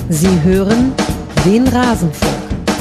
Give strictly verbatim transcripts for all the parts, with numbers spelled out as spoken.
Sie hören den Rasenfunk.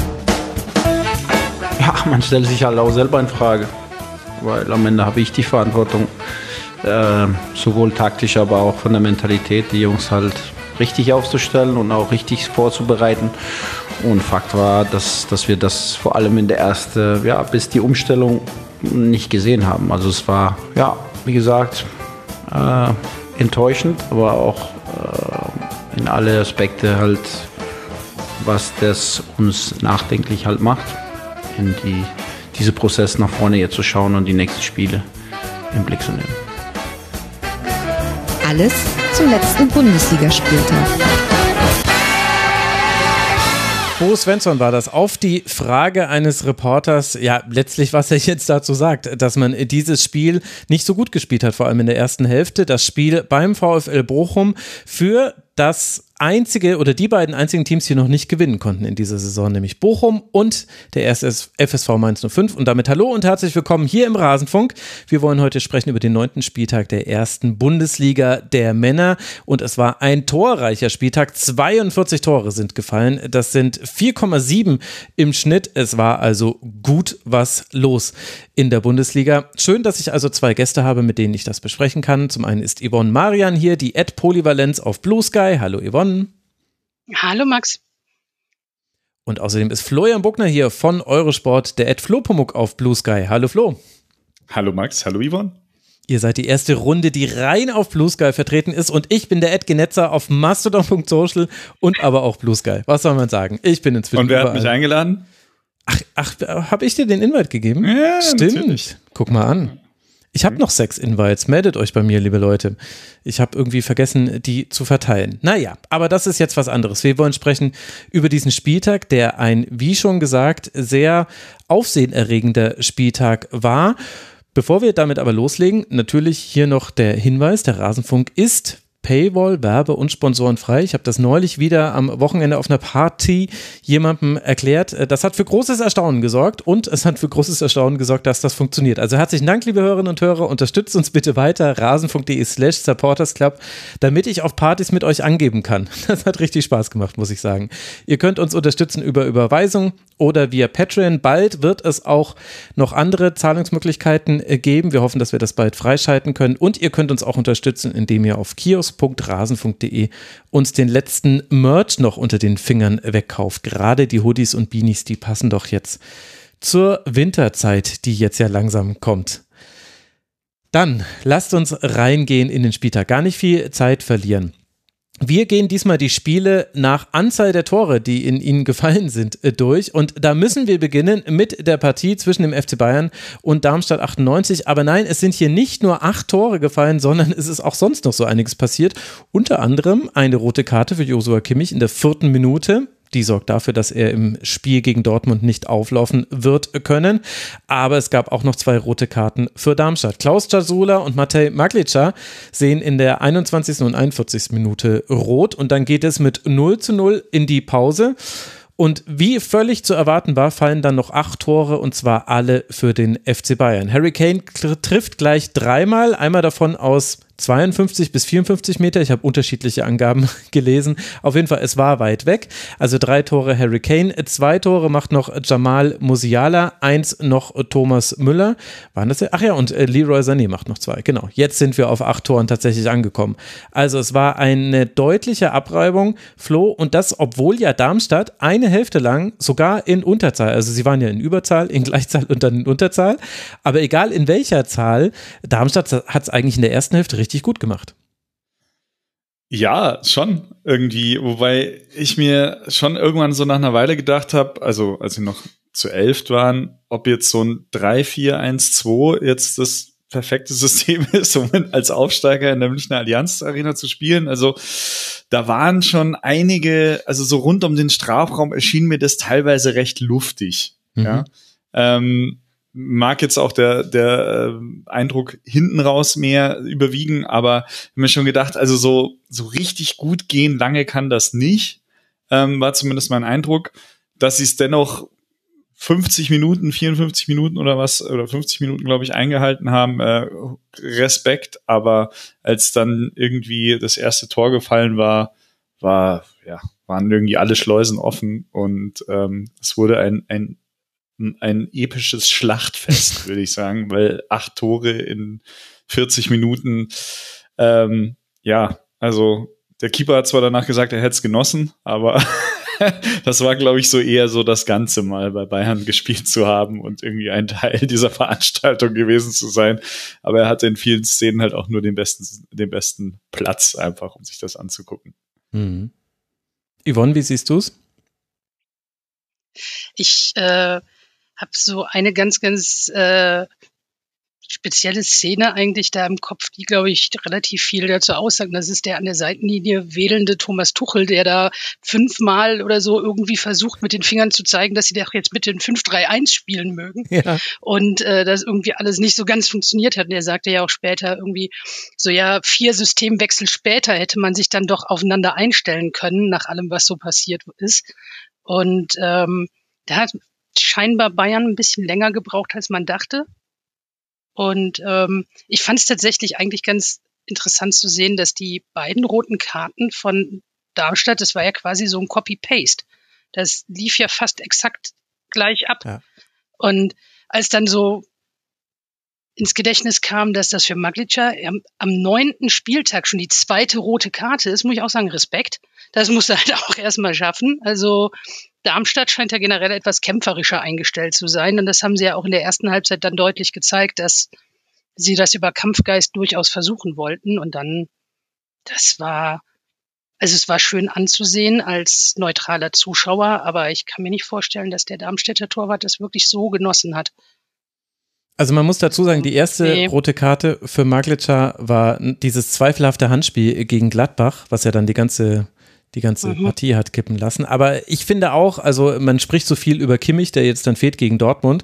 Ja, man stellt sich halt auch selber in Frage, weil am Ende habe ich die Verantwortung, äh, sowohl taktisch, aber auch von der Mentalität, die Jungs halt richtig aufzustellen und auch richtig vorzubereiten. Und Fakt war, dass, dass wir das vor allem in der ersten, ja, bis die Umstellung nicht gesehen haben. Also es war, ja, wie gesagt, äh, enttäuschend, aber auch äh, in alle Aspekte halt, was das uns nachdenklich halt macht, in die, diese Prozess nach vorne jetzt zu schauen und die nächsten Spiele im Blick zu nehmen. Alles zum letzten Bundesligaspieltag. Bo Svensson war das auf die Frage eines Reporters, ja letztlich was er jetzt dazu sagt, dass man dieses Spiel nicht so gut gespielt hat, vor allem in der ersten Hälfte, das Spiel beim VfL Bochum für das einzige oder die beiden einzigen Teams, die noch nicht gewinnen konnten in dieser Saison, nämlich Bochum und der erste F S V Mainz null fünf. Und damit hallo und herzlich willkommen hier im Rasenfunk. Wir wollen heute sprechen über den neunten Spieltag der ersten Bundesliga der Männer und es war ein torreicher Spieltag. zweiundvierzig Tore sind gefallen, das sind vier Komma sieben im Schnitt. Es war also gut was los in der Bundesliga. Schön, dass ich also zwei Gäste habe, mit denen ich das besprechen kann. Zum einen ist Yvonne Marian hier, die Ad Polyvalenz auf Blue Sky. Hallo Yvonne. Hallo Max. Und außerdem ist Florian Buckner hier von Eurosport, der Ad Flopomuk auf Blue Sky. Hallo Flo. Hallo Max, hallo Yvonne. Ihr seid die erste Runde, die rein auf Blue Sky vertreten ist und ich bin der Ad Genetzer auf mastodon punkt social und aber auch Blue Sky. Was soll man sagen? Ich bin inzwischen Und wer überall. hat mich eingeladen? Ach, ach habe ich dir den Invite gegeben? Ja, stimmt. Natürlich. Guck mal an. Ich habe noch sechs Invites. Meldet euch bei mir, liebe Leute. Ich habe irgendwie vergessen, die zu verteilen. Naja, aber das ist jetzt was anderes. Wir wollen sprechen über diesen Spieltag, der ein, wie schon gesagt, sehr aufsehenerregender Spieltag war. Bevor wir damit aber loslegen, natürlich hier noch der Hinweis, der Rasenfunk ist Paywall, Werbe- und Sponsorenfrei. Ich habe das neulich wieder am Wochenende auf einer Party jemandem erklärt. Das hat für großes Erstaunen gesorgt und es hat für großes Erstaunen gesorgt, dass das funktioniert. Also herzlichen Dank, liebe Hörerinnen und Hörer. Unterstützt uns bitte weiter, rasenfunk.de slash supportersclub, damit ich auf Partys mit euch angeben kann. Das hat richtig Spaß gemacht, muss ich sagen. Ihr könnt uns unterstützen über Überweisung oder via Patreon. Bald wird es auch noch andere Zahlungsmöglichkeiten geben. Wir hoffen, dass wir das bald freischalten können. Und ihr könnt uns auch unterstützen, indem ihr auf kiosk punkt rasenfunk punkt de uns den letzten Merch noch unter den Fingern wegkauft. Gerade die Hoodies und Beanies, die passen doch jetzt zur Winterzeit, die jetzt ja langsam kommt. Dann lasst uns reingehen in den Spieltag. Gar nicht viel Zeit verlieren. Wir gehen diesmal die Spiele nach Anzahl der Tore, die in ihnen gefallen sind, durch. Und da müssen wir beginnen mit der Partie zwischen dem F C Bayern und Darmstadt achtundneunzig. Aber nein, es sind hier nicht nur acht Tore gefallen, sondern es ist auch sonst noch so einiges passiert. Unter anderem eine rote Karte für Joshua Kimmich in der vierten Minute. Die sorgt dafür, dass er im Spiel gegen Dortmund nicht auflaufen wird können. Aber es gab auch noch zwei rote Karten für Darmstadt. Klaus Jasula und Matej Maglica sehen in der einundzwanzigsten und einundvierzigsten Minute rot. Und dann geht es mit null zu null in die Pause. Und wie völlig zu erwarten war, fallen dann noch acht Tore und zwar alle für den F C Bayern. Harry Kane trifft gleich dreimal, einmal davon aus zweiundfünfzig bis vierundfünfzig Meter. Ich habe unterschiedliche Angaben gelesen. Auf jeden Fall, es war weit weg. Also drei Tore Harry Kane, zwei Tore macht noch Jamal Musiala, eins noch Thomas Müller. Waren das ja? Ach ja, und Leroy Sané macht noch zwei. Genau, jetzt sind wir auf acht Toren tatsächlich angekommen. Also es war eine deutliche Abreibung, Flo, und das, obwohl ja Darmstadt eine Hälfte lang sogar in Unterzahl, also sie waren ja in Überzahl, in Gleichzahl und dann in Unterzahl, aber egal in welcher Zahl, Darmstadt hat es eigentlich in der ersten Hälfte richtig gut gemacht. Ja, schon irgendwie, wobei ich mir schon irgendwann so nach einer Weile gedacht habe, also als wir noch zu elft waren, ob jetzt so ein drei vier eins zwei jetzt das perfekte System ist, um als Aufsteiger in der Münchner Allianz Arena zu spielen. Also da waren schon einige, also so rund um den Strafraum erschien mir das teilweise recht luftig. Mhm. Ja, ähm, mag jetzt auch der der äh, Eindruck hinten raus mehr überwiegen, aber ich habe mir schon gedacht, also so so richtig gut gehen lange kann das nicht, ähm, war zumindest mein Eindruck, dass sie es dennoch fünfzig Minuten, vierundfünfzig Minuten oder was, oder fünfzig Minuten, glaube ich, eingehalten haben. Äh, Respekt, aber als dann irgendwie das erste Tor gefallen war, war, ja, waren irgendwie alle Schleusen offen und ähm, es wurde ein, ein, ein episches Schlachtfest, würde ich sagen, weil acht Tore in vierzig Minuten, ähm, ja, also der Keeper hat zwar danach gesagt, er hätte es genossen, aber das war, glaube ich, so eher so das Ganze mal bei Bayern gespielt zu haben und irgendwie ein Teil dieser Veranstaltung gewesen zu sein. Aber er hatte in vielen Szenen halt auch nur den besten, den besten Platz einfach, um sich das anzugucken. Mhm. Yvonne, wie siehst du's? Ich äh, habe so eine ganz, ganz äh, spezielle Szene eigentlich da im Kopf, die, glaube ich, relativ viel dazu aussagt. Das ist der an der Seitenlinie wedelnde Thomas Tuchel, der da fünfmal oder so irgendwie versucht, mit den Fingern zu zeigen, dass sie doch jetzt bitte in fünf drei eins spielen mögen. Ja. Und äh, das irgendwie alles nicht so ganz funktioniert hat. Und er sagte ja auch später irgendwie so, ja, vier Systemwechsel später hätte man sich dann doch aufeinander einstellen können, nach allem, was so passiert ist. Und ähm, da hat scheinbar Bayern ein bisschen länger gebraucht, als man dachte. Und ähm, ich fand es tatsächlich eigentlich ganz interessant zu sehen, dass die beiden roten Karten von Darmstadt, das war ja quasi so ein Copy-Paste. Das lief ja fast exakt gleich ab. Ja. Und als dann so ins Gedächtnis kam, dass das für Maglica am, am neunten Spieltag schon die zweite rote Karte ist, muss ich auch sagen, Respekt. Das musste halt auch erstmal schaffen. Also Darmstadt scheint ja generell etwas kämpferischer eingestellt zu sein. Und das haben sie ja auch in der ersten Halbzeit dann deutlich gezeigt, dass sie das über Kampfgeist durchaus versuchen wollten. Und dann, das war, also es war schön anzusehen als neutraler Zuschauer, aber ich kann mir nicht vorstellen, dass der Darmstädter Torwart das wirklich so genossen hat. Also man muss dazu sagen, die erste nee. rote Karte für Maglica war dieses zweifelhafte Handspiel gegen Gladbach, was ja dann die ganze die ganze mhm. Partie hat kippen lassen. Aber ich finde auch, also man spricht so viel über Kimmich, der jetzt dann fehlt gegen Dortmund.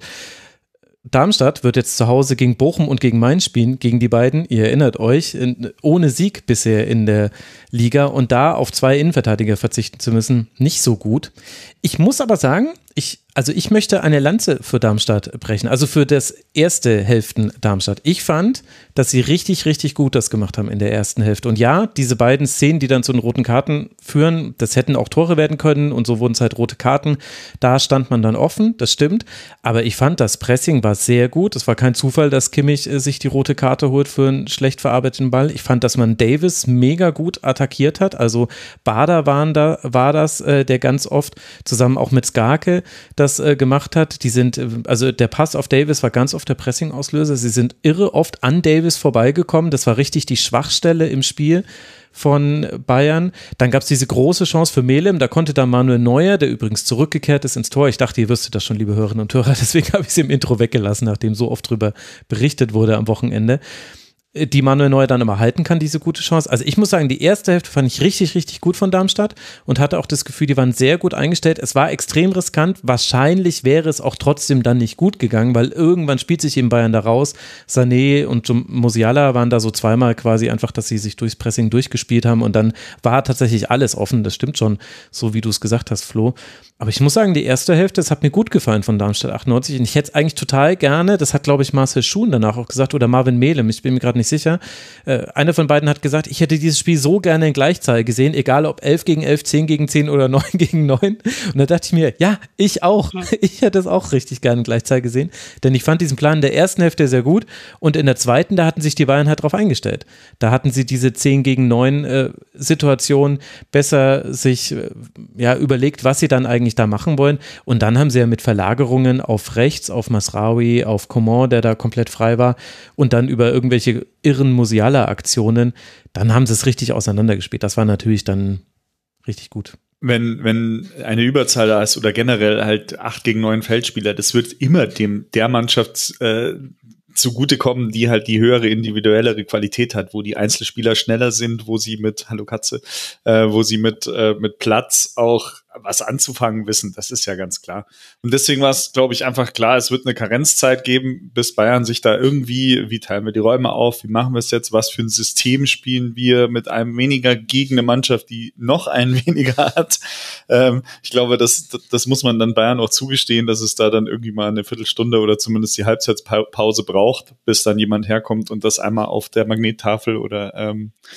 Darmstadt wird jetzt zu Hause gegen Bochum und gegen Mainz spielen, gegen die beiden, ihr erinnert euch, ohne Sieg bisher in der Liga und da auf zwei Innenverteidiger verzichten zu müssen, nicht so gut. Ich muss aber sagen, ich, also ich möchte eine Lanze für Darmstadt brechen, also für das erste Hälften Darmstadt. Ich fand, dass sie richtig, richtig gut das gemacht haben in der ersten Hälfte. Und ja, diese beiden Szenen, die dann zu den roten Karten führen, das hätten auch Tore werden können und so wurden es halt rote Karten. Da stand man dann offen, das stimmt. Aber ich fand, das Pressing war sehr gut. Es war kein Zufall, dass Kimmich äh, sich die rote Karte holt für einen schlecht verarbeiteten Ball. Ich fand, dass man Davis mega gut attackiert hat. Also Bader waren da, war das, äh, der ganz oft zusammen auch mit Skarke das äh, gemacht hat. Die sind, äh, also der Pass auf Davis war ganz oft der Pressing-Auslöser. Sie sind irre oft an Davis vorbeigekommen. Das war richtig die Schwachstelle im Spiel von Bayern. Dann gab es diese große Chance für Melem. Da konnte dann Manuel Neuer, der übrigens zurückgekehrt ist ins Tor. Ich dachte, ihr wüsstet das schon, liebe Hörerinnen und Hörer. Deswegen habe ich es im Intro weggelassen, nachdem so oft drüber berichtet wurde am Wochenende. Die Manuel Neuer dann immer halten kann, diese gute Chance. Also ich muss sagen, die erste Hälfte fand ich richtig, richtig gut von Darmstadt und hatte auch das Gefühl, die waren sehr gut eingestellt. Es war extrem riskant. Wahrscheinlich wäre es auch trotzdem dann nicht gut gegangen, weil irgendwann spielt sich eben Bayern da raus. Sané und Musiala waren da so zweimal quasi einfach, dass sie sich durchs Pressing durchgespielt haben und dann war tatsächlich alles offen. Das stimmt schon, so wie du es gesagt hast, Flo. Aber ich muss sagen, die erste Hälfte, das hat mir gut gefallen von Darmstadt achtundneunzig und ich hätte es eigentlich total gerne, das hat glaube ich Marcel Schuhn danach auch gesagt oder Marvin Melem, ich bin mir gerade nicht sicher. Äh, einer von beiden hat gesagt, ich hätte dieses Spiel so gerne in Gleichzahl gesehen, egal ob elf gegen elf, zehn gegen zehn oder neun gegen neun. Und da dachte ich mir, ja, ich auch. Ich hätte es auch richtig gerne in Gleichzahl gesehen, denn ich fand diesen Plan in der ersten Hälfte sehr gut und in der zweiten, da hatten sich die Bayern halt drauf eingestellt. Da hatten sie diese zehn gegen neun äh, Situation besser sich äh, ja, überlegt, was sie dann eigentlich da machen wollen. Und dann haben sie ja mit Verlagerungen auf rechts, auf Masraoui, auf Coman, der da komplett frei war, und dann über irgendwelche irren Musiala-Aktionen, dann haben sie es richtig auseinandergespielt. Das war natürlich dann richtig gut. Wenn, wenn eine Überzahl da ist oder generell halt acht gegen neun Feldspieler, das wird immer dem der Mannschaft äh, zugutekommen, die halt die höhere individuellere Qualität hat, wo die Einzelspieler schneller sind, wo sie mit, hallo Katze, äh, wo sie mit äh, mit Platz auch was anzufangen wissen, das ist ja ganz klar. Und deswegen war es, glaube ich, einfach klar, es wird eine Karenzzeit geben, bis Bayern sich da irgendwie, wie teilen wir die Räume auf, wie machen wir es jetzt, was für ein System spielen wir mit einem weniger gegen eine Mannschaft, die noch einen weniger hat. Ähm, ich glaube, das, das muss man dann Bayern auch zugestehen, dass es da dann irgendwie mal eine Viertelstunde oder zumindest die Halbzeitpause braucht, bis dann jemand herkommt und das einmal auf der Magnettafel oder ähm,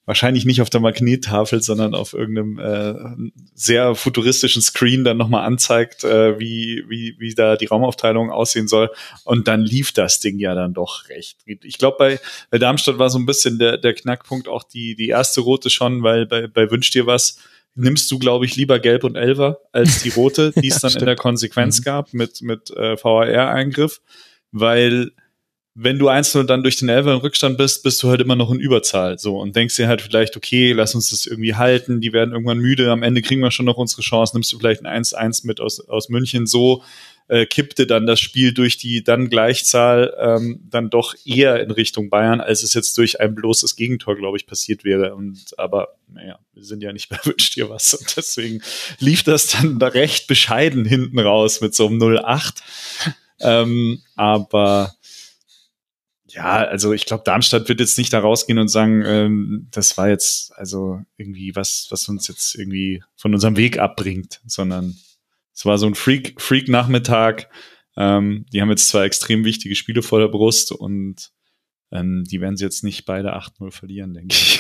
wahrscheinlich nicht auf der Magnettafel, sondern auf irgendeinem äh, sehr futuristischen Screen dann nochmal anzeigt, äh, wie, wie, wie da die Raumaufteilung aussehen soll. Und dann lief das Ding ja dann doch recht. Ich glaube, bei, bei Darmstadt war so ein bisschen der, der Knackpunkt auch die, die erste rote schon, weil bei, bei Wünsch dir was nimmst du, glaube ich, lieber Gelb und Elfer als die rote, die es dann ja, in der Konsequenz mhm. gab mit, mit äh, V A R-Eingriff, weil wenn du eins null dann durch den Elfer im Rückstand bist, bist du halt immer noch in Überzahl, so, und denkst dir halt vielleicht, okay, lass uns das irgendwie halten, die werden irgendwann müde, am Ende kriegen wir schon noch unsere Chance, nimmst du vielleicht ein eins eins mit aus, aus München, so äh, kippte dann das Spiel durch die dann Gleichzahl ähm, dann doch eher in Richtung Bayern, als es jetzt durch ein bloßes Gegentor, glaube ich, passiert wäre. Und aber, naja, wir sind ja nicht bei Wünsch dir was, und deswegen lief das dann da recht bescheiden hinten raus mit so einem null acht. Ähm, aber ja, also ich glaube, Darmstadt wird jetzt nicht da rausgehen und sagen, ähm, das war jetzt also irgendwie was, was uns jetzt irgendwie von unserem Weg abbringt, sondern es war so ein Freak, Freak-Nachmittag. Ähm, die haben jetzt zwei extrem wichtige Spiele vor der Brust und ähm, die werden sie jetzt nicht beide acht null verlieren, denke ich.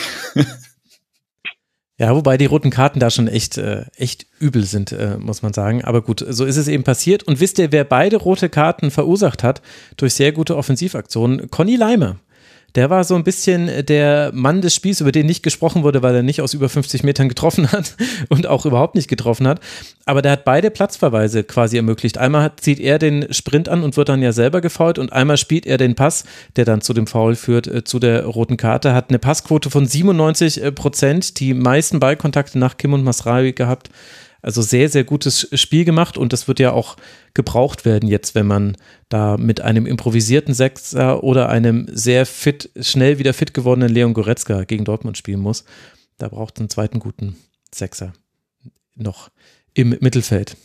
Ja, wobei die roten Karten da schon echt, äh, echt übel sind, äh, muss man sagen. Aber gut, so ist es eben passiert. Und wisst ihr, wer beide rote Karten verursacht hat durch sehr gute Offensivaktionen? Conny Leimer. Der war so ein bisschen der Mann des Spiels, über den nicht gesprochen wurde, weil er nicht aus über fünfzig Metern getroffen hat und auch überhaupt nicht getroffen hat. Aber der hat beide Platzverweise quasi ermöglicht. Einmal hat, zieht er den Sprint an und wird dann ja selber gefoult, und einmal spielt er den Pass, der dann zu dem Foul führt, äh, zu der roten Karte. Hat eine Passquote von siebenundneunzig Prozent, die meisten Ballkontakte nach Kim und Masraoui gehabt. Also sehr, sehr gutes Spiel gemacht, und das wird ja auch gebraucht werden jetzt, wenn man da mit einem improvisierten Sechser oder einem sehr fit, schnell wieder fit gewordenen Leon Goretzka gegen Dortmund spielen muss. Da braucht es einen zweiten guten Sechser noch im Mittelfeld.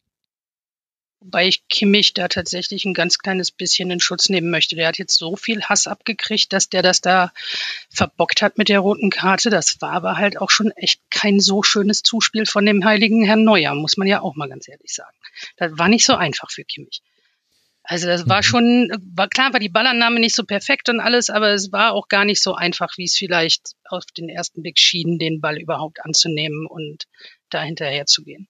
Wobei ich Kimmich da tatsächlich ein ganz kleines bisschen in Schutz nehmen möchte. Der hat jetzt so viel Hass abgekriegt, dass der das da verbockt hat mit der roten Karte. Das war aber halt auch schon echt kein so schönes Zuspiel von dem heiligen Herrn Neuer, muss man ja auch mal ganz ehrlich sagen. Das war nicht so einfach für Kimmich. Also das war schon, war klar, war die Ballannahme nicht so perfekt und alles, aber es war auch gar nicht so einfach, wie es vielleicht auf den ersten Blick schien, den Ball überhaupt anzunehmen und da hinterher zu gehen.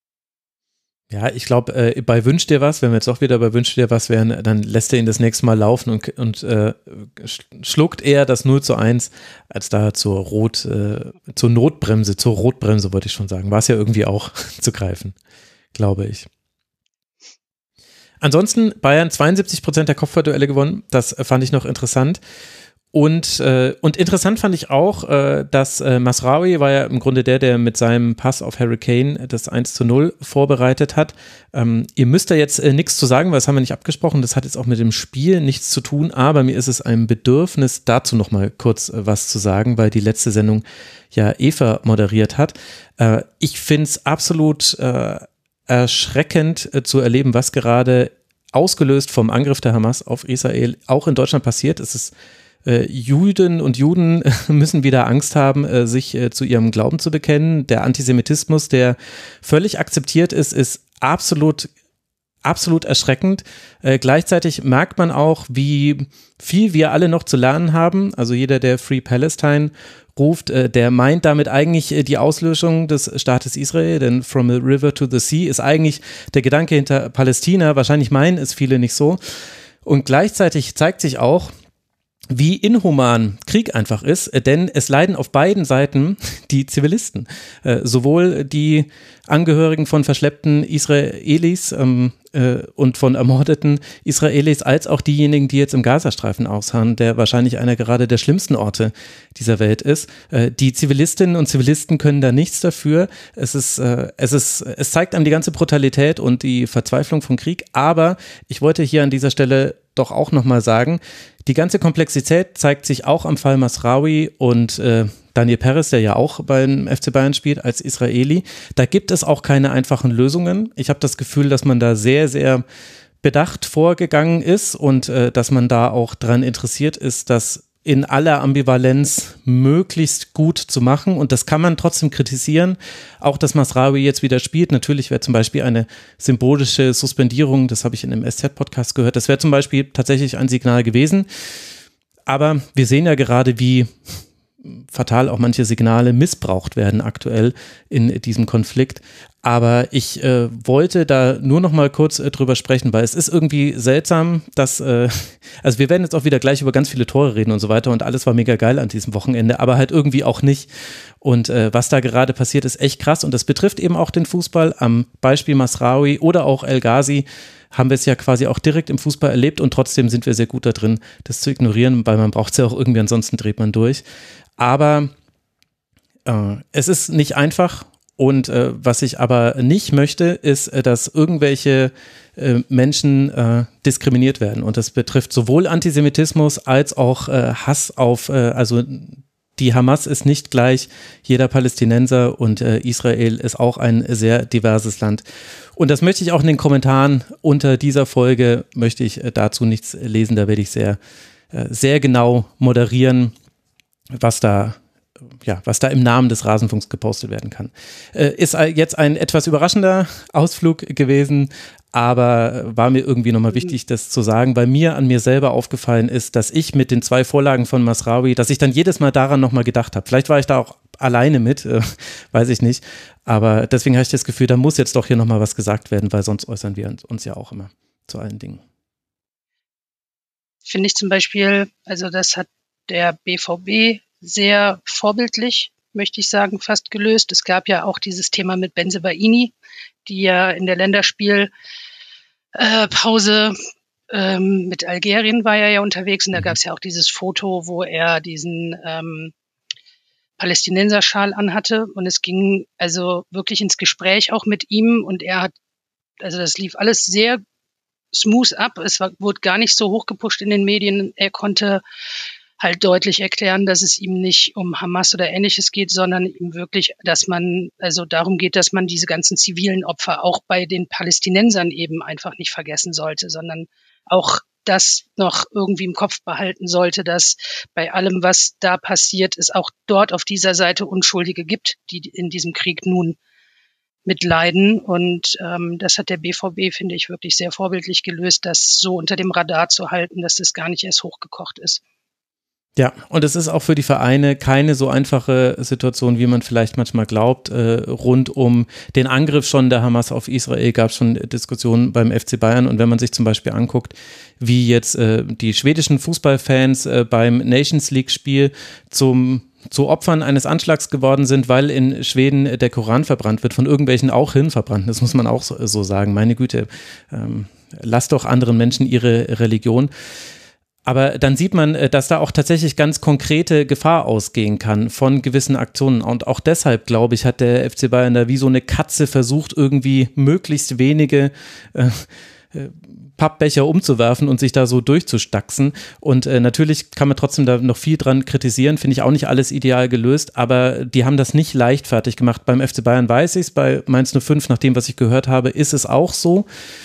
Ja, ich glaube, äh, bei Wünsch dir was, wenn wir jetzt auch wieder bei Wünsch dir was wären, dann lässt er ihn das nächste Mal laufen und, und äh, schluckt eher das null zu eins, als da zur Rot, äh, zur Notbremse, zur Rotbremse wollte ich schon sagen. War es ja irgendwie auch zu greifen, glaube ich. Ansonsten Bayern zweiundsiebzig Prozent der Kopfballduelle gewonnen, das fand ich noch interessant. Und, äh, und interessant fand ich auch, äh, dass äh, Masraoui war ja im Grunde der, der mit seinem Pass auf Harry Kane das eins zu null vorbereitet hat. Ähm, ihr müsst da jetzt äh, nichts zu sagen, weil das haben wir nicht abgesprochen. Das hat jetzt auch mit dem Spiel nichts zu tun, aber mir ist es ein Bedürfnis, dazu nochmal kurz äh, was zu sagen, weil die letzte Sendung ja Eva moderiert hat. Äh, ich finde es absolut äh, erschreckend äh, zu erleben, was gerade ausgelöst vom Angriff der Hamas auf Israel auch in Deutschland passiert. Es ist Äh, Juden und Juden müssen wieder Angst haben, äh, sich äh, zu ihrem Glauben zu bekennen. Der Antisemitismus, der völlig akzeptiert ist, ist absolut, absolut erschreckend. Äh, gleichzeitig merkt man auch, wie viel wir alle noch zu lernen haben. Also jeder, der Free Palestine ruft, äh, der meint damit eigentlich äh, die Auslöschung des Staates Israel, denn From the River to the Sea ist eigentlich der Gedanke hinter Palästina. Wahrscheinlich meinen es viele nicht so. Und gleichzeitig zeigt sich auch, wie inhuman Krieg einfach ist, denn es leiden auf beiden Seiten die Zivilisten, äh, sowohl die Angehörigen von verschleppten Israelis ähm, äh, und von ermordeten Israelis, als auch diejenigen, die jetzt im Gazastreifen ausharren, der wahrscheinlich einer gerade der schlimmsten Orte dieser Welt ist. Äh, die Zivilistinnen und Zivilisten können da nichts dafür. Es ist, äh, es ist, es zeigt einem die ganze Brutalität und die Verzweiflung von Krieg, aber ich wollte hier an dieser Stelle doch auch nochmal sagen, die ganze Komplexität zeigt sich auch am Fall Masraoui und äh, Daniel Perez, der ja auch beim F C Bayern spielt, als Israeli. Da gibt es auch keine einfachen Lösungen. Ich habe das Gefühl, dass man da sehr, sehr bedacht vorgegangen ist und äh, dass man da auch dran interessiert ist, dass in aller Ambivalenz möglichst gut zu machen, und das kann man trotzdem kritisieren. Auch, dass Masraoui jetzt wieder spielt, natürlich wäre zum Beispiel eine symbolische Suspendierung, das habe ich in einem S Z-Podcast gehört, das wäre zum Beispiel tatsächlich ein Signal gewesen, aber wir sehen ja gerade, wie fatal auch manche Signale missbraucht werden aktuell in diesem Konflikt. Aber ich äh, wollte da nur noch mal kurz äh, drüber sprechen, weil es ist irgendwie seltsam, dass, äh, also wir werden jetzt auch wieder gleich über ganz viele Tore reden und so weiter und alles war mega geil an diesem Wochenende, aber halt irgendwie auch nicht. Und äh, was da gerade passiert, ist echt krass und das betrifft eben auch den Fußball. Am Beispiel Mazraoui oder auch El Ghazi haben wir es ja quasi auch direkt im Fußball erlebt und trotzdem sind wir sehr gut da drin, das zu ignorieren, weil man braucht es ja auch irgendwie, ansonsten dreht man durch. Aber äh, es ist nicht einfach. Und äh, was ich aber nicht möchte, ist, äh, dass irgendwelche äh, Menschen äh, diskriminiert werden. Und das betrifft sowohl Antisemitismus als auch äh, Hass auf, äh, also die Hamas ist nicht gleich jeder Palästinenser und äh, Israel ist auch ein sehr diverses Land. Und das möchte ich auch in den Kommentaren unter dieser Folge, möchte ich äh, dazu nichts lesen. Da werde ich sehr, äh, sehr genau moderieren, was da ja, was da im Namen des Rasenfunks gepostet werden kann. Äh, ist jetzt ein etwas überraschender Ausflug gewesen, aber war mir irgendwie nochmal wichtig, das zu sagen, weil mir an mir selber aufgefallen ist, dass ich mit den zwei Vorlagen von Mazraoui, dass ich dann jedes Mal daran nochmal gedacht habe. Vielleicht war ich da auch alleine mit, äh, weiß ich nicht, aber deswegen habe ich das Gefühl, da muss jetzt doch hier nochmal was gesagt werden, weil sonst äußern wir uns ja auch immer zu allen Dingen. Finde ich zum Beispiel, also das hat der B V B sehr vorbildlich, möchte ich sagen, fast gelöst. Es gab ja auch dieses Thema mit Bensebaini, die ja in der Länderspielpause äh, ähm, mit Algerien war er ja unterwegs und da gab es ja auch dieses Foto, wo er diesen ähm, Palästinenserschal anhatte und es ging also wirklich ins Gespräch auch mit ihm und er hat, also das lief alles sehr smooth ab. Es war, wurde gar nicht so hochgepusht in den Medien. Er konnte halt deutlich erklären, dass es ihm nicht um Hamas oder Ähnliches geht, sondern ihm wirklich, dass man, also darum geht, dass man diese ganzen zivilen Opfer auch bei den Palästinensern eben einfach nicht vergessen sollte, sondern auch das noch irgendwie im Kopf behalten sollte, dass bei allem, was da passiert, es auch dort auf dieser Seite Unschuldige gibt, die in diesem Krieg nun mitleiden. Und ähm, das hat der B V B, finde ich, wirklich sehr vorbildlich gelöst, das so unter dem Radar zu halten, dass das gar nicht erst hochgekocht ist. Ja, und es ist auch für die Vereine keine so einfache Situation, wie man vielleicht manchmal glaubt. Äh, rund um den Angriff schon der Hamas auf Israel gab es schon Diskussionen beim F C Bayern. Und wenn man sich zum Beispiel anguckt, wie jetzt äh, die schwedischen Fußballfans äh, beim Nations League-Spiel zum zu Opfern eines Anschlags geworden sind, weil in Schweden der Koran verbrannt wird, von irgendwelchen auch Hirnverbrannten, das muss man auch so, so sagen. Meine Güte, ähm, lasst doch anderen Menschen ihre Religion. Aber dann sieht man, dass da auch tatsächlich ganz konkrete Gefahr ausgehen kann von gewissen Aktionen. Und auch deshalb, glaube ich, hat der F C Bayern da wie so eine Katze versucht, irgendwie möglichst wenige äh, Pappbecher umzuwerfen und sich da so durchzustaxen. Und äh, natürlich kann man trotzdem da noch viel dran kritisieren, finde ich auch nicht alles ideal gelöst, aber die haben das nicht leichtfertig gemacht. Beim F C Bayern weiß ich es, bei Mainz null fünf, nach dem, was ich gehört habe, ist es auch so.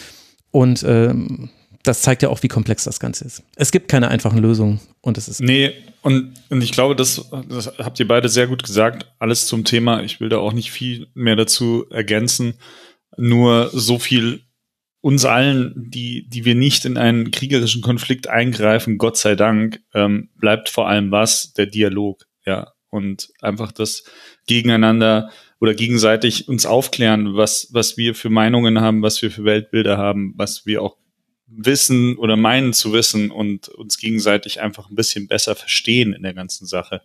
Und ähm, das zeigt ja auch, wie komplex das Ganze ist. Es gibt keine einfachen Lösungen und es ist. Nee, und, und ich glaube, das, das habt ihr beide sehr gut gesagt. Alles zum Thema. Ich will da auch nicht viel mehr dazu ergänzen. Nur so viel uns allen, die, die wir nicht in einen kriegerischen Konflikt eingreifen, Gott sei Dank, ähm, bleibt vor allem was? Der Dialog, ja. Und einfach das Gegeneinander oder gegenseitig uns aufklären, was, was wir für Meinungen haben, was wir für Weltbilder haben, was wir auch wissen oder meinen zu wissen und uns gegenseitig einfach ein bisschen besser verstehen in der ganzen Sache.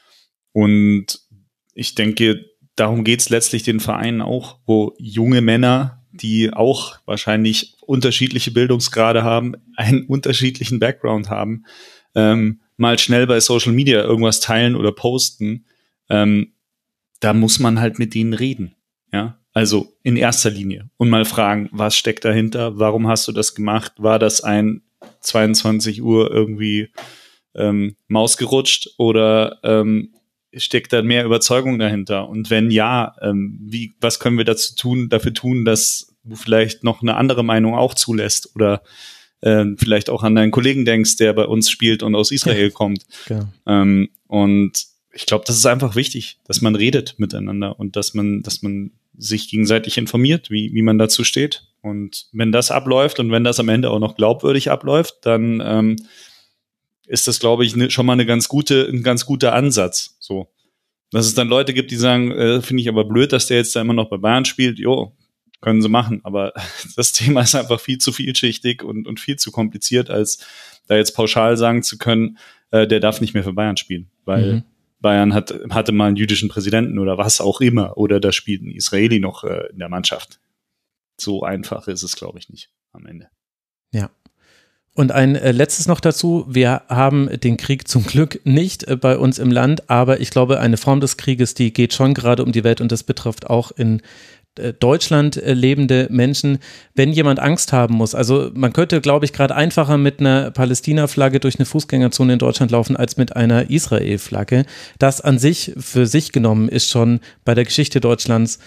Und ich denke, darum geht's letztlich den Vereinen auch, wo junge Männer, die auch wahrscheinlich unterschiedliche Bildungsgrade haben, einen unterschiedlichen Background haben, ähm, mal schnell bei Social Media irgendwas teilen oder posten, ähm, da muss man halt mit denen reden, ja. Also in erster Linie und mal fragen, was steckt dahinter? Warum hast du das gemacht? War das ein zweiundzwanzig Uhr irgendwie ähm, Maus gerutscht oder ähm, steckt da mehr Überzeugung dahinter? Und wenn ja, ähm, wie, was können wir dazu tun, dafür tun, dass du vielleicht noch eine andere Meinung auch zulässt oder ähm, vielleicht auch an deinen Kollegen denkst, der bei uns spielt und aus Israel kommt. Genau. Ähm, und ich glaube, das ist einfach wichtig, dass man redet miteinander und dass man, dass man sich gegenseitig informiert, wie, wie man dazu steht. Und wenn das abläuft und wenn das am Ende auch noch glaubwürdig abläuft, dann, ähm, ist das, glaube ich, ne, schon mal eine ganz gute, ein ganz guter Ansatz. So, dass es dann Leute gibt, die sagen, äh, finde ich aber blöd, dass der jetzt da immer noch bei Bayern spielt. Jo, können sie machen, aber das Thema ist einfach viel zu vielschichtig und, und viel zu kompliziert, als da jetzt pauschal sagen zu können, äh, der darf nicht mehr für Bayern spielen, weil mhm. Bayern hat, hatte mal einen jüdischen Präsidenten oder was auch immer, oder da spielt ein Israeli noch äh, in der Mannschaft. So einfach ist es, glaube ich, nicht am Ende. Ja. Und ein äh, letztes noch dazu, wir haben den Krieg zum Glück nicht äh, bei uns im Land, aber ich glaube, eine Form des Krieges, die geht schon gerade um die Welt und das betrifft auch in äh, Deutschland äh, lebende Menschen. Wenn jemand Angst haben muss, also man könnte, glaube ich, gerade einfacher mit einer Palästina-Flagge durch eine Fußgängerzone in Deutschland laufen, als mit einer Israel-Flagge. Das an sich, für sich genommen, ist schon bei der Geschichte Deutschlands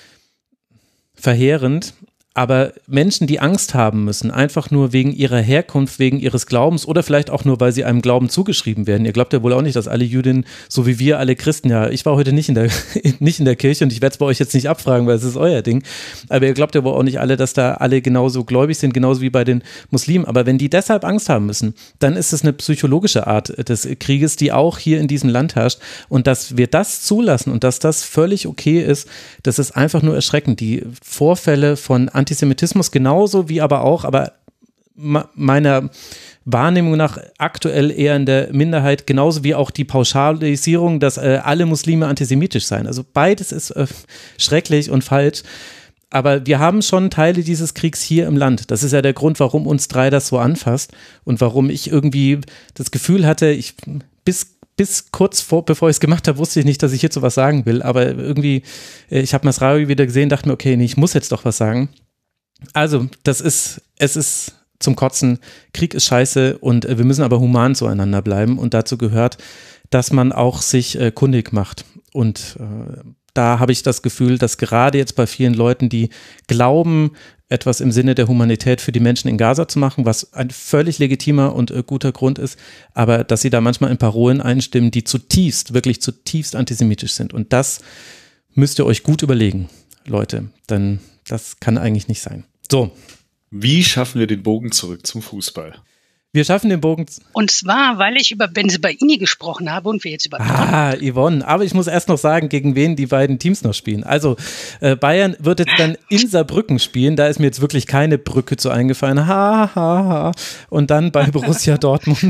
verheerend. Aber Menschen, die Angst haben müssen, einfach nur wegen ihrer Herkunft, wegen ihres Glaubens oder vielleicht auch nur, weil sie einem Glauben zugeschrieben werden. Ihr glaubt ja wohl auch nicht, dass alle Jüdinnen, so wie wir, alle Christen, ja, ich war heute nicht in der, nicht in der Kirche und ich werde es bei euch jetzt nicht abfragen, weil es ist euer Ding. Aber ihr glaubt ja wohl auch nicht alle, dass da alle genauso gläubig sind, genauso wie bei den Muslimen. Aber wenn die deshalb Angst haben müssen, dann ist es eine psychologische Art des Krieges, die auch hier in diesem Land herrscht. Und dass wir das zulassen und dass das völlig okay ist, das ist einfach nur erschreckend. Die Vorfälle von Antisemitismus genauso wie aber auch, aber meiner Wahrnehmung nach aktuell eher in der Minderheit, genauso wie auch die Pauschalisierung, dass äh, alle Muslime antisemitisch seien. Also beides ist äh, schrecklich und falsch. Aber wir haben schon Teile dieses Kriegs hier im Land. Das ist ja der Grund, warum uns drei das so anfasst und warum ich irgendwie das Gefühl hatte, ich bis Bis kurz vor, bevor ich es gemacht habe, wusste ich nicht, dass ich hierzu was sagen will. Aber irgendwie, ich habe Masraoui wieder gesehen, dachte mir, okay, nee, ich muss jetzt doch was sagen. Also, das ist, es ist zum Kotzen. Krieg ist scheiße und wir müssen aber human zueinander bleiben. Und dazu gehört, dass man auch sich äh, kundig macht. Und äh, da habe ich das Gefühl, dass gerade jetzt bei vielen Leuten, die glauben, etwas im Sinne der Humanität für die Menschen in Gaza zu machen, was ein völlig legitimer und äh, guter Grund ist, aber dass sie da manchmal in Parolen einstimmen, die zutiefst, wirklich zutiefst antisemitisch sind. Und das müsst ihr euch gut überlegen, Leute, denn das kann eigentlich nicht sein. So. Wie schaffen wir den Bogen zurück zum Fußball? Wir schaffen den Bogen. Und zwar, weil ich über Bensebaini gesprochen habe und wir jetzt über Ah, Yvonne, aber ich muss erst noch sagen, gegen wen die beiden Teams noch spielen. Also äh, Bayern wird jetzt dann in Saarbrücken spielen, da ist mir jetzt wirklich keine Brücke zu eingefallen. Ha, ha, ha. Und dann bei Borussia Dortmund.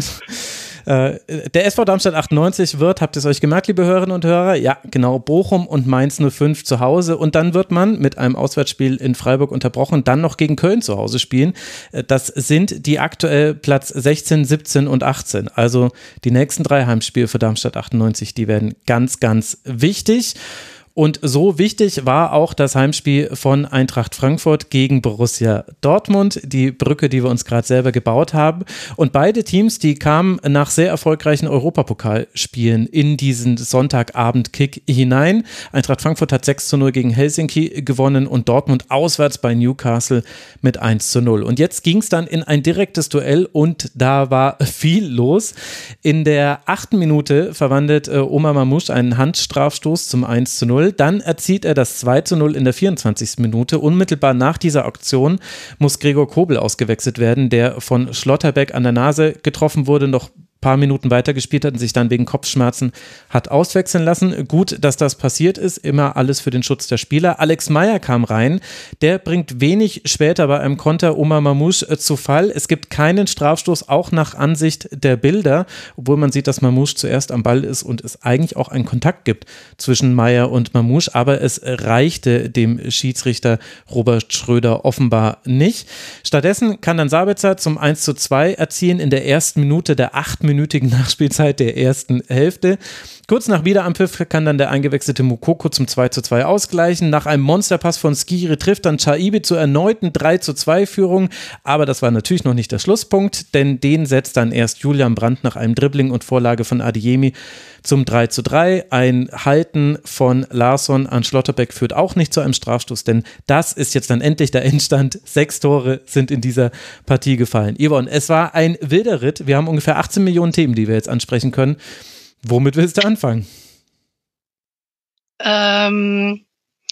Äh, der S V Darmstadt achtundneunzig wird, habt ihr es euch gemerkt, liebe Hörerinnen und Hörer? Ja, genau, Bochum und Mainz null fünf zu Hause und dann wird man mit einem Auswärtsspiel in Freiburg unterbrochen, dann noch gegen Köln zu Hause spielen. Das sind die aktuell Platz sechzehn, siebzehn und achtzehn. Also die nächsten drei Heimspiele für Darmstadt achtundneunzig, die werden ganz, ganz wichtig. Und so wichtig war auch das Heimspiel von Eintracht Frankfurt gegen Borussia Dortmund, die Brücke, die wir uns gerade selber gebaut haben. Und beide Teams, die kamen nach sehr erfolgreichen Europapokalspielen in diesen Sonntagabend-Kick hinein. Eintracht Frankfurt hat sechs zu null gegen Helsinki gewonnen und Dortmund auswärts bei Newcastle mit eins zu null. Und jetzt ging es dann in ein direktes Duell und da war viel los. In der achten Minute verwandelt äh, Omar Mamouche einen Handstrafstoß zum eins zu null. Dann erzielt er das zwei zu null in der vierundzwanzigsten Minute. Unmittelbar nach dieser Aktion muss Gregor Kobel ausgewechselt werden, der von Schlotterbeck an der Nase getroffen wurde, noch paar Minuten weitergespielt hat und sich dann wegen Kopfschmerzen hat auswechseln lassen. Gut, dass das passiert ist, immer alles für den Schutz der Spieler. Alex Meyer kam rein, der bringt wenig später bei einem Konter Omar Mamouche zu Fall. Es gibt keinen Strafstoß, auch nach Ansicht der Bilder, obwohl man sieht, dass Mamouche zuerst am Ball ist und es eigentlich auch einen Kontakt gibt zwischen Meyer und Mamouche, aber es reichte dem Schiedsrichter Robert Schröder offenbar nicht. Stattdessen kann dann Sabitzer zum eins zu zwei erzielen in der ersten Minute der achtminütigen Nachspielzeit der ersten Hälfte. Kurz nach Wiederanpfiff kann dann der eingewechselte Moukoko zum zwei zu zwei ausgleichen. Nach einem Monsterpass von Skiri trifft dann Chaibi zur erneuten drei zu zwei Führung. Aber das war natürlich noch nicht der Schlusspunkt, denn den setzt dann erst Julian Brandt nach einem Dribbling und Vorlage von Adeyemi zum drei zu drei. Ein Halten von Larsson an Schlotterbeck führt auch nicht zu einem Strafstoß, denn das ist jetzt dann endlich der Endstand. Sechs Tore sind in dieser Partie gefallen. Yvonne, es war ein wilder Ritt. Wir haben ungefähr achtzehn Millionen Themen, die wir jetzt ansprechen können. Womit willst du anfangen? Ähm,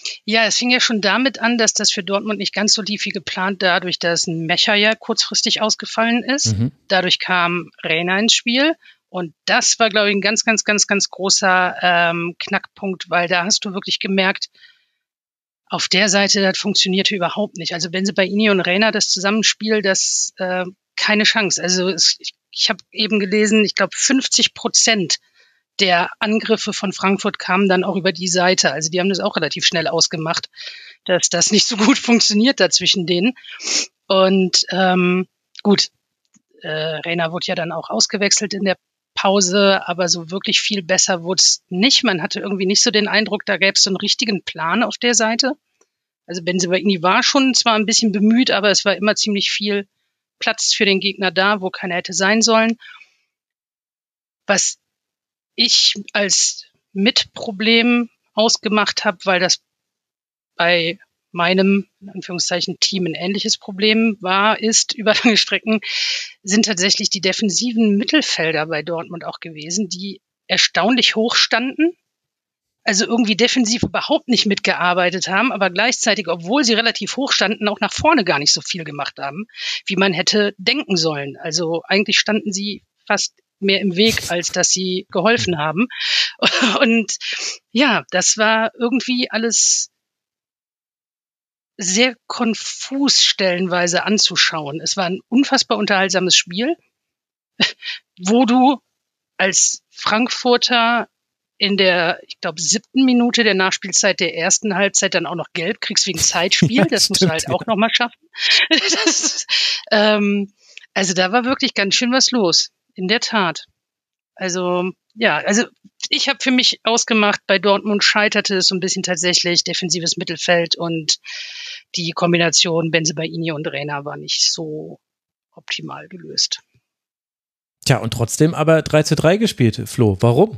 Ja, es fing ja schon damit an, dass das für Dortmund nicht ganz so lief wie geplant, dadurch, dass ein Mecher ja kurzfristig ausgefallen ist. Mhm. Dadurch kam Rehner ins Spiel. Und das war, glaube ich, ein ganz, ganz, ganz, ganz großer ähm, Knackpunkt, weil da hast du wirklich gemerkt, auf der Seite, das funktionierte überhaupt nicht. Also wenn sie bei Ini und Rehner das Zusammenspiel, das äh, keine Chance. Also es, ich, ich habe eben gelesen, ich glaube fünfzig Prozent der Angriffe von Frankfurt kamen dann auch über die Seite. Also die haben das auch relativ schnell ausgemacht, dass das nicht so gut funktioniert da zwischen denen. Und ähm, gut, äh, Rehner wurde ja dann auch ausgewechselt in der Pause, aber so wirklich viel besser wurde es nicht. Man hatte irgendwie nicht so den Eindruck, da gäbe es so einen richtigen Plan auf der Seite. Also Bensebaini war schon zwar ein bisschen bemüht, aber es war immer ziemlich viel Platz für den Gegner da, wo keiner hätte sein sollen. Was ich als Mitproblem ausgemacht habe, weil das bei meinem, in Anführungszeichen, Team ein ähnliches Problem war, ist, über lange Strecken, sind tatsächlich die defensiven Mittelfelder bei Dortmund auch gewesen, die erstaunlich hoch standen, also irgendwie defensiv überhaupt nicht mitgearbeitet haben, aber gleichzeitig, obwohl sie relativ hoch standen, auch nach vorne gar nicht so viel gemacht haben, wie man hätte denken sollen. Also eigentlich standen sie fast mehr im Weg, als dass sie geholfen haben. Und ja, das war irgendwie alles sehr konfus stellenweise anzuschauen. Es war ein unfassbar unterhaltsames Spiel, wo du als Frankfurter in der, ich glaube, siebten Minute der Nachspielzeit der ersten Halbzeit dann auch noch gelb kriegst wegen Zeitspiel. Das musst du halt auch nochmal schaffen. Das, ähm, also da war wirklich ganz schön was los. In der Tat. Also, ja, also ich habe für mich ausgemacht, bei Dortmund scheiterte es so ein bisschen tatsächlich defensives Mittelfeld und die Kombination Bensebaini und Rehner war nicht so optimal gelöst. Tja, und trotzdem aber drei zu drei gespielt, Flo. Warum?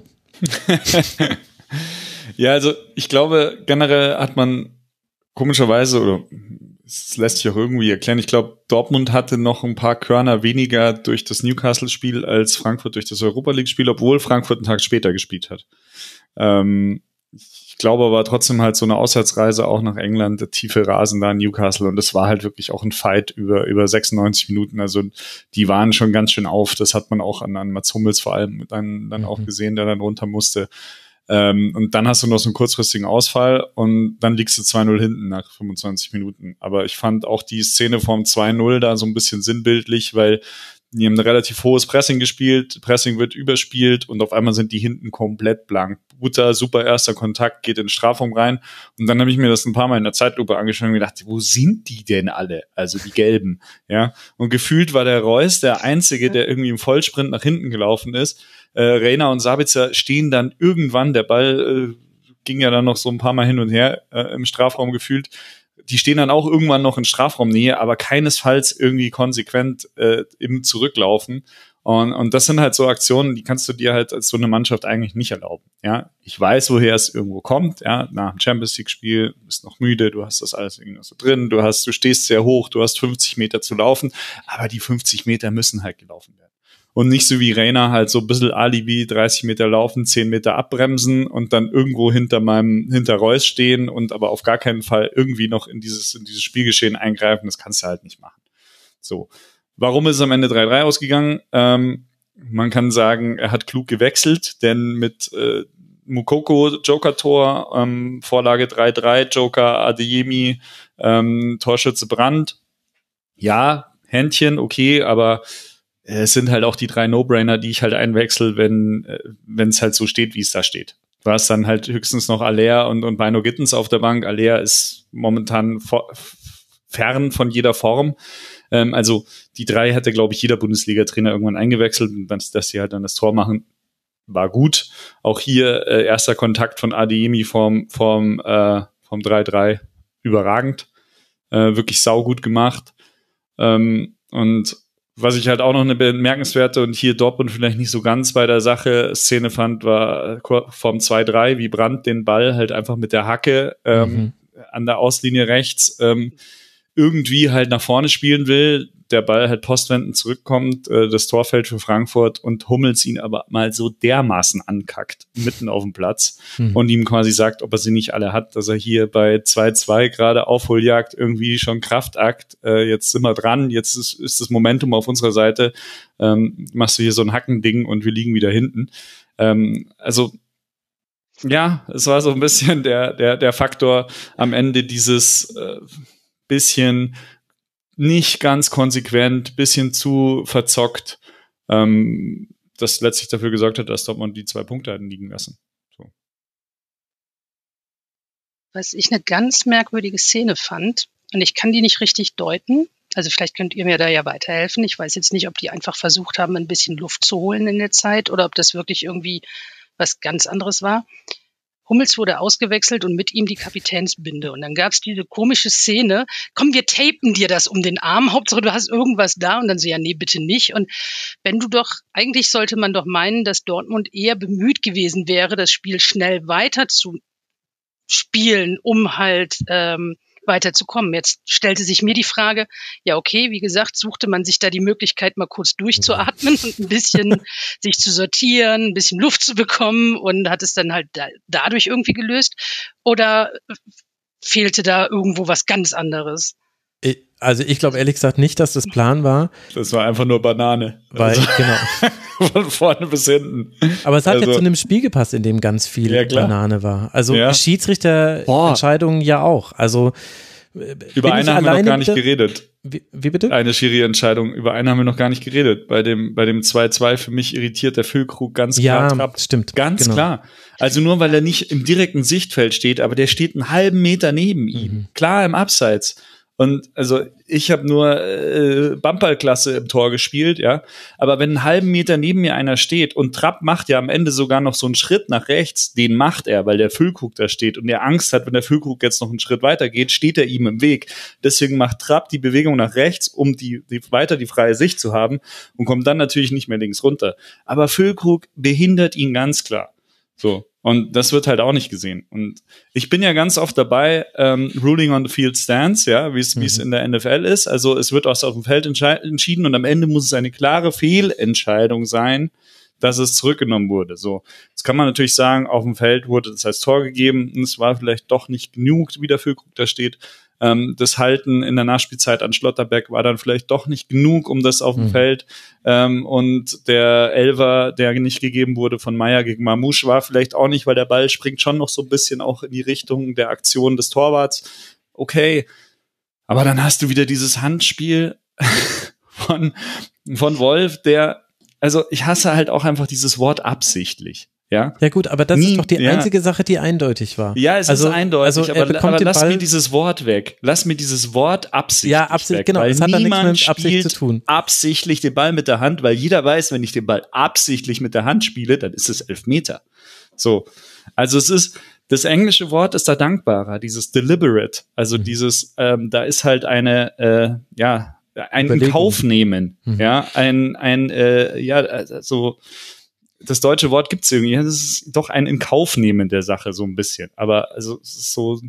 Ja, also ich glaube, generell hat man komischerweise, oder es lässt sich auch irgendwie erklären, ich glaube, Dortmund hatte noch ein paar Körner weniger durch das Newcastle-Spiel als Frankfurt durch das Europa-League-Spiel, obwohl Frankfurt einen Tag später gespielt hat. Ähm, ich glaube aber trotzdem halt so eine Auswärtsreise auch nach England, der tiefe Rasen da in Newcastle, und das war halt wirklich auch ein Fight über über sechsundneunzig Minuten, also die waren schon ganz schön auf, das hat man auch an, an Mats Hummels vor allem dann, dann mhm. auch gesehen, der dann runter musste. Ähm, und dann hast du noch so einen kurzfristigen Ausfall und dann liegst du zwei null hinten nach fünfundzwanzig Minuten. Aber ich fand auch die Szene vom zwei null da so ein bisschen sinnbildlich, weil die haben ein relativ hohes Pressing gespielt, Pressing wird überspielt und auf einmal sind die hinten komplett blank. Guter, super erster Kontakt, geht in den Strafraum rein und dann habe ich mir das ein paar Mal in der Zeitlupe angeschaut und gedacht, wo sind die denn alle? Also die Gelben, ja. Und gefühlt war der Reus der Einzige, der irgendwie im Vollsprint nach hinten gelaufen ist. Äh, Rehner und Sabitzer stehen dann irgendwann, der Ball äh, ging ja dann noch so ein paar Mal hin und her äh, im Strafraum gefühlt, die stehen dann auch irgendwann noch in Strafraumnähe, aber keinesfalls irgendwie konsequent äh, im Zurücklaufen. Und, und das sind halt so Aktionen, die kannst du dir halt als so eine Mannschaft eigentlich nicht erlauben. Ja, ich weiß, woher es irgendwo kommt. Ja, nach dem Champions League Spiel bist noch müde, du hast das alles irgendwie noch so drin, du hast, du stehst sehr hoch, du hast fünfzig Meter zu laufen, aber die fünfzig Meter müssen halt gelaufen werden. Und nicht so wie Rehner halt so ein bisschen Alibi, dreißig Meter laufen, zehn Meter abbremsen und dann irgendwo hinter meinem, hinter Reus stehen und aber auf gar keinen Fall irgendwie noch in dieses, in dieses Spielgeschehen eingreifen. Das kannst du halt nicht machen. So. Warum ist es am Ende drei drei ausgegangen? Ähm, man kann sagen, er hat klug gewechselt, denn mit äh, Moukoko, Joker-Tor, ähm, Vorlage drei drei, Joker Adeyemi, ähm, Torschütze Brandt. Ja, Händchen, okay, aber es sind halt auch die drei No-Brainer, die ich halt einwechsel, wenn wenn es halt so steht, wie es da steht. Du hast dann halt höchstens noch Aller und, und Bino Gittens auf der Bank. Aller ist momentan vor, fern von jeder Form. Ähm, also die drei hätte, glaube ich, jeder Bundesliga-Trainer irgendwann eingewechselt. Und dass, dass sie halt dann das Tor machen, war gut. Auch hier äh, erster Kontakt von Adeyemi vom, vom, äh, vom drei drei. Überragend. Äh, wirklich saugut gemacht. Ähm, und was ich halt auch noch eine bemerkenswerte und hier Dortmund vielleicht nicht so ganz bei der Sache Szene fand, war vom zwei drei, wie Brandt den Ball halt einfach mit der Hacke ähm, mhm. an der Auslinie rechts ähm, irgendwie halt nach vorne spielen will, der Ball halt postwendend zurückkommt, äh, das Tor fällt für Frankfurt und Hummels ihn aber mal so dermaßen ankackt, mitten auf dem Platz mhm. und ihm quasi sagt, ob er sie nicht alle hat, dass er hier bei zwei zwei gerade Aufholjagd irgendwie schon Kraftakt, äh, jetzt sind wir dran, jetzt ist, ist das Momentum auf unserer Seite, ähm, machst du hier so ein Hackending und wir liegen wieder hinten. Ähm, also ja, es war so ein bisschen der, der, der Faktor am Ende dieses äh, bisschen nicht ganz konsequent, bisschen zu verzockt, ähm, das letztlich dafür gesorgt hat, dass Dortmund die zwei Punkte hatten liegen lassen. So. Was ich eine ganz merkwürdige Szene fand, und ich kann die nicht richtig deuten, also vielleicht könnt ihr mir da ja weiterhelfen. Ich weiß jetzt nicht, ob die einfach versucht haben, ein bisschen Luft zu holen in der Zeit oder ob das wirklich irgendwie was ganz anderes war. Hummels wurde ausgewechselt und mit ihm die Kapitänsbinde. Und dann gab es diese komische Szene, komm, wir tapen dir das um den Arm, Hauptsache du hast irgendwas da. Und dann so, ja, nee, bitte nicht. Und wenn du doch, eigentlich sollte man doch meinen, dass Dortmund eher bemüht gewesen wäre, das Spiel schnell weiter zu spielen, um halt ähm, weiterzukommen. Jetzt stellte sich mir die Frage, ja okay, wie gesagt, suchte man sich da die Möglichkeit, mal kurz durchzuatmen und ein bisschen sich zu sortieren, ein bisschen Luft zu bekommen und hat es dann halt da, dadurch irgendwie gelöst? Oder fehlte da irgendwo was ganz anderes? Ich, also ich glaube ehrlich gesagt nicht, dass das Plan war. Das war einfach nur Banane. Weil, also, genau. Von vorne bis hinten. Aber es hat also, ja zu einem Spiel gepasst, in dem ganz viel ja, Banane war. Also ja. Schiedsrichterentscheidungen ja auch. Also über eine haben wir noch gar nicht geredet. Wie, wie bitte? Eine Schiri-Entscheidung. Über eine haben wir noch gar nicht geredet. Bei dem, bei dem zwei zwei für mich irritiert der Füllkrug ganz klar. Ja, Trapp. stimmt. Ganz genau. klar. Also nur, weil er nicht im direkten Sichtfeld steht, aber der steht einen halben Meter neben ihm. Mhm. Klar im Abseits. Und also ich habe nur äh, Bumperklasse im Tor gespielt, ja. Aber wenn einen halben Meter neben mir einer steht und Trapp macht ja am Ende sogar noch so einen Schritt nach rechts, den macht er, weil der Füllkrug da steht und er Angst hat, wenn der Füllkrug jetzt noch einen Schritt weiter geht, steht er ihm im Weg. Deswegen macht Trapp die Bewegung nach rechts, um die, die weiter die freie Sicht zu haben und kommt dann natürlich nicht mehr links runter. Aber Füllkrug behindert ihn ganz klar. So. Und das wird halt auch nicht gesehen. Und ich bin ja ganz oft dabei, ähm, Ruling on the Field Stands, ja, wie es wie es in der N F L ist. Also es wird aus auf dem Feld entsche- entschieden und am Ende muss es eine klare Fehlentscheidung sein, dass es zurückgenommen wurde. So, jetzt kann man natürlich sagen, auf dem Feld wurde das als Tor gegeben und es war vielleicht doch nicht genug, wie der Füllkrug da steht. Ähm, das Halten in der Nachspielzeit an Schlotterbeck war dann vielleicht doch nicht genug, um das auf dem mhm. Feld. Ähm, und der Elfer, der nicht gegeben wurde von Meier gegen Mamouche, war vielleicht auch nicht, weil der Ball springt schon noch so ein bisschen auch in die Richtung der Aktion des Torwarts. Okay, aber dann hast du wieder dieses Handspiel von, von Wolf, der, also ich hasse halt auch einfach dieses Wort absichtlich. Ja, ja gut, aber das Nie, ist doch die ja. einzige Sache, die eindeutig war. Ja, es also, ist eindeutig, also aber, aber lass Ball, mir dieses Wort weg. Lass mir dieses Wort absichtlich ja, Absicht, weg. Genau, weil es hat niemand nichts mit Absicht spielt zu tun. absichtlich den Ball mit der Hand, weil jeder weiß, wenn ich den Ball absichtlich mit der Hand spiele, dann ist es Elfmeter. So, also es ist, das englische Wort ist da dankbarer, dieses deliberate, also mhm. dieses, ähm, da ist halt eine, äh, ja, ein in Kauf nehmen, mhm. ja, ein, ein, äh, ja, also das deutsche Wort gibt's irgendwie, das ist doch ein in Kauf nehmen der Sache, so ein bisschen. Aber also es ist so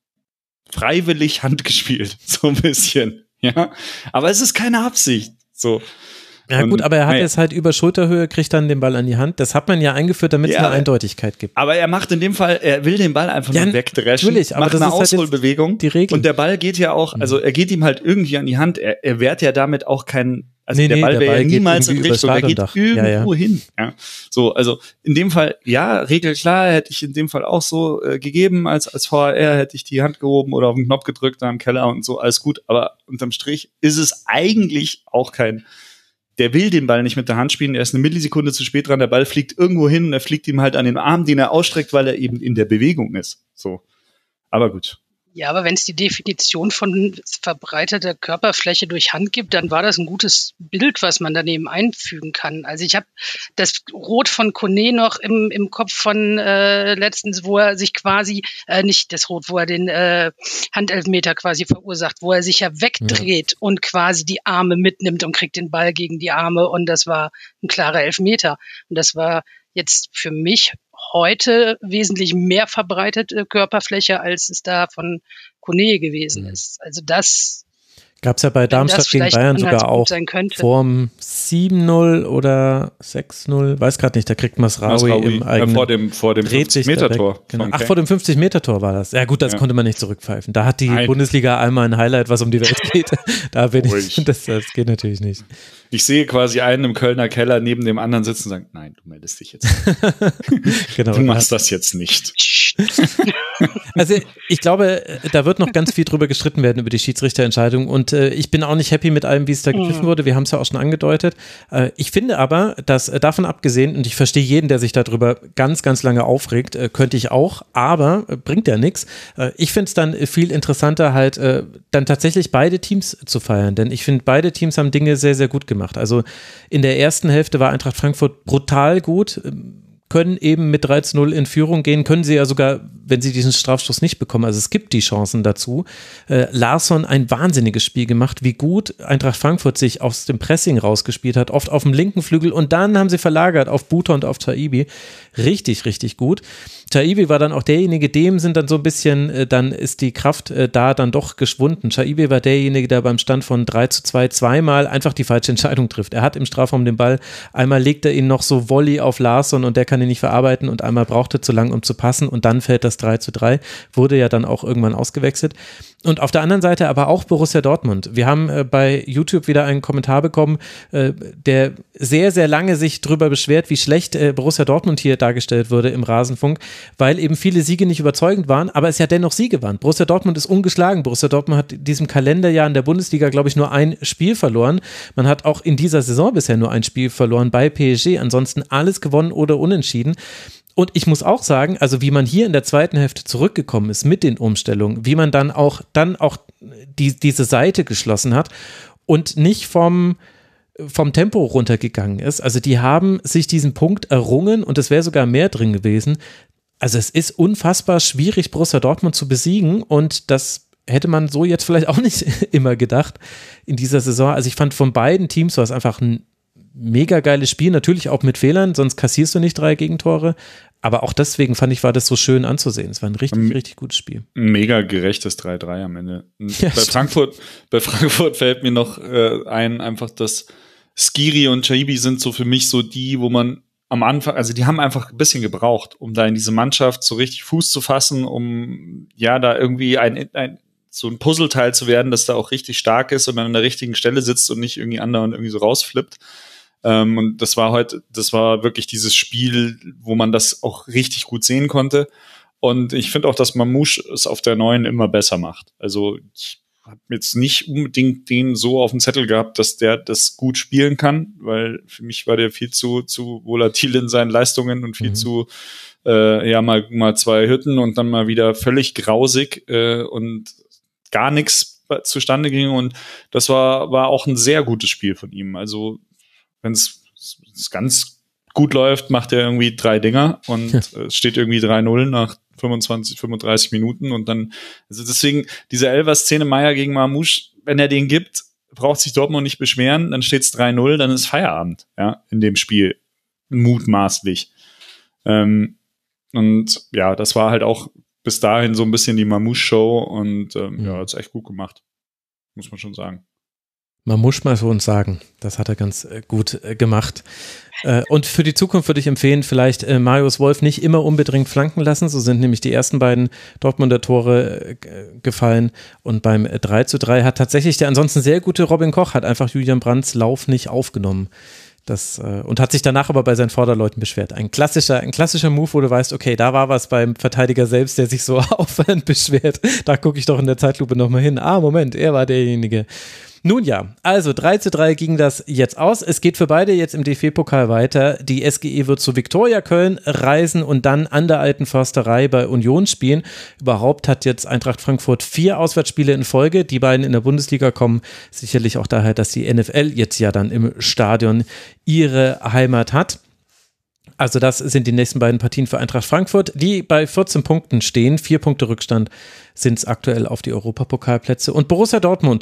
freiwillig handgespielt, so ein bisschen, ja. Aber es ist keine Absicht, so. Ja und, gut, aber er hat naja. es halt über Schulterhöhe, kriegt dann den Ball an die Hand. Das hat man ja eingeführt, damit es ja, eine Eindeutigkeit gibt. Aber er macht in dem Fall, er will den Ball einfach ja, nur wegdreschen, natürlich, aber macht das eine ist Ausholbewegung halt die Regel. Und der Ball geht ja auch, also er geht ihm halt irgendwie an die Hand, er, er wehrt ja damit auch kein, also nee, der nee, Ball wäre ja niemals in Richtung, er geht irgendwo ja, ja. hin. Ja. So, also in dem Fall, ja, Regel klar, hätte ich in dem Fall auch so äh, gegeben, als als V R R hätte ich die Hand gehoben oder auf den Knopf gedrückt da im Keller und so, alles gut, aber unterm Strich ist es eigentlich auch kein, der will den Ball nicht mit der Hand spielen, er ist eine Millisekunde zu spät dran, der Ball fliegt irgendwo hin und er fliegt ihm halt an den Arm, den er ausstreckt, weil er eben in der Bewegung ist. So. Aber gut. Ja, aber wenn es die Definition von verbreiteter Körperfläche durch Hand gibt, dann war das ein gutes Bild, was man daneben einfügen kann. Also ich habe das Rot von Kone noch im, im Kopf von äh, letztens, wo er sich quasi, äh, nicht das Rot, wo er den äh, Handelfmeter quasi verursacht, wo er sich ja wegdreht ja. und quasi die Arme mitnimmt und kriegt den Ball gegen die Arme und das war ein klarer Elfmeter. Und das war jetzt für mich heute wesentlich mehr verbreitete Körperfläche, als es da von Kone gewesen ist. Also das Gab es ja bei Darmstadt gegen Bayern sogar auch vorm sieben null oder sechs null, weiß gerade nicht, da kriegt Masraoui im eigenen ja, vor dem, vor dem fünfzig-Meter-Tor. Genau. Ach, vor dem fünfzig-Meter-Tor war das. Ja gut, das ja. konnte man nicht zurückpfeifen. Da hat die Nein. Bundesliga einmal ein Highlight, was um die Welt geht. Da bin ich, das, das geht natürlich nicht. Ich sehe quasi einen im Kölner Keller neben dem anderen sitzen und sagen, nein, du meldest dich jetzt nicht. Genau, du machst das jetzt nicht. Also ich glaube, da wird noch ganz viel drüber gestritten werden über die Schiedsrichterentscheidung und äh, ich bin auch nicht happy mit allem, wie es da gepfiffen wurde. Wir haben es ja auch schon angedeutet. Äh, ich finde aber, dass äh, davon abgesehen, und ich verstehe jeden, der sich darüber ganz, ganz lange aufregt, äh, könnte ich auch, aber äh, bringt ja nichts. Äh, ich finde es dann viel interessanter, halt äh, dann tatsächlich beide Teams zu feiern, denn ich finde, beide Teams haben Dinge sehr, sehr gut gemacht. Also in der ersten Hälfte war Eintracht Frankfurt brutal gut, können eben mit drei zu null in Führung gehen, können sie ja sogar, wenn sie diesen Strafstoß nicht bekommen, also es gibt die Chancen dazu. Äh, Larsson ein wahnsinniges Spiel gemacht, wie gut Eintracht Frankfurt sich aus dem Pressing rausgespielt hat, oft auf dem linken Flügel und dann haben sie verlagert auf Buta und auf Taibi. Richtig, richtig gut. Taibi war dann auch derjenige, dem sind dann so ein bisschen, äh, dann ist die Kraft äh, da dann doch geschwunden. Taibi war derjenige, der beim Stand von drei zu zwei zweimal einfach die falsche Entscheidung trifft. Er hat im Strafraum den Ball, einmal legt er ihn noch so Volley auf Larsson und der kann ihn nicht verarbeiten und einmal braucht er zu lang, um zu passen und dann fällt das drei zu drei, wurde ja dann auch irgendwann ausgewechselt. Und auf der anderen Seite aber auch Borussia Dortmund. Wir haben äh, bei YouTube wieder einen Kommentar bekommen, äh, der sehr, sehr lange sich darüber beschwert, wie schlecht äh, Borussia Dortmund hier dargestellt wurde im Rasenfunk, weil eben viele Siege nicht überzeugend waren, aber es ja dennoch Siege waren. Borussia Dortmund ist ungeschlagen. Borussia Dortmund hat in diesem Kalenderjahr in der Bundesliga, glaube ich, nur ein Spiel verloren. Man hat auch in dieser Saison bisher nur ein Spiel verloren bei P S G. Ansonsten alles gewonnen oder unentschieden. Und ich muss auch sagen, also wie man hier in der zweiten Hälfte zurückgekommen ist mit den Umstellungen, wie man dann auch, dann auch die, diese Seite geschlossen hat und nicht vom, vom Tempo runtergegangen ist. Also die haben sich diesen Punkt errungen und es wäre sogar mehr drin gewesen. Also es ist unfassbar schwierig, Borussia Dortmund zu besiegen und das hätte man so jetzt vielleicht auch nicht immer gedacht in dieser Saison. Also ich fand von beiden Teams war es einfach ein mega geiles Spiel, natürlich auch mit Fehlern, sonst kassierst du nicht drei Gegentore, aber auch deswegen fand ich, war das so schön anzusehen. Es war ein richtig, um, richtig gutes Spiel. Ein mega gerechtes drei drei am Ende. Ja, bei Frankfurt, bei Frankfurt fällt mir noch äh, ein, einfach, dass Skiri und Taibi sind so für mich so die, wo man am Anfang, also die haben einfach ein bisschen gebraucht, um da in diese Mannschaft so richtig Fuß zu fassen, um ja da irgendwie ein, ein so ein Puzzleteil zu werden, das da auch richtig stark ist und an der richtigen Stelle sitzt und nicht irgendwie andauernd irgendwie so rausflippt. Ähm, und das war heute, das war wirklich dieses Spiel, wo man das auch richtig gut sehen konnte. Und ich finde auch, dass Mamouche es auf der neuen immer besser macht. Also ich habe jetzt nicht unbedingt den so auf dem Zettel gehabt, dass der das gut spielen kann, weil für mich war der viel zu zu volatil in seinen Leistungen und viel mhm. zu äh, ja mal mal zwei Hütten und dann mal wieder völlig grausig äh, und gar nichts zustande ging. Und das war war auch ein sehr gutes Spiel von ihm. Also wenn es ganz gut läuft, macht er irgendwie drei Dinger und ja. es steht irgendwie drei null nach fünfundzwanzig, fünfunddreißig Minuten und dann, also deswegen, diese Elfer-Szene Meier gegen Mamouche, wenn er den gibt, braucht sich Dortmund nicht beschweren, dann steht es drei null, dann ist Feierabend, ja, in dem Spiel. Mutmaßlich. Ähm, und ja, das war halt auch bis dahin so ein bisschen die Mamouche-Show und ähm, ja, hat's echt gut gemacht. Muss man schon sagen. Man muss mal so uns sagen, das hat er ganz äh, gut äh, gemacht. Äh, und für die Zukunft würde ich empfehlen, vielleicht äh, Marius Wolf nicht immer unbedingt flanken lassen. So sind nämlich die ersten beiden Dortmunder Tore äh, gefallen. Und beim äh, drei zu drei hat tatsächlich der ansonsten sehr gute Robin Koch, hat einfach Julian Brandts Lauf nicht aufgenommen. Das, äh, und hat sich danach aber bei seinen Vorderleuten beschwert. Ein klassischer, ein klassischer Move, wo du weißt, okay, da war was beim Verteidiger selbst, der sich so auffallend beschwert. Da gucke ich doch in der Zeitlupe nochmal hin. Ah, Moment, er war derjenige. Nun ja, also drei zu drei ging das jetzt aus. Es geht für beide jetzt im D F B-Pokal weiter. Die S G E wird zu Viktoria Köln reisen und dann an der Alten Försterei bei Union spielen. Überhaupt hat jetzt Eintracht Frankfurt vier Auswärtsspiele in Folge. Die beiden in der Bundesliga kommen sicherlich auch daher, dass die N F L jetzt ja dann im Stadion ihre Heimat hat. Also das sind die nächsten beiden Partien für Eintracht Frankfurt, die bei vierzehn Punkten stehen. Vier Punkte Rückstand sind es aktuell auf die Europapokalplätze. Und Borussia Dortmund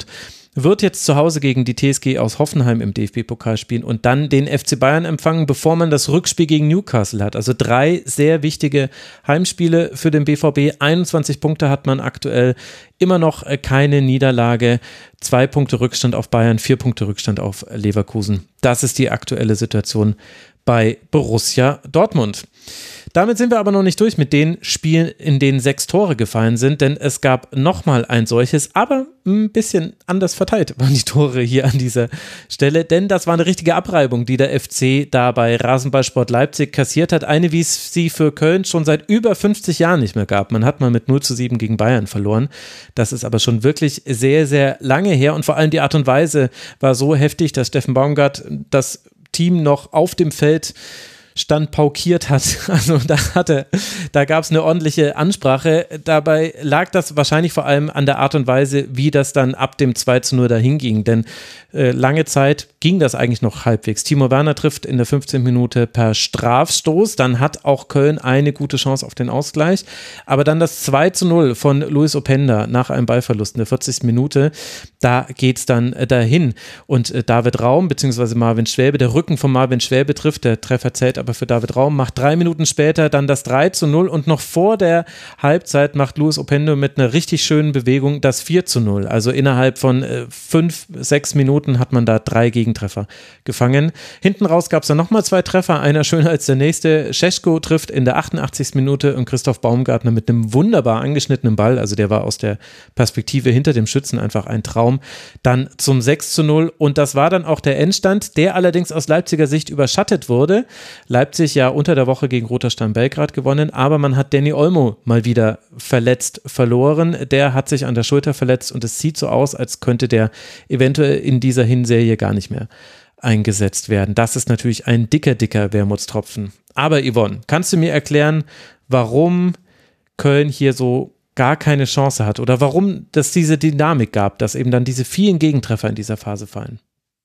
wird jetzt zu Hause gegen die T S G aus Hoffenheim im D F B-Pokal spielen und dann den F C Bayern empfangen, bevor man das Rückspiel gegen Newcastle hat. Also drei sehr wichtige Heimspiele für den B V B. einundzwanzig Punkte hat man aktuell, immer noch keine Niederlage. Zwei Punkte Rückstand auf Bayern, vier Punkte Rückstand auf Leverkusen. Das ist die aktuelle Situation bei Borussia Dortmund. Damit sind wir aber noch nicht durch mit den Spielen, in denen sechs Tore gefallen sind, denn es gab nochmal ein solches, aber ein bisschen anders verteilt waren die Tore hier an dieser Stelle, denn das war eine richtige Abreibung, die der F C da bei Rasenballsport Leipzig kassiert hat, eine, wie es sie für Köln schon seit über fünfzig Jahren nicht mehr gab. Man hat mal mit null zu sieben gegen Bayern verloren, das ist aber schon wirklich sehr, sehr lange her und vor allem die Art und Weise war so heftig, dass Steffen Baumgart das Team noch auf dem Feld stand paukiert hat, also da hatte, da gab es eine ordentliche Ansprache, dabei lag das wahrscheinlich vor allem an der Art und Weise, wie das dann ab dem zwei zu null dahin ging, denn äh, lange Zeit ging das eigentlich noch halbwegs. Timo Werner trifft in der fünfzehnten Minute per Strafstoß, dann hat auch Köln eine gute Chance auf den Ausgleich, aber dann das zwei zu null von Luis Openda nach einem Ballverlust in der vierzigsten Minute, da geht es dann äh, dahin und äh, David Raum bzw. Marvin Schwäbe, der Rücken von Marvin Schwäbe trifft, der Treffer zählt aber für David Raum, macht drei Minuten später dann das drei zu null und noch vor der Halbzeit macht Luis Openda mit einer richtig schönen Bewegung das vier zu null. Also innerhalb von äh, fünf, sechs Minuten hat man da drei Gegentreffer gefangen. Hinten raus gab es dann nochmal zwei Treffer, einer schöner als der nächste. Šeško trifft in der achtundachtzigsten Minute und Christoph Baumgartner mit einem wunderbar angeschnittenen Ball, also der war aus der Perspektive hinter dem Schützen einfach ein Traum, dann zum sechs zu null und das war dann auch der Endstand, der allerdings aus Leipziger Sicht überschattet wurde. Leipzig ja unter der Woche gegen Roter Stern Belgrad gewonnen, aber man hat Dani Olmo mal wieder verletzt verloren. Der hat sich an der Schulter verletzt und es sieht so aus, als könnte der eventuell in dieser Hinserie gar nicht mehr eingesetzt werden. Das ist natürlich ein dicker, dicker Wermutstropfen. Aber Yvonne, kannst du mir erklären, warum Köln hier so gar keine Chance hat oder warum es diese Dynamik gab, dass eben dann diese vielen Gegentreffer in dieser Phase fallen?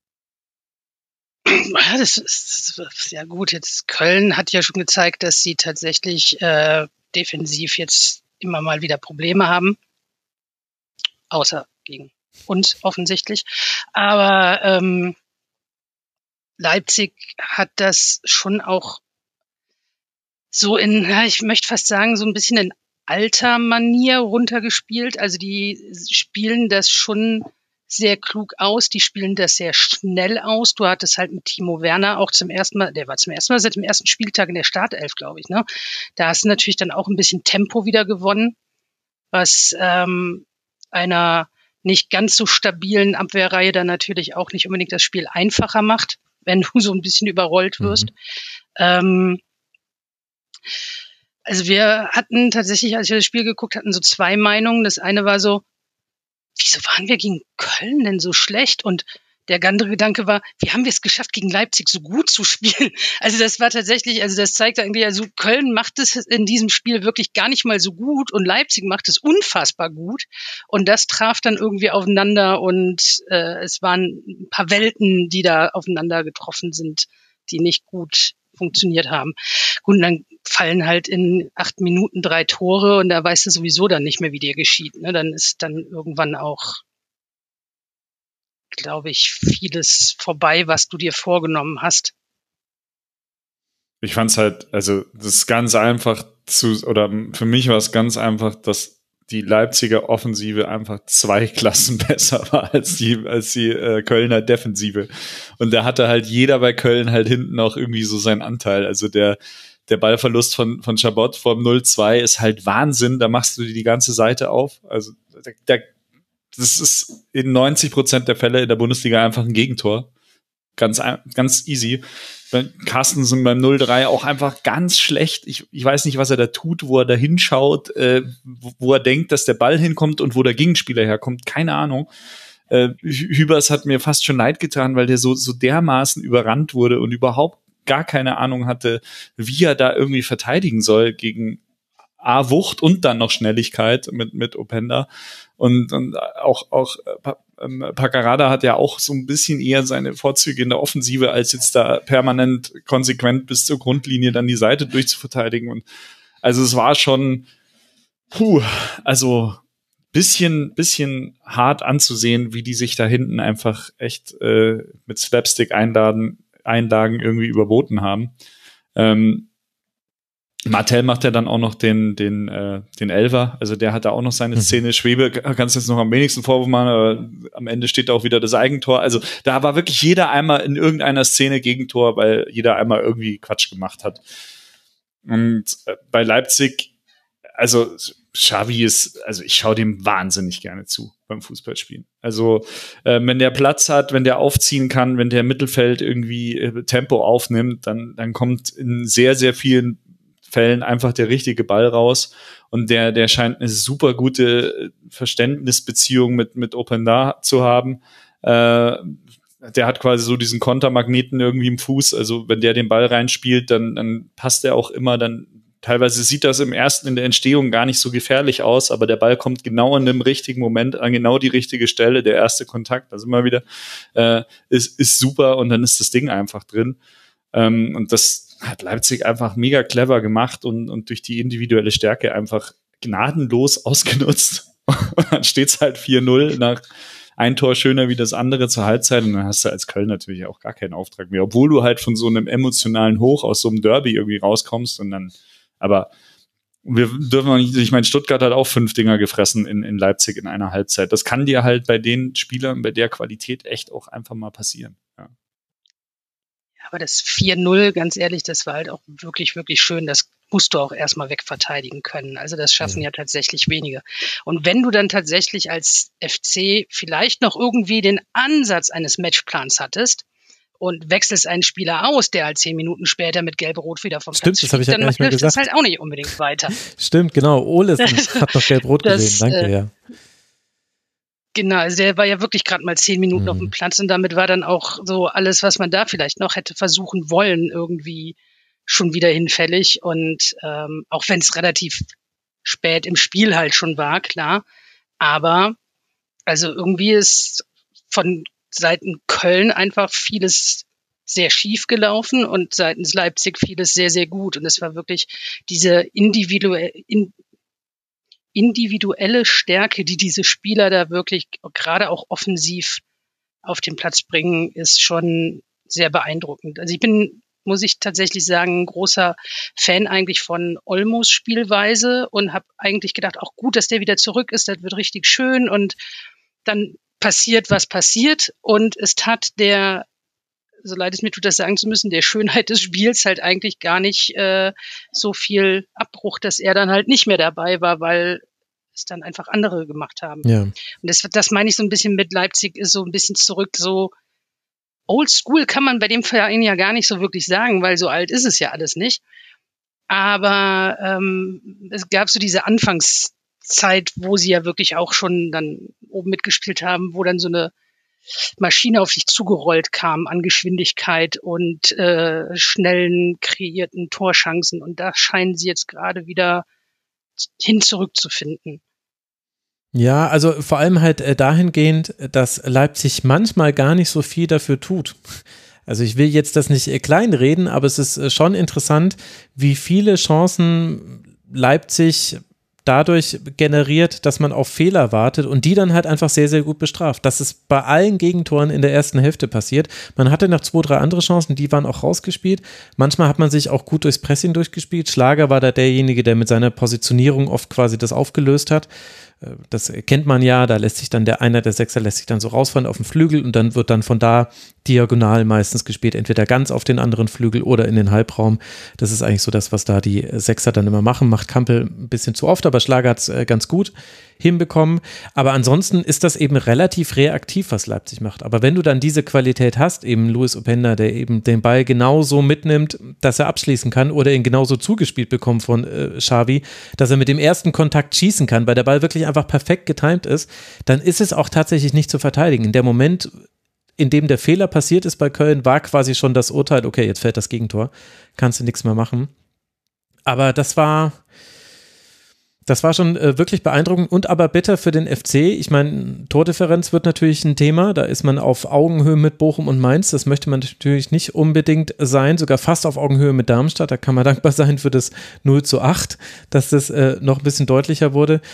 Ja, das ist sehr gut. Jetzt Köln hat ja schon gezeigt, dass sie tatsächlich äh, defensiv jetzt immer mal wieder Probleme haben. Außer gegen uns offensichtlich. Aber ähm, Leipzig hat das schon auch so in, ja, ich möchte fast sagen, so ein bisschen in alter Manier runtergespielt. Also die spielen das schon sehr klug aus, die spielen das sehr schnell aus. Du hattest halt mit Timo Werner auch zum ersten Mal, der war zum ersten Mal seit dem ersten Spieltag in der Startelf, glaube ich, ne? Da hast du natürlich dann auch ein bisschen Tempo wieder gewonnen, was ähm, einer nicht ganz so stabilen Abwehrreihe dann natürlich auch nicht unbedingt das Spiel einfacher macht, wenn du so ein bisschen überrollt wirst. Mhm. Ähm, also wir hatten tatsächlich, als wir das Spiel geguckt hatten, so zwei Meinungen. Das eine war so, wieso waren wir gegen Köln denn so schlecht? Und der andere Gedanke war, wie haben wir es geschafft, gegen Leipzig so gut zu spielen? Also das war tatsächlich, also das zeigt irgendwie, also Köln macht es in diesem Spiel wirklich gar nicht mal so gut und Leipzig macht es unfassbar gut. Und das traf dann irgendwie aufeinander und äh, es waren ein paar Welten, die da aufeinander getroffen sind, die nicht gut funktioniert haben. Gut, und dann fallen halt in acht Minuten drei Tore und da weißt du sowieso dann nicht mehr, wie dir geschieht. Ne? Dann ist dann irgendwann auch, glaube ich, vieles vorbei, was du dir vorgenommen hast. Ich fand's halt, also das ist ganz einfach zu, oder für mich war es ganz einfach, dass die Leipziger Offensive einfach zwei Klassen besser war als die als die äh, Kölner Defensive. Und da hatte halt jeder bei Köln halt hinten auch irgendwie so seinen Anteil. Also der der Ballverlust von von Chabot vom null zwei ist halt Wahnsinn. Da machst du die ganze Seite auf. Also der, der, das ist in neunzig Prozent der Fälle in der Bundesliga einfach ein Gegentor. Ganz ganz easy. Carstensen beim null drei auch einfach ganz schlecht. Ich, ich weiß nicht, was er da tut, wo er da hinschaut, äh, wo, wo er denkt, dass der Ball hinkommt und wo der Gegenspieler herkommt. Keine Ahnung. Äh, Hübers hat mir fast schon leid getan, weil der so, so dermaßen überrannt wurde und überhaupt gar keine Ahnung hatte, wie er da irgendwie verteidigen soll gegen A, Wucht und dann noch Schnelligkeit mit, mit Openda. Und, und auch, auch ähm, Paccarada hat ja auch so ein bisschen eher seine Vorzüge in der Offensive, als jetzt da permanent konsequent bis zur Grundlinie dann die Seite durchzuverteidigen. Und also es war schon, puh, also bisschen, bisschen hart anzusehen, wie die sich da hinten einfach echt äh, mit Slapstick-Einlagen Einlagen irgendwie überboten haben. Ähm, Martell macht ja dann auch noch den, den, äh, den Elfer, also der hat da auch noch seine Szene. Schwebe kannst du jetzt noch am wenigsten Vorwurf machen, aber am Ende steht da auch wieder das Eigentor. Also da war wirklich jeder einmal in irgendeiner Szene Gegentor, weil jeder einmal irgendwie Quatsch gemacht hat. Und äh, bei Leipzig, also Xavi ist, also ich schaue dem wahnsinnig gerne zu beim Fußballspielen. Also äh, wenn der Platz hat, wenn der aufziehen kann, wenn der im Mittelfeld irgendwie äh, Tempo aufnimmt, dann, dann kommt in sehr, sehr vielen Fällen einfach der richtige Ball raus. Und der, der scheint eine super gute Verständnisbeziehung mit, mit Openda zu haben. Äh, der hat quasi so diesen Kontermagneten irgendwie im Fuß. Also wenn der den Ball reinspielt, dann, dann passt er auch immer, dann teilweise sieht das im ersten in der Entstehung gar nicht so gefährlich aus, aber der Ball kommt genau in dem richtigen Moment an genau die richtige Stelle, der erste Kontakt, also immer wieder, äh, ist, ist super und dann ist das Ding einfach drin. Ähm, und das hat Leipzig einfach mega clever gemacht und, und durch die individuelle Stärke einfach gnadenlos ausgenutzt. Und dann steht's halt vier null nach ein Tor schöner wie das andere zur Halbzeit und dann hast du als Köln natürlich auch gar keinen Auftrag mehr, obwohl du halt von so einem emotionalen Hoch aus so einem Derby irgendwie rauskommst und dann aber wir dürfen auch nicht, ich meine, Stuttgart hat auch fünf Dinger gefressen in, in Leipzig in einer Halbzeit. Das kann dir halt bei den Spielern, bei der Qualität echt auch einfach mal passieren. Ja. Aber das vier null, ganz ehrlich, das war halt auch wirklich, wirklich schön. Das musst du auch erstmal wegverteidigen können. Also das schaffen ja tatsächlich wenige. Und wenn du dann tatsächlich als F C vielleicht noch irgendwie den Ansatz eines Matchplans hattest, und wechselst einen Spieler aus, der halt zehn Minuten später mit Gelb-Rot wieder vom Stimmt, Platz das habe ich fliegt, ja dann nicht mehr hilft gesagt. das halt auch nicht unbedingt weiter. Stimmt, genau. Ole hat noch Gelb-Rot das, gesehen. Danke, äh, ja. Genau, also der war ja wirklich gerade mal zehn Minuten Mhm. auf dem Platz und damit war dann auch so alles, was man da vielleicht noch hätte versuchen wollen, irgendwie schon wieder hinfällig. Und ähm, auch wenn es relativ spät im Spiel halt schon war, klar. Aber also irgendwie ist von Seiten Köln einfach vieles sehr schief gelaufen und seitens Leipzig vieles sehr, sehr gut. Und es war wirklich diese individuelle, in, individuelle Stärke, die diese Spieler da wirklich gerade auch offensiv auf den Platz bringen, ist schon sehr beeindruckend. Also ich bin, muss ich tatsächlich sagen, ein großer Fan eigentlich von Olmos Spielweise und habe eigentlich gedacht, auch gut, dass der wieder zurück ist, das wird richtig schön und dann passiert, was passiert und es tat der, so leid es mir tut, das sagen zu müssen, der Schönheit des Spiels halt eigentlich gar nicht äh, so viel Abbruch, dass er dann halt nicht mehr dabei war, weil es dann einfach andere gemacht haben. Ja. Und das, das meine ich so ein bisschen mit Leipzig, ist so ein bisschen zurück, so old school kann man bei dem Verein ja gar nicht so wirklich sagen, weil so alt ist es ja alles nicht. Aber ähm, es gab so diese Anfangs Zeit, wo sie ja wirklich auch schon dann oben mitgespielt haben, wo dann so eine Maschine auf sich zugerollt kam an Geschwindigkeit und äh, schnellen kreierten Torchancen. Und da scheinen sie jetzt gerade wieder hin zurückzufinden. Ja, also vor allem halt äh, dahingehend, dass Leipzig manchmal gar nicht so viel dafür tut. Also ich will jetzt das nicht äh, kleinreden, aber es ist äh, schon interessant, wie viele Chancen Leipzig dadurch generiert, dass man auf Fehler wartet und die dann halt einfach sehr, sehr gut bestraft. Das ist bei allen Gegentoren in der ersten Hälfte passiert. Man hatte noch zwei, drei andere Chancen, die waren auch rausgespielt. Manchmal hat man sich auch gut durchs Pressing durchgespielt. Schlager war da derjenige, der mit seiner Positionierung oft quasi das aufgelöst hat. Das kennt man ja, da lässt sich dann der einer der Sechser lässt sich dann so rausfahren auf den Flügel und dann wird dann von da diagonal meistens gespielt, entweder ganz auf den anderen Flügel oder in den Halbraum. Das ist eigentlich so das, was da die Sechser dann immer machen. Macht Kampel ein bisschen zu oft, aber Schlager hat es ganz gut hinbekommen. Aber ansonsten ist das eben relativ reaktiv, was Leipzig macht. Aber wenn du dann diese Qualität hast, eben Luis Openda, der eben den Ball genauso mitnimmt, dass er abschließen kann oder ihn genauso zugespielt bekommt von äh, Xavi, dass er mit dem ersten Kontakt schießen kann, weil der Ball wirklich einfach perfekt getimt ist, dann ist es auch tatsächlich nicht zu verteidigen. In dem Moment, in dem der Fehler passiert ist bei Köln, war quasi schon das Urteil, okay, jetzt fällt das Gegentor, kannst du nichts mehr machen. Aber das war Das war schon äh, wirklich beeindruckend und aber bitter für den F C. Ich meine, Tordifferenz wird natürlich ein Thema. Da ist man auf Augenhöhe mit Bochum und Mainz. Das möchte man natürlich nicht unbedingt sein. Sogar fast auf Augenhöhe mit Darmstadt. Da kann man dankbar sein für das null zu acht, dass das äh, noch ein bisschen deutlicher wurde.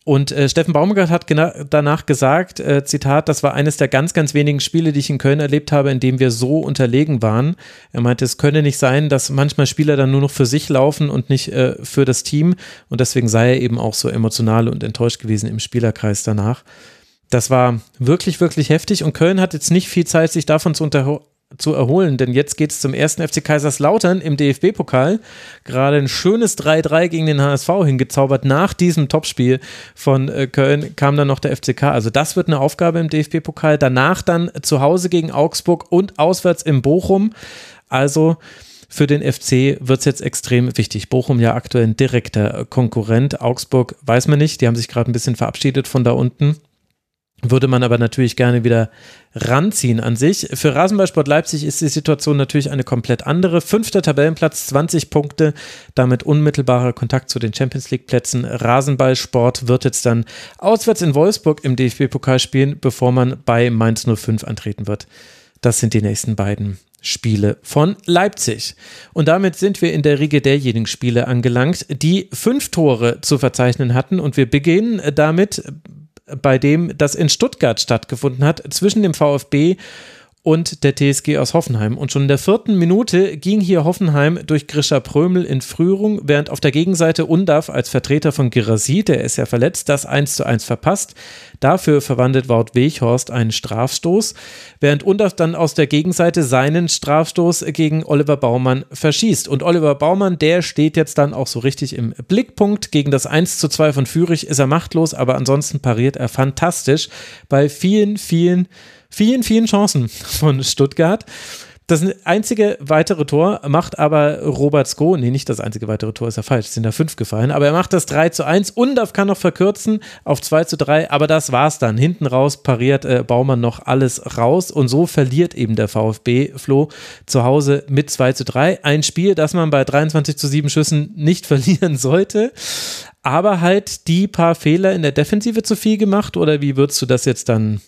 Und äh, Steffen Baumgart hat gena- danach gesagt, äh, Zitat, das war eines der ganz, ganz wenigen Spiele, die ich in Köln erlebt habe, in dem wir so unterlegen waren. Er meinte, es könne nicht sein, dass manchmal Spieler dann nur noch für sich laufen und nicht äh, für das Team. Und deswegen sei er eben auch so emotional und enttäuscht gewesen im Spielerkreis danach. Das war wirklich, wirklich heftig. Und Köln hat jetzt nicht viel Zeit, sich davon zu unterhalten, zu erholen, denn jetzt geht es zum ersten F C Kaiserslautern im D F B-Pokal. Gerade ein schönes drei drei gegen den H S V hingezaubert. Nach diesem Topspiel von äh, Köln kam dann noch der F C K. Also das wird eine Aufgabe im D F B-Pokal. Danach dann zu Hause gegen Augsburg und auswärts in Bochum. Also für den F C wird es jetzt extrem wichtig. Bochum ja aktuell ein direkter Konkurrent. Augsburg weiß man nicht, die haben sich gerade ein bisschen verabschiedet von da unten. Würde man aber natürlich gerne wieder ranziehen an sich. Für Rasenballsport Leipzig ist die Situation natürlich eine komplett andere. Fünfter Tabellenplatz, zwanzig Punkte, damit unmittelbarer Kontakt zu den Champions-League-Plätzen. Rasenballsport wird jetzt dann auswärts in Wolfsburg im D F B-Pokal spielen, bevor man bei Mainz null fünf antreten wird. Das sind die nächsten beiden Spiele von Leipzig. Und damit sind wir in der Riege derjenigen Spiele angelangt, die fünf Tore zu verzeichnen hatten. Und wir beginnen damit bei dem das in Stuttgart stattgefunden hat, zwischen dem VfB und der T S G aus Hoffenheim. Und schon in der vierten Minute ging hier Hoffenheim durch Grisha Prömel in Führung, während auf der Gegenseite Undav als Vertreter von Girassi, der ist ja verletzt, das eins zu eins verpasst. Dafür verwandelt Wout Weghorst einen Strafstoß, während Undav dann aus der Gegenseite seinen Strafstoß gegen Oliver Baumann verschießt. Und Oliver Baumann, der steht jetzt dann auch so richtig im Blickpunkt. Gegen das eins zu zwei von Fürich ist er machtlos, aber ansonsten pariert er fantastisch bei vielen, vielen Vielen, vielen Chancen von Stuttgart. Das einzige weitere Tor macht aber Robert Sko, nee, nicht das einzige weitere Tor, ist ja falsch, es sind da fünf gefallen, aber er macht das drei zu eins. Undav kann noch verkürzen auf zwei zu drei, aber das war's dann. Hinten raus pariert äh, Baumann noch alles raus und so verliert eben der VfB, Flo, zu Hause mit zwei zu drei. Ein Spiel, das man bei dreiundzwanzig zu sieben Schüssen nicht verlieren sollte, aber halt die paar Fehler in der Defensive zu viel gemacht, oder wie würdest du das jetzt dann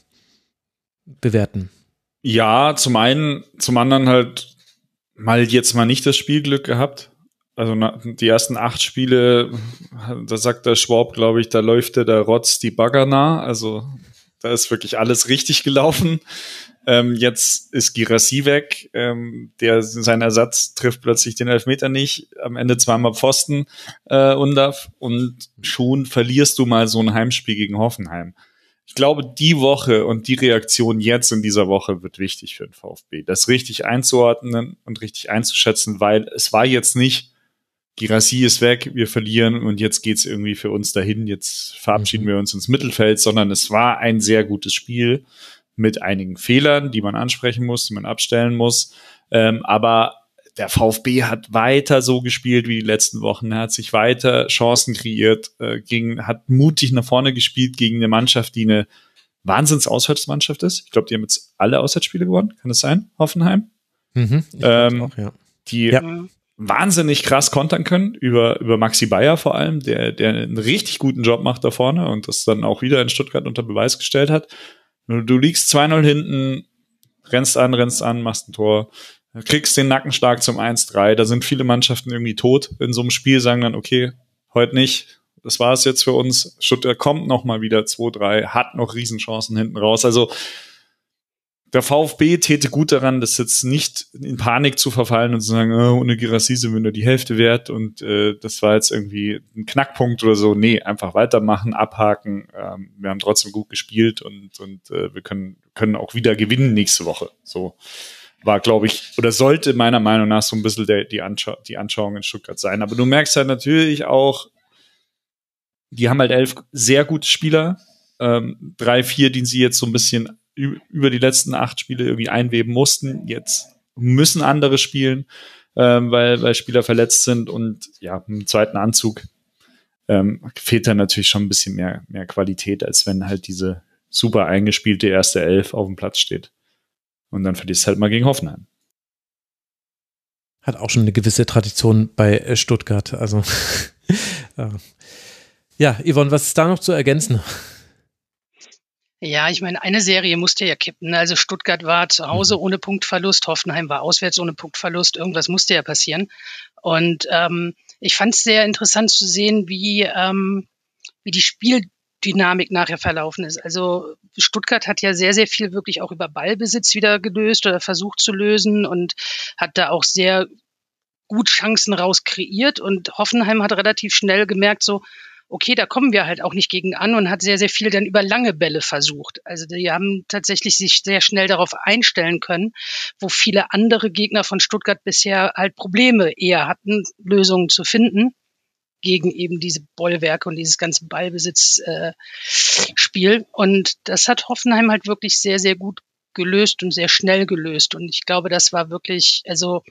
bewerten? Ja, zum einen, zum anderen halt mal jetzt mal nicht das Spielglück gehabt. Also die ersten acht Spiele, da sagt der Schwab, glaube ich, da läuft der, der Rotz die Bagger nah. Also da ist wirklich alles richtig gelaufen. Ähm, jetzt ist Girassi weg. Ähm, der, sein Ersatz trifft plötzlich den Elfmeter nicht. Am Ende zweimal Pfosten, äh, Undav. Und schon verlierst du mal so ein Heimspiel gegen Hoffenheim. Ich glaube, die Woche und die Reaktion jetzt in dieser Woche wird wichtig für den VfB. Das richtig einzuordnen und richtig einzuschätzen, weil es war jetzt nicht, Girassi ist weg, wir verlieren und jetzt geht's irgendwie für uns dahin, jetzt verabschieden wir uns ins Mittelfeld, sondern es war ein sehr gutes Spiel mit einigen Fehlern, die man ansprechen muss, die man abstellen muss. Ähm, aber der VfB hat weiter so gespielt wie die letzten Wochen. Er hat sich weiter Chancen kreiert, äh, gegen, hat mutig nach vorne gespielt gegen eine Mannschaft, die eine Wahnsinns-Auswärtsmannschaft ist. Ich glaube, die haben jetzt alle Auswärtsspiele gewonnen. Kann das sein? Hoffenheim? Mhm, ähm, auch, ja. Die ja. wahnsinnig krass kontern können, über, über Maxi Bayer vor allem, der, der einen richtig guten Job macht da vorne und das dann auch wieder in Stuttgart unter Beweis gestellt hat. Du, du liegst zwei null hinten, rennst an, rennst an, machst ein Tor, kriegst den Nackenschlag zum eins drei. Da sind viele Mannschaften irgendwie tot in so einem Spiel, sagen dann, okay, heute nicht, das war es jetzt für uns. Stuttgart kommt noch mal wieder zwei drei, hat noch Riesenchancen hinten raus. Also der VfB täte gut daran, das jetzt nicht in Panik zu verfallen und zu sagen, oh, ohne Girassi sind wir nur die Hälfte wert und äh, das war jetzt irgendwie ein Knackpunkt oder so. Nee, einfach weitermachen, abhaken. Ähm, wir haben trotzdem gut gespielt und, und äh, wir können, können auch wieder gewinnen nächste Woche. So war, glaube ich, oder sollte meiner Meinung nach so ein bisschen der, die, Anschau- die Anschauung in Stuttgart sein. Aber du merkst halt natürlich auch, die haben halt elf sehr gute Spieler, ähm, drei, vier, die sie jetzt so ein bisschen über die letzten acht Spiele irgendwie einweben mussten. Jetzt müssen andere spielen, ähm, weil, weil Spieler verletzt sind und ja, im zweiten Anzug ähm, fehlt dann natürlich schon ein bisschen mehr, mehr Qualität, als wenn halt diese super eingespielte erste Elf auf dem Platz steht. Und dann verlierst du halt mal gegen Hoffenheim. Hat auch schon eine gewisse Tradition bei Stuttgart. Also ja, Yvonne, was ist da noch zu ergänzen? Ja, ich meine, eine Serie musste ja kippen. Also Stuttgart war zu Hause ohne Punktverlust, Hoffenheim war auswärts ohne Punktverlust. Irgendwas musste ja passieren. Und ähm, ich fand es sehr interessant zu sehen, wie, ähm, wie die Spiel Dynamik nachher verlaufen ist. Also Stuttgart hat ja sehr, sehr viel wirklich auch über Ballbesitz wieder gelöst oder versucht zu lösen und hat da auch sehr gut Chancen raus kreiert und Hoffenheim hat relativ schnell gemerkt, so, okay, da kommen wir halt auch nicht gegen an und hat sehr, sehr viel dann über lange Bälle versucht. Also die haben tatsächlich sich sehr schnell darauf einstellen können, wo viele andere Gegner von Stuttgart bisher halt Probleme eher hatten, Lösungen zu finden gegen eben diese Bollwerke und dieses ganze Ballbesitzspiel. Äh, und das hat Hoffenheim halt wirklich sehr, sehr gut gelöst und sehr schnell gelöst. Und ich glaube, das war wirklich, also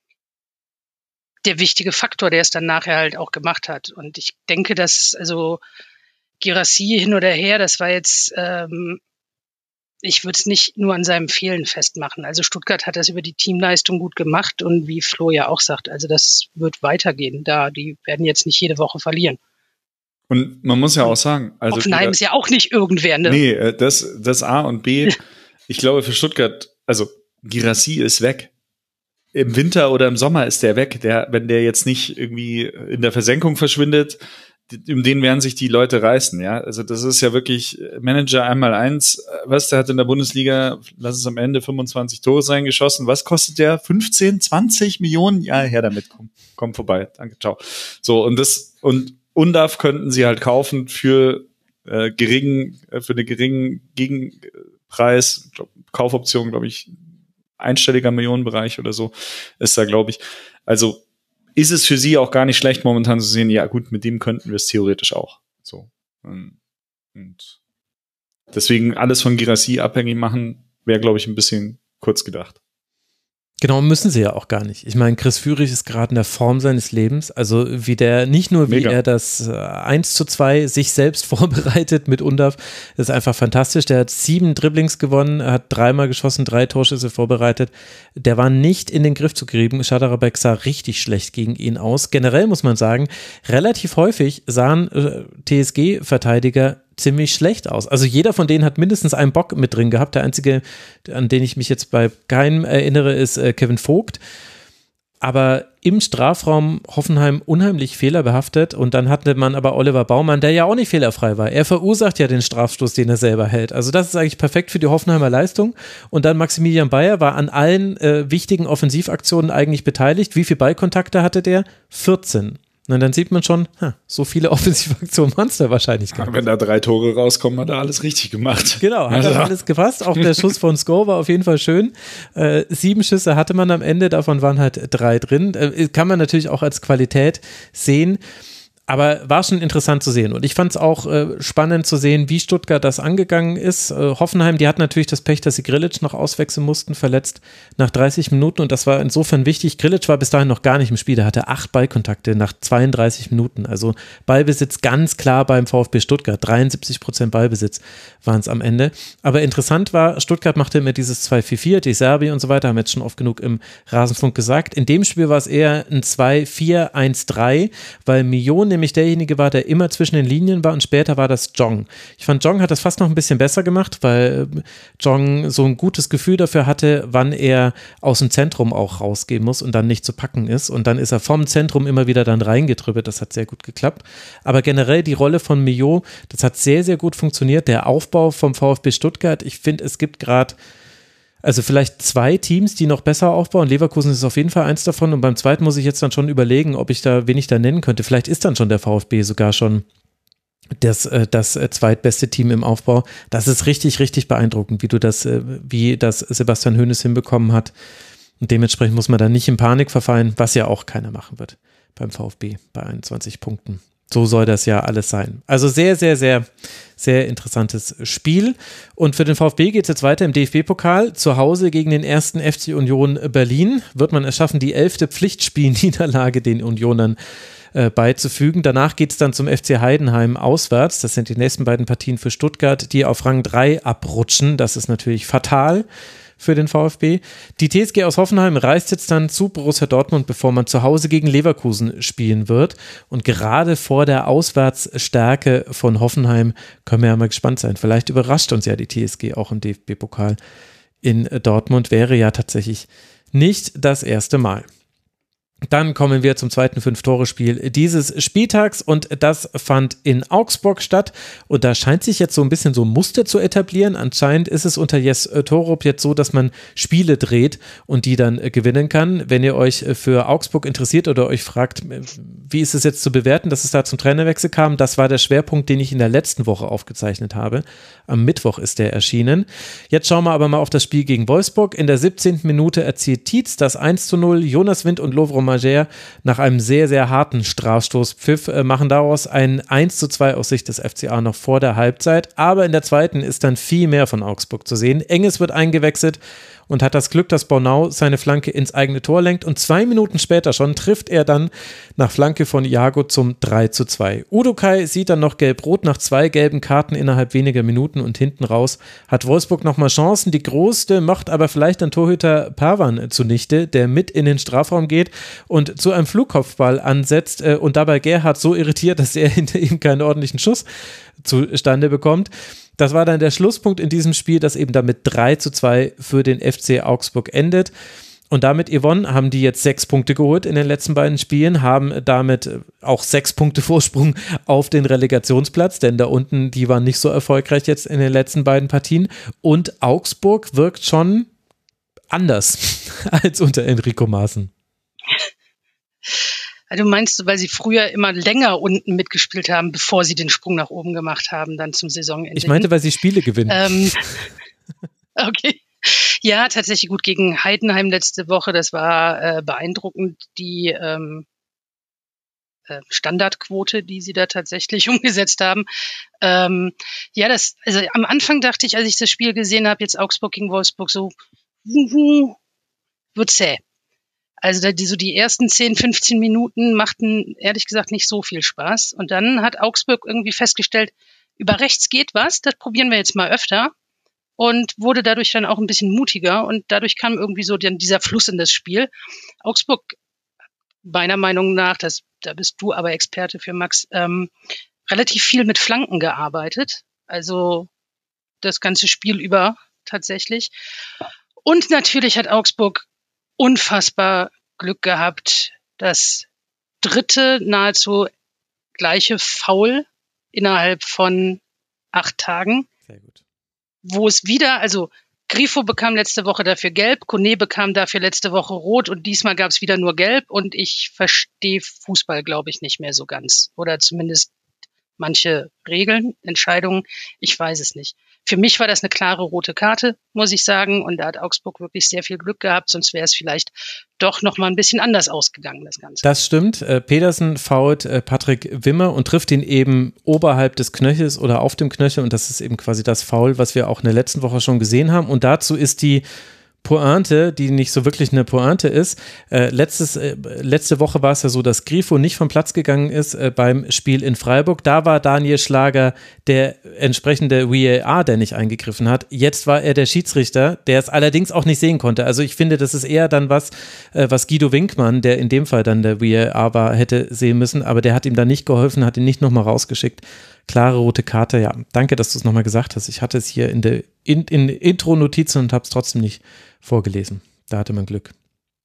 der wichtige Faktor, der es dann nachher halt auch gemacht hat. Und ich denke, dass, also Guirassy hin oder her, das war jetzt, ähm, ich würde es nicht nur an seinem Fehlen festmachen. Also Stuttgart hat das über die Teamleistung gut gemacht und wie Flo ja auch sagt, also das wird weitergehen. Da, die werden jetzt nicht jede Woche verlieren. Und man muss ja auch sagen, also Hoffenheim ist ja auch nicht irgendwer, ne? Nee, das, das A und B, ich glaube für Stuttgart, also Guirassy ist weg. Im Winter oder im Sommer ist der weg. Der, wenn der jetzt nicht irgendwie in der Versenkung verschwindet, um den werden sich die Leute reißen, ja. Also das ist ja wirklich Manager einmal eins. Was, der hat in der Bundesliga, lass es am Ende fünfundzwanzig Tore sein, geschossen. Was kostet der? fünfzehn, zwanzig Millionen? Ja, her damit. Komm, komm vorbei. Danke, ciao. So, und das, und Undav könnten sie halt kaufen für äh, geringen, äh, für einen geringen Gegenpreis. Glaub, Kaufoption, glaube ich, einstelliger Millionenbereich oder so ist da, glaube ich. Also ist es für sie auch gar nicht schlecht, momentan zu sehen, ja gut, mit dem könnten wir es theoretisch auch. So. Und deswegen alles von Guirassy abhängig machen, wäre, glaube ich, ein bisschen kurz gedacht. Genau, müssen sie ja auch gar nicht. Ich meine, Chris Führig ist gerade in der Form seines Lebens. Also wie der, nicht nur wie Mega. er das äh, eins zu zwei sich selbst vorbereitet mit Undav, ist einfach fantastisch. Der hat sieben Dribblings gewonnen, er hat dreimal geschossen, drei Torschüsse vorbereitet. Der war nicht in den Griff zu kriegen. Schaderabek sah richtig schlecht gegen ihn aus. Generell muss man sagen, relativ häufig sahen äh, T S G-Verteidiger ziemlich schlecht aus. Also jeder von denen hat mindestens einen Bock mit drin gehabt. Der einzige, an den ich mich jetzt bei keinem erinnere, ist äh, Kevin Vogt. Aber im Strafraum Hoffenheim unheimlich fehlerbehaftet und dann hatte man aber Oliver Baumann, der ja auch nicht fehlerfrei war. Er verursacht ja den Strafstoß, den er selber hält. Also das ist eigentlich perfekt für die Hoffenheimer Leistung. Und dann Maximilian Bayer war an allen äh, wichtigen Offensivaktionen eigentlich beteiligt. Wie viele Ballkontakte hatte der? vierzehn. Und dann sieht man schon, ha, so viele Offensivaktionen waren es da wahrscheinlich gar nicht. Wenn da drei Tore rauskommen, hat er alles richtig gemacht. Genau, hat also. alles gepasst. Auch der Schuss von Sko war auf jeden Fall schön. Äh, sieben Schüsse hatte man am Ende, davon waren halt drei drin. Äh, kann man natürlich auch als Qualität sehen. Aber war schon interessant zu sehen. Und ich fand es auch äh, spannend zu sehen, wie Stuttgart das angegangen ist. Äh, Hoffenheim, die hat natürlich das Pech, dass sie Grillitsch noch auswechseln mussten, verletzt nach dreißig Minuten. Und das war insofern wichtig. Grillitsch war bis dahin noch gar nicht im Spiel. Er hatte acht Ballkontakte nach zweiunddreißig Minuten. Also Ballbesitz ganz klar beim VfB Stuttgart. dreiundsiebzig Prozent Ballbesitz waren es am Ende. Aber interessant war, Stuttgart machte immer dieses zwei vier vier, die Serbi und so weiter, haben wir jetzt schon oft genug im Rasenfunk gesagt. In dem Spiel war es eher ein zwei vier eins drei, weil Millionen nämlich derjenige war, der immer zwischen den Linien war und später war das Jong. Ich fand, Jong hat das fast noch ein bisschen besser gemacht, weil Jong so ein gutes Gefühl dafür hatte, wann er aus dem Zentrum auch rausgehen muss und dann nicht zu packen ist und dann ist er vom Zentrum immer wieder dann reingetrüppelt, das hat sehr gut geklappt. Aber generell die Rolle von Millot, das hat sehr, sehr gut funktioniert, der Aufbau vom VfB Stuttgart, ich finde, es gibt gerade Also vielleicht zwei Teams, die noch besser aufbauen. Leverkusen ist auf jeden Fall eins davon. Und beim zweiten muss ich jetzt dann schon überlegen, ob ich da, wen ich da nennen könnte. Vielleicht ist dann schon der VfB sogar schon das, das zweitbeste Team im Aufbau. Das ist richtig, richtig beeindruckend, wie du das, wie das Sebastian Hoeneß hinbekommen hat. Und dementsprechend muss man da nicht in Panik verfallen, was ja auch keiner machen wird beim VfB bei einundzwanzig Punkten. So soll das ja alles sein. Also sehr, sehr, sehr, sehr interessantes Spiel. Und für den VfB geht es jetzt weiter im D F B-Pokal. Zu Hause gegen den ersten F C Union Berlin wird man es schaffen, die elfte Pflichtspielniederlage den Unionern äh, beizufügen. Danach geht es dann zum F C Heidenheim auswärts. Das sind die nächsten beiden Partien für Stuttgart, die auf Rang drei abrutschen. Das ist natürlich fatal für den VfB. Die T S G aus Hoffenheim reist jetzt dann zu Borussia Dortmund, bevor man zu Hause gegen Leverkusen spielen wird. Und gerade vor der Auswärtsstärke von Hoffenheim können wir ja mal gespannt sein. Vielleicht überrascht uns ja die T S G auch im D F B-Pokal in Dortmund. Wäre ja tatsächlich nicht das erste Mal. Dann kommen wir zum zweiten Fünf-Tore-Spiel dieses Spieltags und das fand in Augsburg statt und da scheint sich jetzt so ein bisschen so ein Muster zu etablieren. Anscheinend ist es unter Jes Torup jetzt so, dass man Spiele dreht und die dann gewinnen kann. Wenn ihr euch für Augsburg interessiert oder euch fragt, wie ist es jetzt zu bewerten, dass es da zum Trainerwechsel kam, das war der Schwerpunkt, den ich in der letzten Woche aufgezeichnet habe. Am Mittwoch ist der erschienen. Jetzt schauen wir aber mal auf das Spiel gegen Wolfsburg. In der siebzehnten Minute erzielt Tietz das eins zu null. Jonas Wind und Lovro Mager nach einem sehr, sehr harten Strafstoßpfiff äh, machen daraus ein eins zu zwei aus Sicht des F C A noch vor der Halbzeit. Aber in der zweiten ist dann viel mehr von Augsburg zu sehen. Enges wird eingewechselt und hat das Glück, dass Bornau seine Flanke ins eigene Tor lenkt und zwei Minuten später schon trifft er dann nach Flanke von Iago zum drei zu zwei. Udokai sieht dann noch gelb-rot nach zwei gelben Karten innerhalb weniger Minuten und hinten raus hat Wolfsburg nochmal Chancen. Die größte macht aber vielleicht dann Torhüter Pavan zunichte, der mit in den Strafraum geht und zu einem Flugkopfball ansetzt äh, und dabei Gerhard so irritiert, dass er hinter ihm keinen ordentlichen Schuss zustande bekommt. Das war dann der Schlusspunkt in diesem Spiel, das eben damit drei zu zwei für den F C Augsburg endet. Und damit, Yvonne, haben die jetzt sechs Punkte geholt in den letzten beiden Spielen, haben damit auch sechs Punkte Vorsprung auf den Relegationsplatz, denn da unten, die waren nicht so erfolgreich jetzt in den letzten beiden Partien. Und Augsburg wirkt schon anders als unter Enrico Maaßen. Du meinst, weil sie früher immer länger unten mitgespielt haben, bevor sie den Sprung nach oben gemacht haben, dann zum Saisonende? Ich meinte, weil sie Spiele gewinnen. Ähm, okay. Ja, tatsächlich gut gegen Heidenheim letzte Woche. Das war äh, beeindruckend, die ähm, äh, Standardquote, die sie da tatsächlich umgesetzt haben. Ähm, ja, das, also am Anfang dachte ich, als ich das Spiel gesehen habe, jetzt Augsburg gegen Wolfsburg, so wuhu, wird zäh. Also da, die, so die ersten zehn, fünfzehn Minuten machten ehrlich gesagt nicht so viel Spaß. Und dann hat Augsburg irgendwie festgestellt, über rechts geht was, das probieren wir jetzt mal öfter. Und wurde dadurch dann auch ein bisschen mutiger. Und dadurch kam irgendwie so dann dieser Fluss in das Spiel. Augsburg, meiner Meinung nach, das, da bist du aber Experte für, Max, ähm, relativ viel mit Flanken gearbeitet. Also das ganze Spiel über tatsächlich. Und natürlich hat Augsburg unfassbar Glück gehabt, das dritte nahezu gleiche Foul innerhalb von acht Tagen. Sehr gut. Wo es wieder, also Grifo bekam letzte Woche dafür gelb, Kone bekam dafür letzte Woche rot und diesmal gab es wieder nur gelb und ich verstehe Fußball, glaube ich, nicht mehr so ganz. Oder zumindest manche Regeln, Entscheidungen, ich weiß es nicht. Für mich war das eine klare rote Karte, muss ich sagen, und da hat Augsburg wirklich sehr viel Glück gehabt, sonst wäre es vielleicht doch noch mal ein bisschen anders ausgegangen, das Ganze. Das stimmt. Äh, Pedersen foult äh, Patrick Wimmer und trifft ihn eben oberhalb des Knöchels oder auf dem Knöchel und das ist eben quasi das Foul, was wir auch in der letzten Woche schon gesehen haben und dazu ist die Pointe, die nicht so wirklich eine Pointe ist. Äh, letztes, äh, letzte Woche war es ja so, dass Grifo nicht vom Platz gegangen ist äh, beim Spiel in Freiburg. Da war Daniel Schlager der entsprechende V A R, der nicht eingegriffen hat. Jetzt war er der Schiedsrichter, der es allerdings auch nicht sehen konnte. Also ich finde, das ist eher dann was, äh, was Guido Winkmann, der in dem Fall dann der V A R war, hätte sehen müssen. Aber der hat ihm dann nicht geholfen, hat ihn nicht nochmal rausgeschickt. Klare rote Karte, ja. Danke, dass du es nochmal gesagt hast. Ich hatte es hier in der in, in Intro-Notizen und habe es trotzdem nicht vorgelesen. Da hatte man Glück.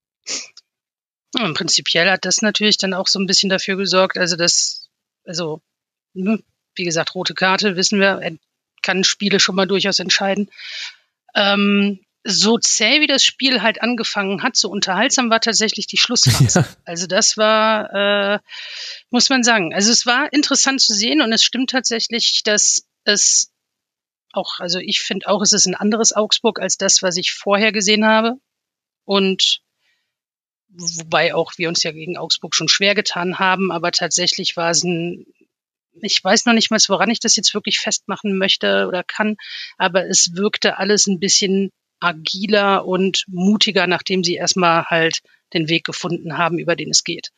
Ja, und prinzipiell hat das natürlich dann auch so ein bisschen dafür gesorgt, also das, also, wie gesagt, rote Karte, wissen wir, er kann Spiele schon mal durchaus entscheiden. Ähm, so zäh wie das Spiel halt angefangen hat, so unterhaltsam war tatsächlich die Schlussphase. Ja. Also das war, äh, muss man sagen, also es war interessant zu sehen und es stimmt tatsächlich, dass es auch, also ich finde auch, es ist ein anderes Augsburg als das, was ich vorher gesehen habe. Und wobei auch wir uns ja gegen Augsburg schon schwer getan haben, aber tatsächlich war es ein, ich weiß noch nicht mal, woran ich das jetzt wirklich festmachen möchte oder kann, aber es wirkte alles ein bisschen agiler und mutiger, nachdem sie erstmal halt den Weg gefunden haben, über den es geht.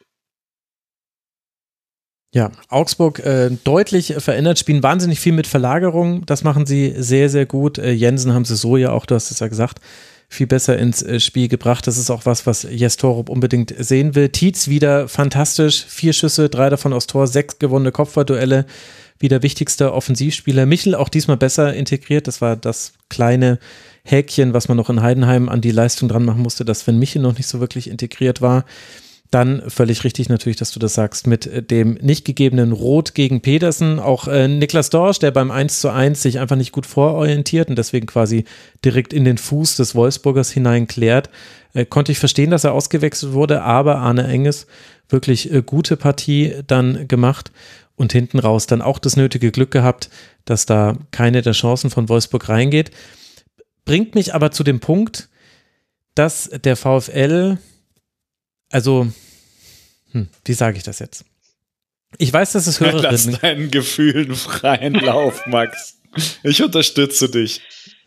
Ja, Augsburg äh, deutlich verändert, spielen wahnsinnig viel mit Verlagerung, das machen sie sehr, sehr gut. Äh, Jensen haben sie so ja auch, du hast es ja gesagt, viel besser ins äh, Spiel gebracht. Das ist auch was, was Jes Torup unbedingt sehen will. Tietz wieder fantastisch, vier Schüsse, drei davon aus Tor, sechs gewonnene Kopfballduelle, wieder wichtigster Offensivspieler. Michel auch diesmal besser integriert, das war das kleine Häkchen, was man noch in Heidenheim an die Leistung dran machen musste, dass Sven Michel noch nicht so wirklich integriert war. Dann völlig richtig natürlich, dass du das sagst, mit dem nicht gegebenen Rot gegen Pedersen. Auch äh, Niklas Dorsch, der beim eins zu eins sich einfach nicht gut vororientiert und deswegen quasi direkt in den Fuß des Wolfsburgers hineinklärt. Äh, konnte ich verstehen, dass er ausgewechselt wurde, aber Arne Enges wirklich äh, gute Partie dann gemacht und hinten raus dann auch das nötige Glück gehabt, dass da keine der Chancen von Wolfsburg reingeht. Bringt mich aber zu dem Punkt, dass der VfL, also, hm, wie sage ich das jetzt? Ich weiß, dass es Hörerinnen... Lass deinen Gefühlen freien Lauf, Max. Ich unterstütze dich.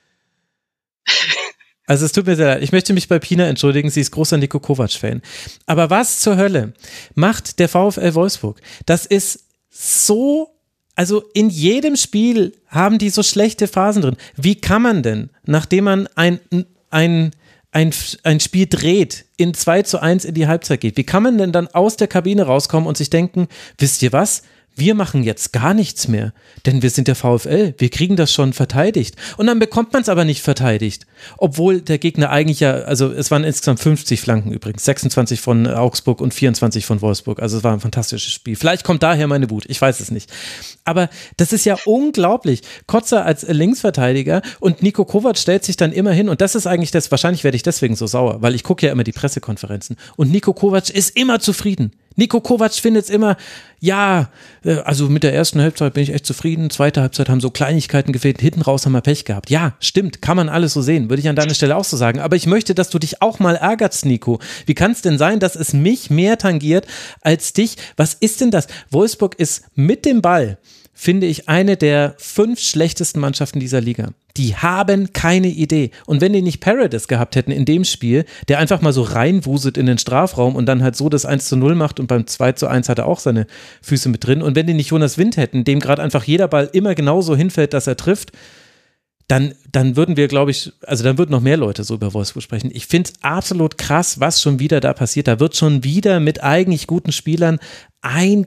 Also es tut mir sehr leid. Ich möchte mich bei Pina entschuldigen, sie ist großer Niko Kovac-Fan. Aber was zur Hölle macht der VfL Wolfsburg? Das ist so... Also in jedem Spiel haben die so schlechte Phasen drin. Wie kann man denn, nachdem man ein, ein, ein, ein Spiel dreht, in zwei zu eins in die Halbzeit geht, wie kann man denn dann aus der Kabine rauskommen und sich denken, wisst ihr was? Wir machen jetzt gar nichts mehr, denn wir sind der VfL, wir kriegen das schon verteidigt. Und dann bekommt man es aber nicht verteidigt, obwohl der Gegner eigentlich ja, also es waren insgesamt fünfzig Flanken übrigens, sechsundzwanzig von Augsburg und vierundzwanzig von Wolfsburg, also es war ein fantastisches Spiel. Vielleicht kommt daher meine Wut, ich weiß es nicht. Aber das ist ja unglaublich. Kotzer als Linksverteidiger und Niko Kovac stellt sich dann immer hin und das ist eigentlich das, wahrscheinlich werde ich deswegen so sauer, weil ich gucke ja immer die Pressekonferenzen und Niko Kovac ist immer zufrieden. Niko Kovac findet es immer, ja, also mit der ersten Halbzeit bin ich echt zufrieden, zweite Halbzeit haben so Kleinigkeiten gefehlt, hinten raus haben wir Pech gehabt. Ja, stimmt, kann man alles so sehen, würde ich an deiner Stelle auch so sagen, aber ich möchte, dass du dich auch mal ärgerst, Nico. Wie kann es denn sein, dass es mich mehr tangiert als dich? Was ist denn das? Wolfsburg ist mit dem Ball, finde ich, eine der fünf schlechtesten Mannschaften dieser Liga. Die haben keine Idee. Und wenn die nicht Paredes gehabt hätten in dem Spiel, der einfach mal so reinwuselt in den Strafraum und dann halt so das eins zu null macht und beim zwei zu eins hat er auch seine Füße mit drin. Und wenn die nicht Jonas Wind hätten, dem gerade einfach jeder Ball immer genauso hinfällt, dass er trifft, dann, dann würden wir, glaube ich, also dann würden noch mehr Leute so über Wolfsburg sprechen. Ich finde es absolut krass, was schon wieder da passiert. Da wird schon wieder mit eigentlich guten Spielern ein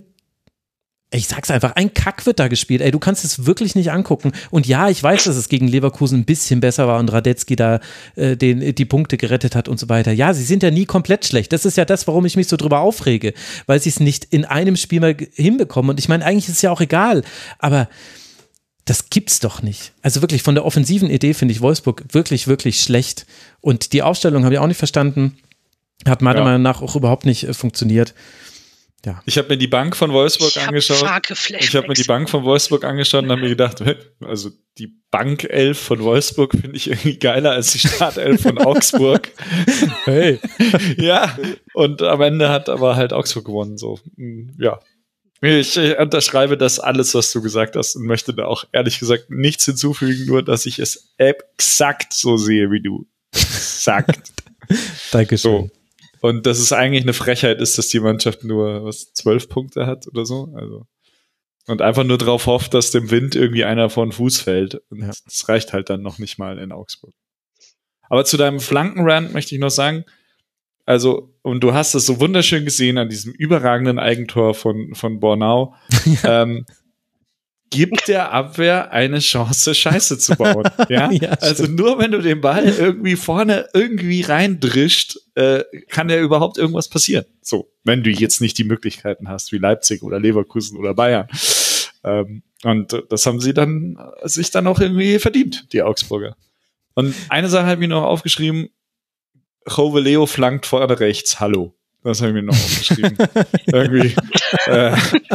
Ich sag's einfach, ein Kack wird da gespielt. Ey, du kannst es wirklich nicht angucken. Und ja, ich weiß, dass es gegen Leverkusen ein bisschen besser war und Radetzky da äh, den, die Punkte gerettet hat und so weiter. Ja, sie sind ja nie komplett schlecht. Das ist ja das, warum ich mich so drüber aufrege, weil sie es nicht in einem Spiel mal hinbekommen. Und ich meine, eigentlich ist es ja auch egal. Aber das gibt's doch nicht. Also wirklich, von der offensiven Idee finde ich Wolfsburg wirklich, wirklich schlecht. Und die Aufstellung habe ich auch nicht verstanden. Hat meiner ja. Meinung nach auch überhaupt nicht äh, funktioniert. Ja. Ich habe mir die Bank von Wolfsburg ich angeschaut. Ich habe mir die Bank von Wolfsburg angeschaut und habe mir gedacht, also die Bankelf von Wolfsburg finde ich irgendwie geiler als die Startelf von Augsburg. Hey. Ja, und am Ende hat aber halt Augsburg gewonnen. So, ja. Ich unterschreibe das alles, was du gesagt hast und möchte da auch ehrlich gesagt nichts hinzufügen, nur dass ich es exakt so sehe wie du. Exakt. Dankeschön. So. Und dass es eigentlich eine Frechheit ist, dass die Mannschaft nur was zwölf Punkte hat oder so. Also und einfach nur darauf hofft, dass dem Wind irgendwie einer vor den Fuß fällt. Und ja. das reicht halt dann noch nicht mal in Augsburg. Aber zu deinem Flankenrand möchte ich noch sagen, also, und du hast es so wunderschön gesehen an diesem überragenden Eigentor von, von Bornau, ja. ähm, gibt der Abwehr eine Chance, Scheiße zu bauen. Ja, ja also stimmt. Nur wenn du den Ball irgendwie vorne irgendwie reindrischt, äh, kann ja überhaupt irgendwas passieren. So, wenn du jetzt nicht die Möglichkeiten hast, wie Leipzig oder Leverkusen oder Bayern. Ähm, und das haben sie dann sich dann auch irgendwie verdient, die Augsburger. Und eine Sache habe ich noch aufgeschrieben, Jove Leo flankt vorne rechts, hallo. Das habe ich mir noch aufgeschrieben. Irgendwie. Äh,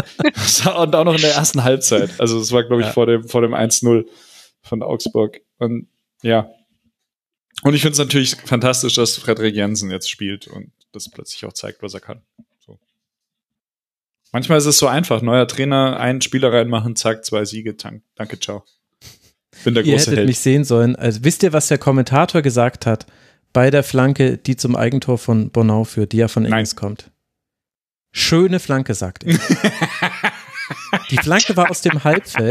und auch noch in der ersten Halbzeit. Also das war, glaube ich, ja. vor dem, vor dem eins null von Augsburg. Und ja. Und ich finde es natürlich fantastisch, dass Frederik Jensen jetzt spielt und das plötzlich auch zeigt, was er kann. So. Manchmal ist es so einfach. Neuer Trainer, einen Spieler reinmachen, zack, zwei Siege, tank. Danke, ciao. Bin der ihr große hättet Held. Mich sehen sollen. Also wisst ihr, was der Kommentator gesagt hat? Bei der Flanke, die zum Eigentor von Bornau führt, die ja von Enges kommt. Schöne Flanke, sagt er. Die Flanke war aus dem Halbfeld.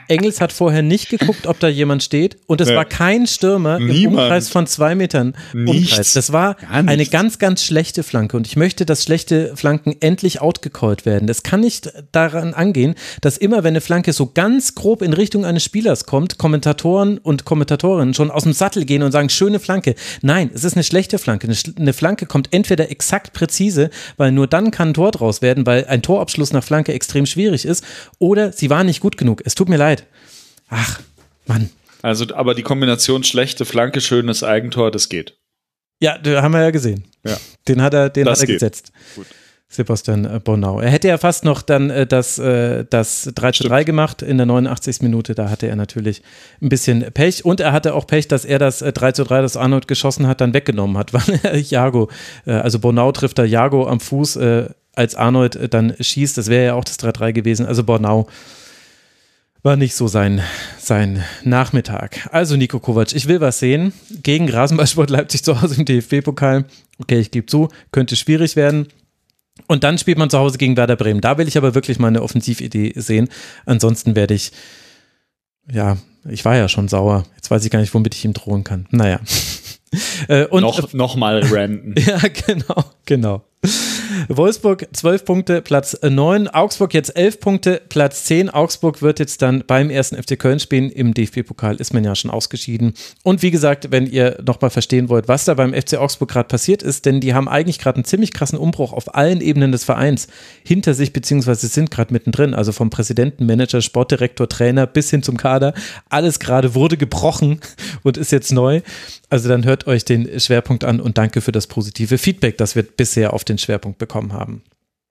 Engels hat vorher nicht geguckt, ob da jemand steht und es nee. war kein Stürmer Niemand. im Umkreis von zwei Metern Nichts. Umkreis. Das war eine ganz, ganz schlechte Flanke und ich möchte, dass schlechte Flanken endlich outgecallt werden. Das kann nicht daran angehen, dass immer, wenn eine Flanke so ganz grob in Richtung eines Spielers kommt, Kommentatoren und Kommentatorinnen schon aus dem Sattel gehen und sagen, schöne Flanke. Nein, es ist eine schlechte Flanke. Eine, eine Flanke kommt entweder exakt präzise, weil nur dann kann ein Tor draus werden, weil ein Torabschluss nach Flanke extrem schwierig ist, oder sie war nicht gut genug. Es tut mir leid. Ach, Mann. Also, aber die Kombination schlechte Flanke, schönes Eigentor, das geht. Ja, da haben wir ja gesehen. Ja. Den hat er, den das hat er geht. gesetzt. Gut. Sebastian Bornau. Er hätte ja fast noch dann äh, das, äh, das drei zu drei gemacht in der neunundachtzigsten Minute. Da hatte er natürlich ein bisschen Pech. Und er hatte auch Pech, dass er das äh, drei zu drei, das Arnold geschossen hat, dann weggenommen hat, weil er Jago, äh, also Bornau trifft da Jago am Fuß, äh, als Arnold äh, dann schießt. Das wäre ja auch das drei drei gewesen. Also Bornau war nicht so sein, sein Nachmittag. Also Niko Kovac, ich will was sehen. Gegen Rasenballsport Leipzig zu Hause im D F B-Pokal. Okay, ich gebe zu, könnte schwierig werden. Und dann spielt man zu Hause gegen Werder Bremen. Da will ich aber wirklich mal eine Offensividee sehen. Ansonsten werde ich, ja, ich war ja schon sauer. Jetzt weiß ich gar nicht, womit ich ihm drohen kann. Naja. Äh, und, noch, noch mal ranten. Ja, genau, genau. Wolfsburg zwölf Punkte, Platz neun. Augsburg jetzt elf Punkte, Platz zehn. Augsburg wird jetzt dann beim ersten F C Köln spielen. Im D F B-Pokal ist man ja schon ausgeschieden. Und wie gesagt, wenn ihr nochmal verstehen wollt, was da beim F C Augsburg gerade passiert ist, denn die haben eigentlich gerade einen ziemlich krassen Umbruch auf allen Ebenen des Vereins hinter sich, beziehungsweise sind gerade mittendrin. Also vom Präsidenten, Manager, Sportdirektor, Trainer bis hin zum Kader. Alles gerade wurde gebrochen und ist jetzt neu. Also dann hört euch den Schwerpunkt an und danke für das positive Feedback, das wir bisher auf den Schwerpunkt bekommen haben.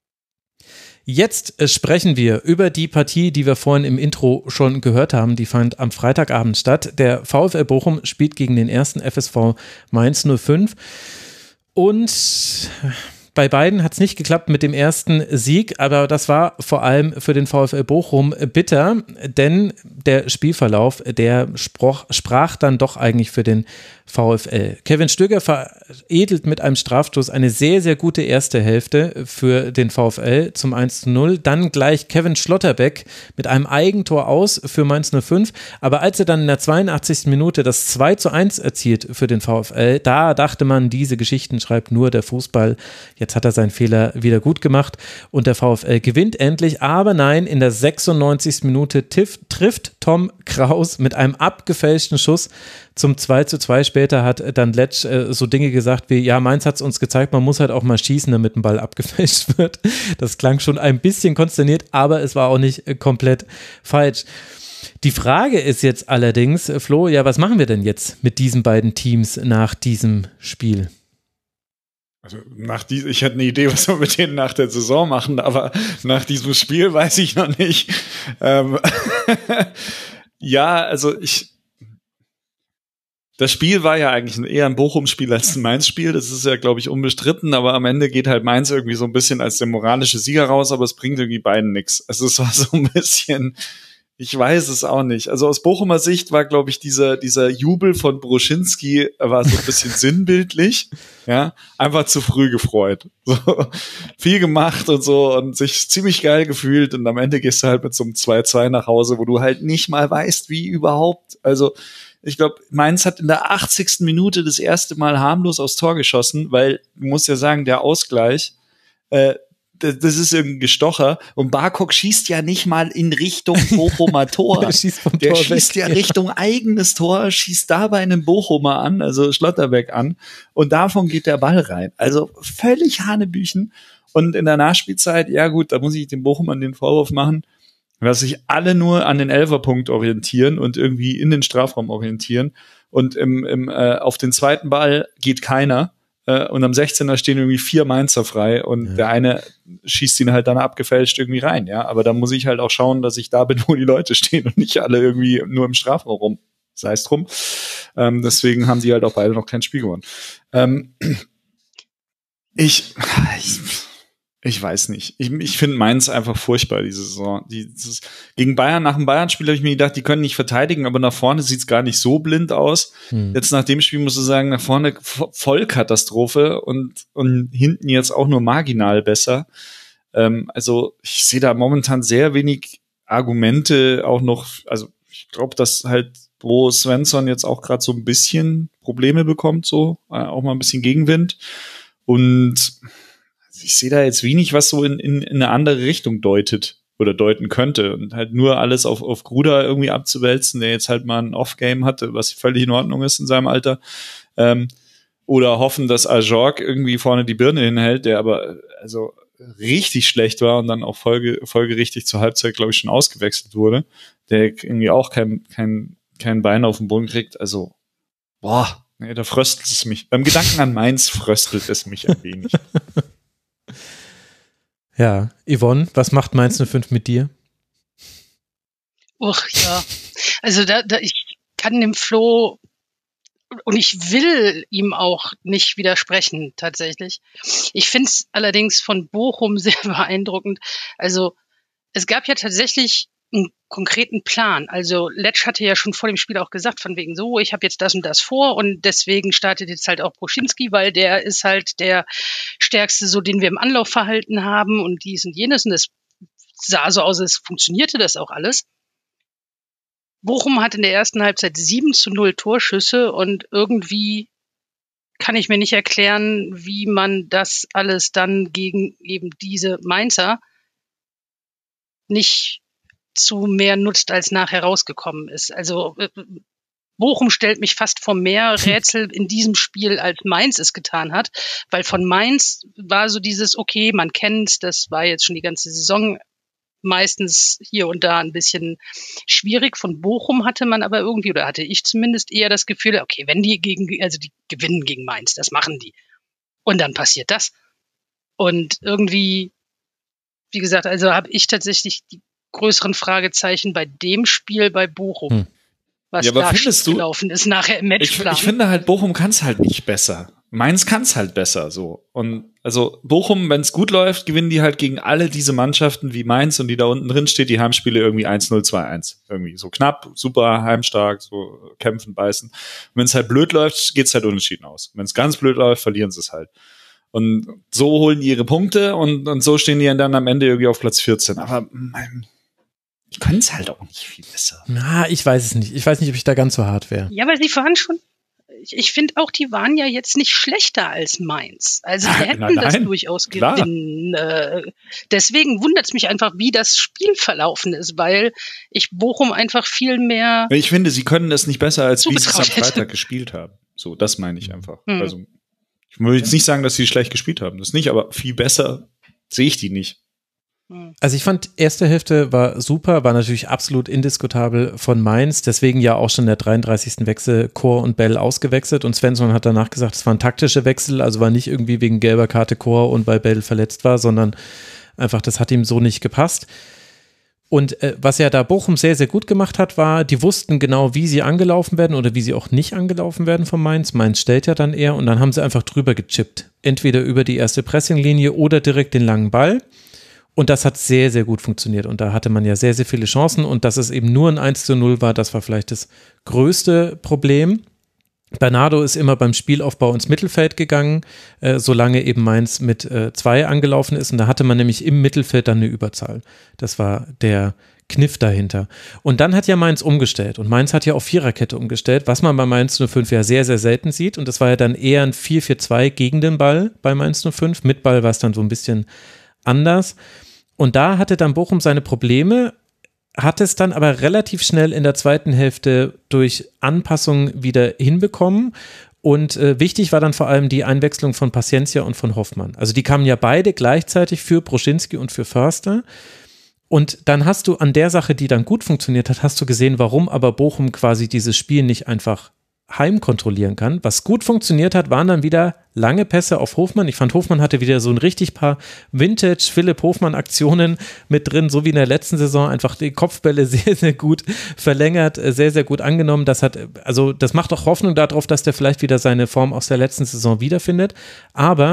Jetzt sprechen wir über die Partie, die wir vorhin im Intro schon gehört haben. Die fand am Freitagabend statt. Der VfL Bochum spielt gegen den ersten F S V Mainz null fünf und bei beiden hat es nicht geklappt mit dem ersten Sieg, aber das war vor allem für den VfL Bochum bitter, denn der Spielverlauf, der sprach, sprach dann doch eigentlich für den VfL. Kevin Stöger veredelt mit einem Strafstoß eine sehr, sehr gute erste Hälfte für den VfL zum eins zu null. Dann gleich Kevin Schlotterbeck mit einem Eigentor aus für Mainz null fünf. Aber als er dann in der zweiundachtzigsten Minute das zwei zu eins erzielt für den VfL, da dachte man, diese Geschichten schreibt nur der Fußball. Jetzt hat er seinen Fehler wieder gut gemacht und der VfL gewinnt endlich. Aber nein, in der sechsundneunzigsten Minute tiff, trifft Tom Kraus mit einem abgefälschten Schuss zum zwei zu zwei. Später hat dann Letsch äh, so Dinge gesagt wie, ja, Mainz hat es uns gezeigt, man muss halt auch mal schießen, damit ein Ball abgefälscht wird. Das klang schon ein bisschen konsterniert, aber es war auch nicht äh, komplett falsch. Die Frage ist jetzt allerdings, Flo, ja, was machen wir denn jetzt mit diesen beiden Teams nach diesem Spiel? Also nach die, ich hätte eine Idee, was wir mit denen nach der Saison machen, aber nach diesem Spiel weiß ich noch nicht. Ähm ja, also ich Das Spiel war ja eigentlich eher ein Bochum-Spiel als ein Mainz-Spiel. Das ist ja, glaube ich, unbestritten. Aber am Ende geht halt Mainz irgendwie so ein bisschen als der moralische Sieger raus, aber es bringt irgendwie beiden nichts. Also es war so ein bisschen, ich weiß es auch nicht. Also aus Bochumer Sicht war, glaube ich, dieser dieser Jubel von Broschinski war so ein bisschen sinnbildlich. Ja, einfach zu früh gefreut. So viel gemacht und so und sich ziemlich geil gefühlt. Und am Ende gehst du halt mit so einem zwei zu zwei nach Hause, wo du halt nicht mal weißt, wie überhaupt. Also ich glaube, Mainz hat in der achtzigsten Minute das erste Mal harmlos aufs Tor geschossen, weil, du musst ja sagen, der Ausgleich, äh, das, das ist irgendein Gestocher und Barkok schießt ja nicht mal in Richtung Bochumer Tor. Der schießt, vom der Tor schießt weg, ja Richtung eigenes Tor, schießt dabei einen Bochumer an, also Schlotterbeck an und davon geht der Ball rein. Also völlig Hanebüchen und in der Nachspielzeit, ja gut, da muss ich dem Bochumern den Vorwurf machen, dass sich alle nur an den Elferpunkt orientieren und irgendwie in den Strafraum orientieren. Und im, im, äh, auf den zweiten Ball geht keiner. Äh, und am sechzehner stehen irgendwie vier Mainzer frei. Und ja. Der eine schießt ihn halt dann abgefälscht irgendwie rein. Ja, aber da muss ich halt auch schauen, dass ich da bin, wo die Leute stehen und nicht alle irgendwie nur im Strafraum rum. Sei es drum. Ähm, deswegen haben sie halt auch beide noch kein Spiel gewonnen. Ähm, ich... ich Ich weiß nicht. Ich, ich finde Mainz einfach furchtbar, diese Saison. Die, dieses, gegen Bayern, nach dem Bayern-Spiel habe ich mir gedacht, die können nicht verteidigen, aber nach vorne sieht's gar nicht so blind aus. Hm. Jetzt nach dem Spiel musst du sagen, nach vorne Vollkatastrophe und, und hinten jetzt auch nur marginal besser. Ähm, also ich sehe da momentan sehr wenig Argumente auch noch, also ich glaube, dass halt Bo Svensson jetzt auch gerade so ein bisschen Probleme bekommt, so äh, auch mal ein bisschen Gegenwind. Und ich sehe da jetzt wenig, was so in, in, in eine andere Richtung deutet oder deuten könnte. Und halt nur alles auf, auf Gruda irgendwie abzuwälzen, der jetzt halt mal ein Off-Game hatte, was völlig in Ordnung ist in seinem Alter. Ähm, oder hoffen, dass Ajorg irgendwie vorne die Birne hinhält, der aber also richtig schlecht war und dann auch folge, folgerichtig zur Halbzeit, glaube ich, schon ausgewechselt wurde, der irgendwie auch kein, kein, kein Bein auf den Boden kriegt. Also, boah, nee, da fröstelt es mich. Beim Gedanken an Mainz fröstelt es mich ein wenig. Ja, Yvonne, was macht Mainz null fünf mit dir? Uch, ja. Also da, da ich kann dem Flo und ich will ihm auch nicht widersprechen, tatsächlich. Ich finde es allerdings von Bochum sehr beeindruckend. Also es gab ja tatsächlich einen konkreten Plan. Also Letsch hatte ja schon vor dem Spiel auch gesagt, von wegen so, ich habe jetzt das und das vor und deswegen startet jetzt halt auch Broschinski, weil der ist halt der Stärkste, so den wir im Anlaufverhalten haben und dies und jenes. Und das sah so aus, als funktionierte das auch alles. Bochum hat in der ersten Halbzeit sieben zu null Torschüsse und irgendwie kann ich mir nicht erklären, wie man das alles dann gegen eben diese Mainzer nicht zu mehr nutzt, als nachher rausgekommen ist. Also Bochum stellt mich fast vor mehr Rätsel in diesem Spiel, als Mainz es getan hat, weil von Mainz war so dieses, okay, man kennt's, das war jetzt schon die ganze Saison meistens hier und da ein bisschen schwierig. Von Bochum hatte man aber irgendwie, oder hatte ich zumindest eher das Gefühl, okay, wenn die gegen, also die gewinnen gegen Mainz, das machen die. Und dann passiert das. Und irgendwie, wie gesagt, also habe ich tatsächlich die größeren Fragezeichen bei dem Spiel bei Bochum. Hm. Was ja, aber da findest du, gelaufen ist nachher im Matchplan. Ich, ich finde halt, Bochum kann es halt nicht besser. Mainz kann es halt besser, so. Und also Bochum, wenn es gut läuft, gewinnen die halt gegen alle diese Mannschaften wie Mainz und die da unten drin steht, die Heimspiele irgendwie eins null, zwei eins. Irgendwie so knapp, super, heimstark, so kämpfen, beißen. Wenn es halt blöd läuft, geht's halt unentschieden aus. Wenn es ganz blöd läuft, verlieren sie es halt. Und so holen die ihre Punkte und, und so stehen die dann am Ende irgendwie auf Platz vierzehn. Aber mein, die können es halt auch nicht viel besser. Na, ich weiß es nicht. Ich weiß nicht, ob ich da ganz so hart wäre. Ja, aber sie waren schon, ich, ich finde auch, die waren ja jetzt nicht schlechter als Mainz. Also die hätten nein, nein, das durchaus klar. gewinnen. Äh, deswegen wundert es mich einfach, wie das Spiel verlaufen ist, weil ich Bochum einfach viel mehr. Ich finde, sie können das nicht besser, als wie sie es am Freitag hätte. gespielt haben. So, das meine ich einfach. Hm. Also ich würde jetzt nicht sagen, dass sie schlecht gespielt haben. Das nicht, aber viel besser sehe ich die nicht. Also ich fand, erste Hälfte war super, war natürlich absolut indiskutabel von Mainz, deswegen ja auch schon der dreiunddreißigsten Wechsel Chor und Bell ausgewechselt und Svensson hat danach gesagt, es waren taktische Wechsel, also war nicht irgendwie wegen gelber Karte Chor und weil Bell verletzt war, sondern einfach, das hat ihm so nicht gepasst. Und äh, was ja da Bochum sehr, sehr gut gemacht hat, war, die wussten genau, wie sie angelaufen werden oder wie sie auch nicht angelaufen werden von Mainz. Mainz stellt ja dann eher und dann haben sie einfach drüber gechippt. Entweder über die erste Pressinglinie oder direkt den langen Ball. Und das hat sehr, sehr gut funktioniert. Und da hatte man ja sehr, sehr viele Chancen. Und dass es eben nur ein eins zu null war, das war vielleicht das größte Problem. Bernardo ist immer beim Spielaufbau ins Mittelfeld gegangen, äh, solange eben Mainz mit äh, zwei angelaufen ist. Und da hatte man nämlich im Mittelfeld dann eine Überzahl. Das war der Kniff dahinter. Und dann hat ja Mainz umgestellt. Und Mainz hat ja auf Viererkette umgestellt, was man bei Mainz null fünf ja sehr, sehr selten sieht. Und das war ja dann eher ein vier vier zwei gegen den Ball bei Mainz null fünf. Mit Ball war es dann so ein bisschen anders. Und da hatte dann Bochum seine Probleme, hat es dann aber relativ schnell in der zweiten Hälfte durch Anpassungen wieder hinbekommen. Und äh, wichtig war dann vor allem die Einwechslung von Paciencia und von Hoffmann. Also die kamen ja beide gleichzeitig für Broschinski und für Förster. Und dann hast du an der Sache, die dann gut funktioniert hat, hast du gesehen, warum aber Bochum quasi dieses Spiel nicht einfach heim kontrollieren kann. Was gut funktioniert hat, waren dann wieder lange Pässe auf Hofmann. Ich fand, Hofmann hatte wieder so ein richtig paar Vintage Philipp Hofmann Aktionen mit drin, so wie in der letzten Saison, einfach die Kopfbälle sehr, sehr gut verlängert, sehr, sehr gut angenommen. Das hat, also das macht auch Hoffnung darauf, dass der vielleicht wieder seine Form aus der letzten Saison wiederfindet. Aber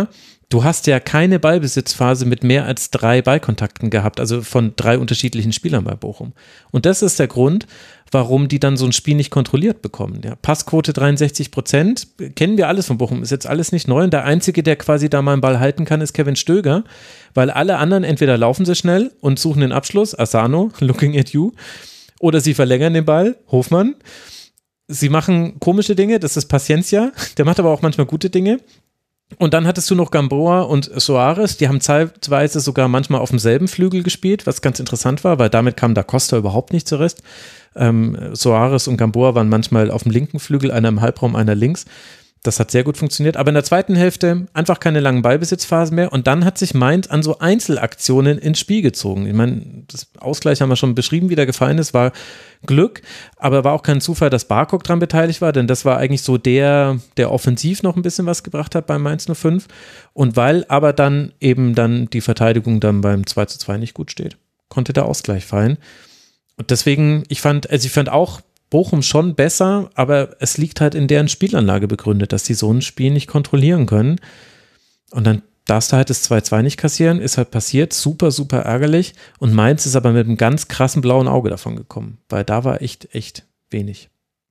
Du hast ja keine Ballbesitzphase mit mehr als drei Ballkontakten gehabt, also von drei unterschiedlichen Spielern bei Bochum. Und das ist der Grund, warum die dann so ein Spiel nicht kontrolliert bekommen. Ja, Passquote dreiundsechzig Prozent, kennen wir alles von Bochum, ist jetzt alles nicht neu. Und der Einzige, der quasi da mal einen Ball halten kann, ist Kevin Stöger, weil alle anderen entweder laufen sie schnell und suchen den Abschluss, Asano, looking at you, oder sie verlängern den Ball, Hofmann. Sie machen komische Dinge, das ist Paciencia, der macht aber auch manchmal gute Dinge. Und dann hattest du noch Gamboa und Soares, die haben zeitweise sogar manchmal auf demselben Flügel gespielt, was ganz interessant war, weil damit kam Da Costa überhaupt nicht zurecht. Ähm, Soares und Gamboa waren manchmal auf dem linken Flügel, einer im Halbraum, einer links. Das hat sehr gut funktioniert, aber in der zweiten Hälfte einfach keine langen Ballbesitzphasen mehr und dann hat sich Mainz an so Einzelaktionen ins Spiel gezogen. Ich meine, das Ausgleich haben wir schon beschrieben, wie der gefallen ist, war Glück, aber war auch kein Zufall, dass Barkok dran beteiligt war, denn das war eigentlich so der, der offensiv noch ein bisschen was gebracht hat beim Mainz null fünf und weil aber dann eben dann die Verteidigung dann beim zwei zu zwei nicht gut steht, konnte der Ausgleich fallen und deswegen, ich fand, also ich fand auch Bochum schon besser, aber es liegt halt in deren Spielanlage begründet, dass die so ein Spiel nicht kontrollieren können. Und dann darfst du halt das zwei zwei nicht kassieren, ist halt passiert, super, super ärgerlich. Und Mainz ist aber mit einem ganz krassen blauen Auge davon gekommen, weil da war echt, echt wenig.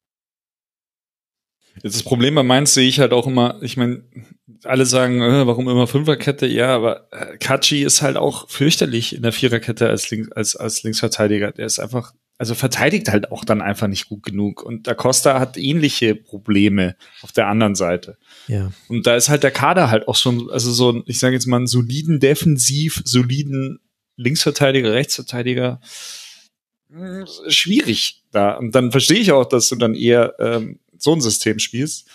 Jetzt das Problem bei Mainz sehe ich halt auch immer, ich meine, alle sagen, äh, warum immer Fünferkette? Ja, aber äh, Katschi ist halt auch fürchterlich in der Viererkette als, Links, als, als Linksverteidiger. Der ist einfach, also verteidigt halt auch dann einfach nicht gut genug. Und Da Costa hat ähnliche Probleme auf der anderen Seite. Ja. Und da ist halt der Kader halt auch schon, also so, ich sage jetzt mal, einen soliden Defensiv, soliden Linksverteidiger, Rechtsverteidiger, mh, schwierig da. Und dann verstehe ich auch, dass du dann eher ähm, so ein System spielst.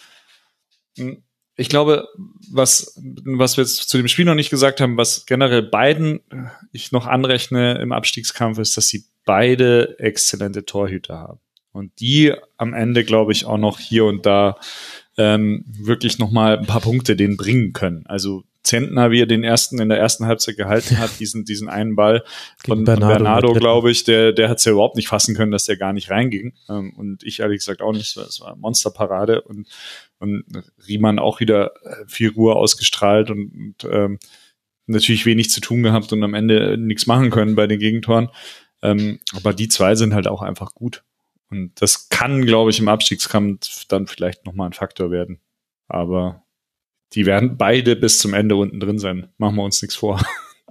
Ich glaube, was, was wir jetzt zu dem Spiel noch nicht gesagt haben, was generell beiden ich noch anrechne im Abstiegskampf, ist, dass sie beide exzellente Torhüter haben. Und die am Ende, glaube ich, auch noch hier und da ähm, wirklich noch mal ein paar Punkte denen bringen können. Also Zentner, wie er den ersten in der ersten Halbzeit gehalten hat, diesen diesen einen Ball von Bernardo, Bernardo glaube ich, der der hat es ja überhaupt nicht fassen können, dass der gar nicht reinging. Ähm, und ich ehrlich gesagt auch nicht. Es war eine Monsterparade und und Riemann auch wieder viel Ruhe ausgestrahlt und, und ähm, natürlich wenig zu tun gehabt und am Ende nichts machen können bei den Gegentoren. Ähm, aber die zwei sind halt auch einfach gut. Und das kann, glaube ich, im Abstiegskampf dann vielleicht nochmal ein Faktor werden. Aber die werden beide bis zum Ende unten drin sein. Machen wir uns nichts vor.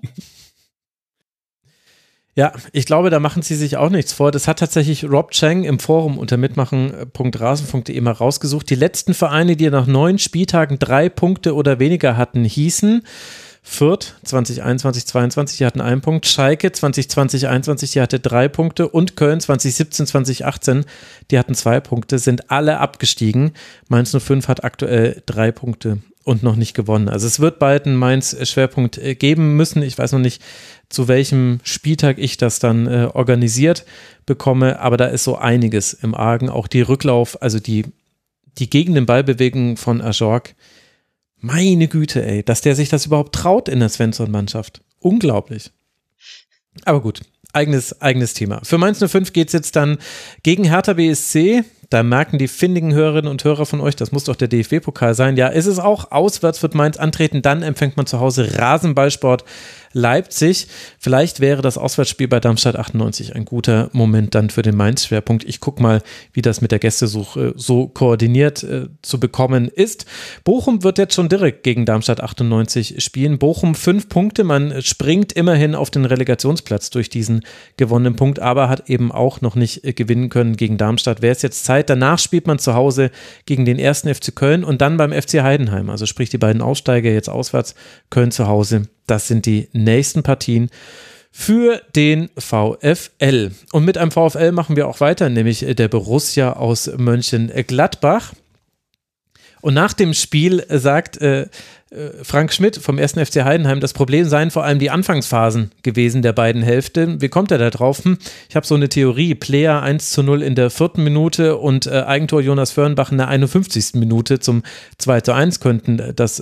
Ja, ich glaube, da machen sie sich auch nichts vor. Das hat tatsächlich Rob Chang im Forum unter mitmachen punkt rasen punkt de mal rausgesucht. Die letzten Vereine, die nach neun Spieltagen drei Punkte oder weniger hatten, hießen Fürth zwanzig einundzwanzig zweiundzwanzig, die hatten einen Punkt, Schalke zwanzig zwanzig einundzwanzig, die hatte drei Punkte und Köln zwanzig siebzehn zwanzig achtzehn, die hatten zwei Punkte, sind alle abgestiegen. Mainz null fünf hat aktuell drei Punkte und noch nicht gewonnen. Also es wird bald einen Mainz-Schwerpunkt geben müssen. Ich weiß noch nicht, zu welchem Spieltag ich das dann äh, organisiert bekomme, aber da ist so einiges im Argen. Auch die Rücklauf, also die, die gegen den Ballbewegung von Ajorg. Meine Güte, ey, dass der sich das überhaupt traut in der Svensson-Mannschaft. Unglaublich. Aber gut, eigenes, eigenes Thema. Für Mainz null fünf geht es jetzt dann gegen Hertha B S C. Da merken die findigen Hörerinnen und Hörer von euch, das muss doch der D F B-Pokal sein. Ja, ist es auch. Auswärts wird Mainz antreten, dann empfängt man zu Hause Rasenballsport Leipzig. Vielleicht wäre das Auswärtsspiel bei Darmstadt achtundneunzig ein guter Moment dann für den Mainz-Schwerpunkt. Ich gucke mal, wie das mit der Gästesuche so koordiniert äh, zu bekommen ist. Bochum wird jetzt schon direkt gegen Darmstadt achtundneunzig spielen. Bochum fünf Punkte, man springt immerhin auf den Relegationsplatz durch diesen gewonnenen Punkt, aber hat eben auch noch nicht äh, gewinnen können gegen Darmstadt. Wäre es jetzt Zeit, danach spielt man zu Hause gegen den ersten F C Köln und dann beim F C Heidenheim. Also sprich die beiden Aussteiger jetzt auswärts, Köln zu Hause. Das sind die nächsten Partien für den VfL. Und mit einem VfL machen wir auch weiter, nämlich der Borussia aus Mönchengladbach. Und nach dem Spiel sagt äh, Frank Schmidt vom ersten F C Heidenheim, das Problem seien vor allem die Anfangsphasen gewesen der beiden Hälfte. Wie kommt er da drauf? Hm, ich habe so eine Theorie. Player eins zu null in der vierten Minute und äh, Eigentor Jonas Förnbach in der einundfünfzigsten Minute zum zwei zu eins könnten das äh,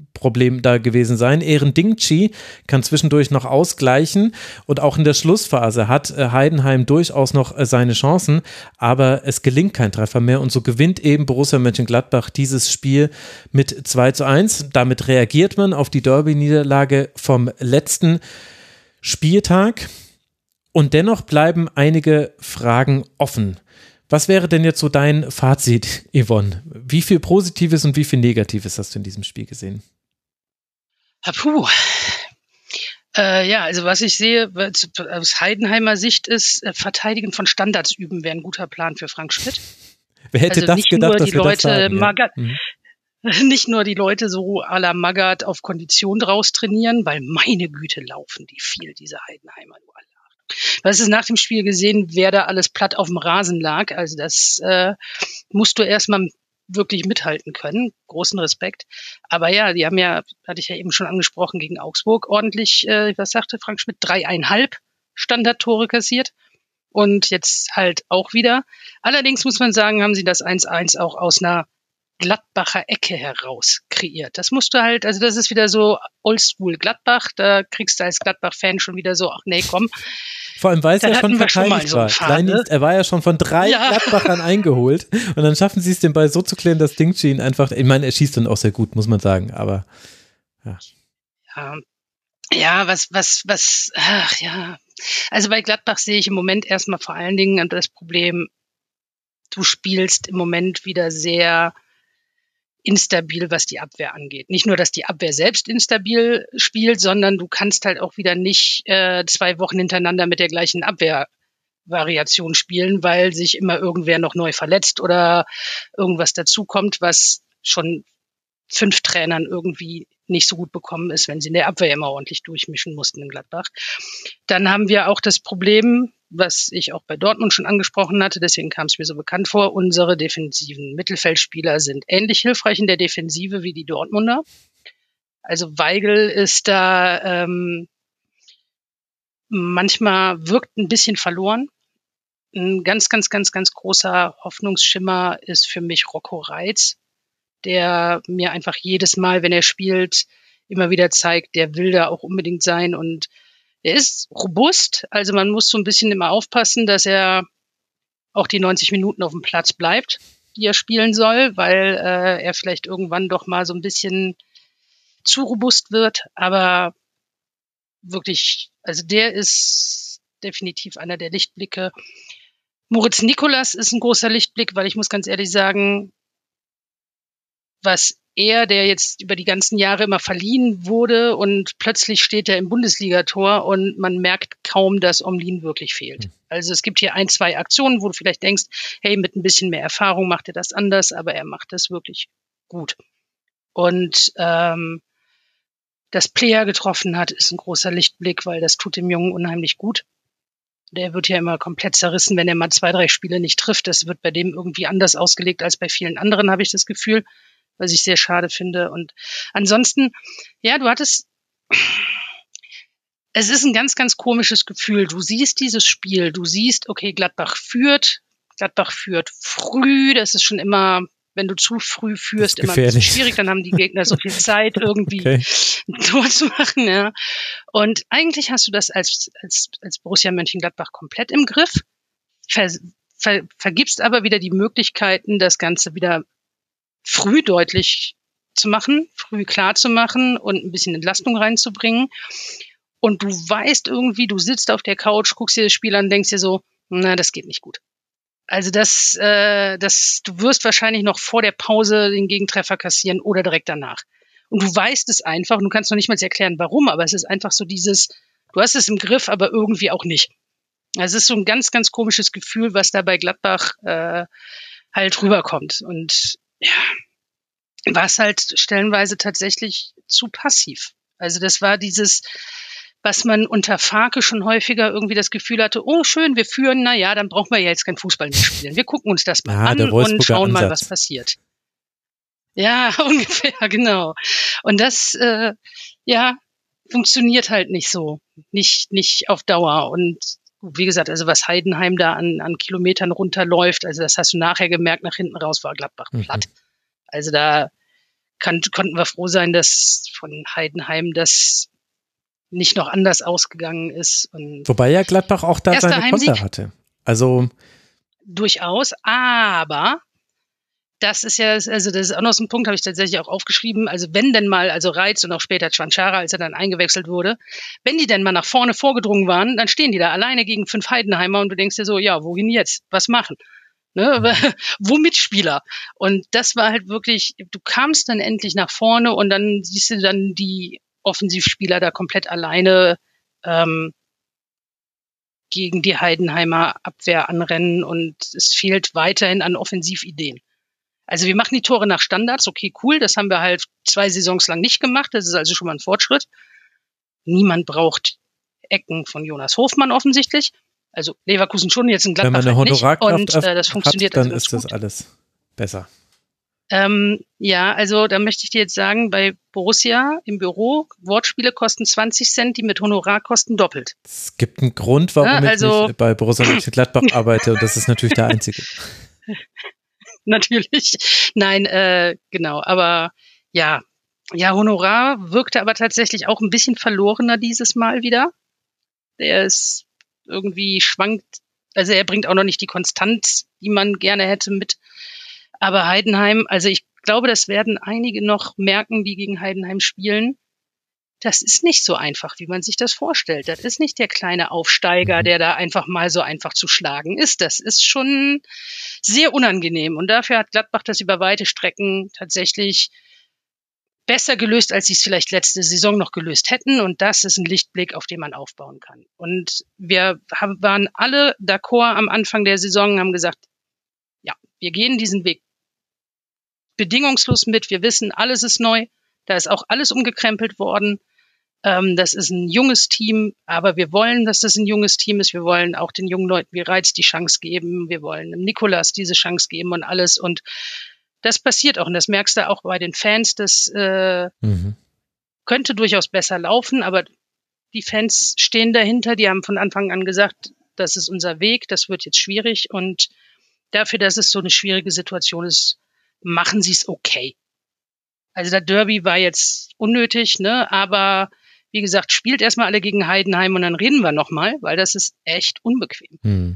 Problem da gewesen sein. Eren Dingchi kann zwischendurch noch ausgleichen und auch in der Schlussphase hat äh, Heidenheim durchaus noch äh, seine Chancen, aber es gelingt kein Treffer mehr und so gewinnt eben Borussia Mönchengladbach dieses Spiel mit zwei zu eins. Damit reagiert man auf die Derby-Niederlage vom letzten Spieltag und dennoch bleiben einige Fragen offen. Was wäre denn jetzt so dein Fazit, Yvonne? Wie viel Positives und wie viel Negatives hast du in diesem Spiel gesehen? Ah, puh. Äh, ja, also was ich sehe, aus Heidenheimer Sicht ist, äh, Verteidigen von Standards üben wäre ein guter Plan für Frank Schmidt. Wer hätte also das nicht gedacht, nur dass die wir Leute das sagen? Magath, Ja. Mhm. Nicht nur die Leute so à la Magath auf Kondition draus trainieren, weil meine Güte laufen die viel, diese Heidenheimer, du Allah. Du hast es nach dem Spiel gesehen, wer da alles platt auf dem Rasen lag. Also das äh, musst du erstmal wirklich mithalten können. Großen Respekt. Aber ja, die haben ja, hatte ich ja eben schon angesprochen, gegen Augsburg ordentlich, äh, was sagte Frank Schmidt, dreieinhalb Standardtore kassiert. Und jetzt halt auch wieder. Allerdings muss man sagen, haben sie das eins eins auch aus einer Gladbacher Ecke heraus kreiert. Das musst du halt, also das ist wieder so Oldschool Gladbach, da kriegst du als Gladbach-Fan schon wieder so, ach nee, komm. Vor allem, weil es ja schon verteidigt so war. Kleindienst, er war ja schon von drei ja. Gladbachern eingeholt und dann schaffen sie es, den Ball so zu klären, dass Dingchi ihn einfach, ich meine, er schießt dann auch sehr gut, muss man sagen, aber ja. Ja, ja was, was, was, ach ja. Also bei Gladbach sehe ich im Moment erstmal vor allen Dingen das Problem, du spielst im Moment wieder sehr instabil, was die Abwehr angeht. Nicht nur, dass die Abwehr selbst instabil spielt, sondern du kannst halt auch wieder nicht äh, zwei Wochen hintereinander mit der gleichen Abwehrvariation spielen, weil sich immer irgendwer noch neu verletzt oder irgendwas dazukommt, was schon fünf Trainern irgendwie nicht so gut bekommen ist, wenn sie in der Abwehr immer ordentlich durchmischen mussten in Gladbach. Dann haben wir auch das Problem, was ich auch bei Dortmund schon angesprochen hatte, deswegen kam es mir so bekannt vor, unsere defensiven Mittelfeldspieler sind ähnlich hilfreich in der Defensive wie die Dortmunder. Also Weigl ist da ähm, manchmal wirkt ein bisschen verloren. Ein ganz, ganz, ganz, ganz großer Hoffnungsschimmer ist für mich Rocco Reitz, der mir einfach jedes Mal, wenn er spielt, immer wieder zeigt, der will da auch unbedingt sein und er ist robust, also man muss so ein bisschen immer aufpassen, dass er auch die neunzig Minuten auf dem Platz bleibt, die er spielen soll, weil äh, er vielleicht irgendwann doch mal so ein bisschen zu robust wird, aber wirklich, also der ist definitiv einer der Lichtblicke. Moritz Nicolas ist ein großer Lichtblick, weil ich muss ganz ehrlich sagen, was er, der jetzt über die ganzen Jahre immer verliehen wurde und plötzlich steht er im Bundesligator und man merkt kaum, dass Omlin wirklich fehlt. Mhm. Also es gibt hier ein, zwei Aktionen, wo du vielleicht denkst, hey, mit ein bisschen mehr Erfahrung macht er das anders, aber er macht das wirklich gut. Und ähm, dass Player getroffen hat, ist ein großer Lichtblick, weil das tut dem Jungen unheimlich gut. Der wird ja immer komplett zerrissen, wenn er mal zwei, drei Spiele nicht trifft. Das wird bei dem irgendwie anders ausgelegt als bei vielen anderen, habe ich das Gefühl, was ich sehr schade finde. Und ansonsten, ja, du hattest, es ist ein ganz, ganz komisches Gefühl. Du siehst dieses Spiel, du siehst, okay, Gladbach führt, Gladbach führt früh, das ist schon immer, wenn du zu früh führst, immer ein bisschen schwierig, dann haben die Gegner so viel Zeit, irgendwie okay. ein Tor zu machen, ja. Und eigentlich hast du das als, als, als Borussia Mönchengladbach komplett im Griff, ver, ver, vergibst aber wieder die Möglichkeiten, das Ganze wieder früh deutlich zu machen, früh klar zu machen und ein bisschen Entlastung reinzubringen. Und du weißt irgendwie, du sitzt auf der Couch, guckst dir das Spiel an, denkst dir so, na, das geht nicht gut. Also das, äh, das, du wirst wahrscheinlich noch vor der Pause den Gegentreffer kassieren oder direkt danach. Und du weißt es einfach, und du kannst noch nicht mal erklären, warum, aber es ist einfach so dieses, du hast es im Griff, aber irgendwie auch nicht. Also es ist so ein ganz, ganz komisches Gefühl, was da bei Gladbach äh, halt rüberkommt. Und ja, war es halt stellenweise tatsächlich zu passiv. Also das war dieses, was man unter Farke schon häufiger irgendwie das Gefühl hatte, oh schön, wir führen, na ja, dann brauchen wir ja jetzt kein Fußball mehr spielen. Wir gucken uns das mal ja, an und schauen Ansatz. mal, was passiert. Ja, ungefähr, genau. Und das, äh, ja, funktioniert halt nicht so. Nicht, nicht auf Dauer. Und wie gesagt, also was Heidenheim da an, an Kilometern runterläuft, also das hast du nachher gemerkt, nach hinten raus war Gladbach platt. Mhm. Also da kann, konnten wir froh sein, dass von Heidenheim das nicht noch anders ausgegangen ist. Und wobei ja Gladbach auch da erster seine Heimsieg Konter hatte. Also durchaus, aber das ist ja, also das ist auch noch so ein Punkt, habe ich tatsächlich auch aufgeschrieben. Also wenn denn mal, also Reitz und auch später Chwanchara, als er dann eingewechselt wurde, wenn die denn mal nach vorne vorgedrungen waren, dann stehen die da alleine gegen fünf Heidenheimer und du denkst dir so, ja, wohin jetzt? Was machen? Ne? Mhm. Wo Mitspieler? Und das war halt wirklich, du kamst dann endlich nach vorne und dann siehst du dann die Offensivspieler da komplett alleine ähm, gegen die Heidenheimer Abwehr anrennen und es fehlt weiterhin an Offensivideen. Also wir machen die Tore nach Standards, okay, cool, das haben wir halt zwei Saisons lang nicht gemacht, das ist also schon mal ein Fortschritt. Niemand braucht Ecken von Jonas Hofmann offensichtlich, also Leverkusen schon, jetzt in Gladbach wenn man eine halt nicht und äh, das hat, funktioniert dann also ist das gut. alles besser. Ähm, ja, also da möchte ich dir jetzt sagen, bei Borussia im Büro, Wortspiele kosten zwanzig Cent, die mit Honorar kosten doppelt. Es gibt einen Grund, warum ja, also, ich nicht bei Borussia Mönchengladbach arbeite und das ist natürlich der einzige. Natürlich. Nein, äh, genau. Aber ja, ja, Honorar wirkte aber tatsächlich auch ein bisschen verlorener dieses Mal wieder. Der ist irgendwie schwankt, also er bringt auch noch nicht die Konstanz, die man gerne hätte mit. Aber Heidenheim, also ich glaube, das werden einige noch merken, die gegen Heidenheim spielen. Das ist nicht so einfach, wie man sich das vorstellt. Das ist nicht der kleine Aufsteiger, der da einfach mal so einfach zu schlagen ist. Das ist schon sehr unangenehm. Und dafür hat Gladbach das über weite Strecken tatsächlich besser gelöst, als sie es vielleicht letzte Saison noch gelöst hätten. Und das ist ein Lichtblick, auf den man aufbauen kann. Und wir haben, waren alle d'accord am Anfang der Saison, haben gesagt, ja, wir gehen diesen Weg bedingungslos mit. Wir wissen, alles ist neu. Da ist auch alles umgekrempelt worden. Ähm, das ist ein junges Team, aber wir wollen, dass das ein junges Team ist. Wir wollen auch den jungen Leuten wie Reitz die Chance geben. Wir wollen dem Nikolas diese Chance geben und alles. Und das passiert auch. Und das merkst du auch bei den Fans. Das äh, mhm. könnte durchaus besser laufen, aber die Fans stehen dahinter. Die haben von Anfang an gesagt, das ist unser Weg, das wird jetzt schwierig. Und dafür, dass es so eine schwierige Situation ist, machen sie es okay. Also der Derby war jetzt unnötig, ne? Aber wie gesagt, spielt erstmal alle gegen Heidenheim und dann reden wir nochmal, weil das ist echt unbequem. Hm.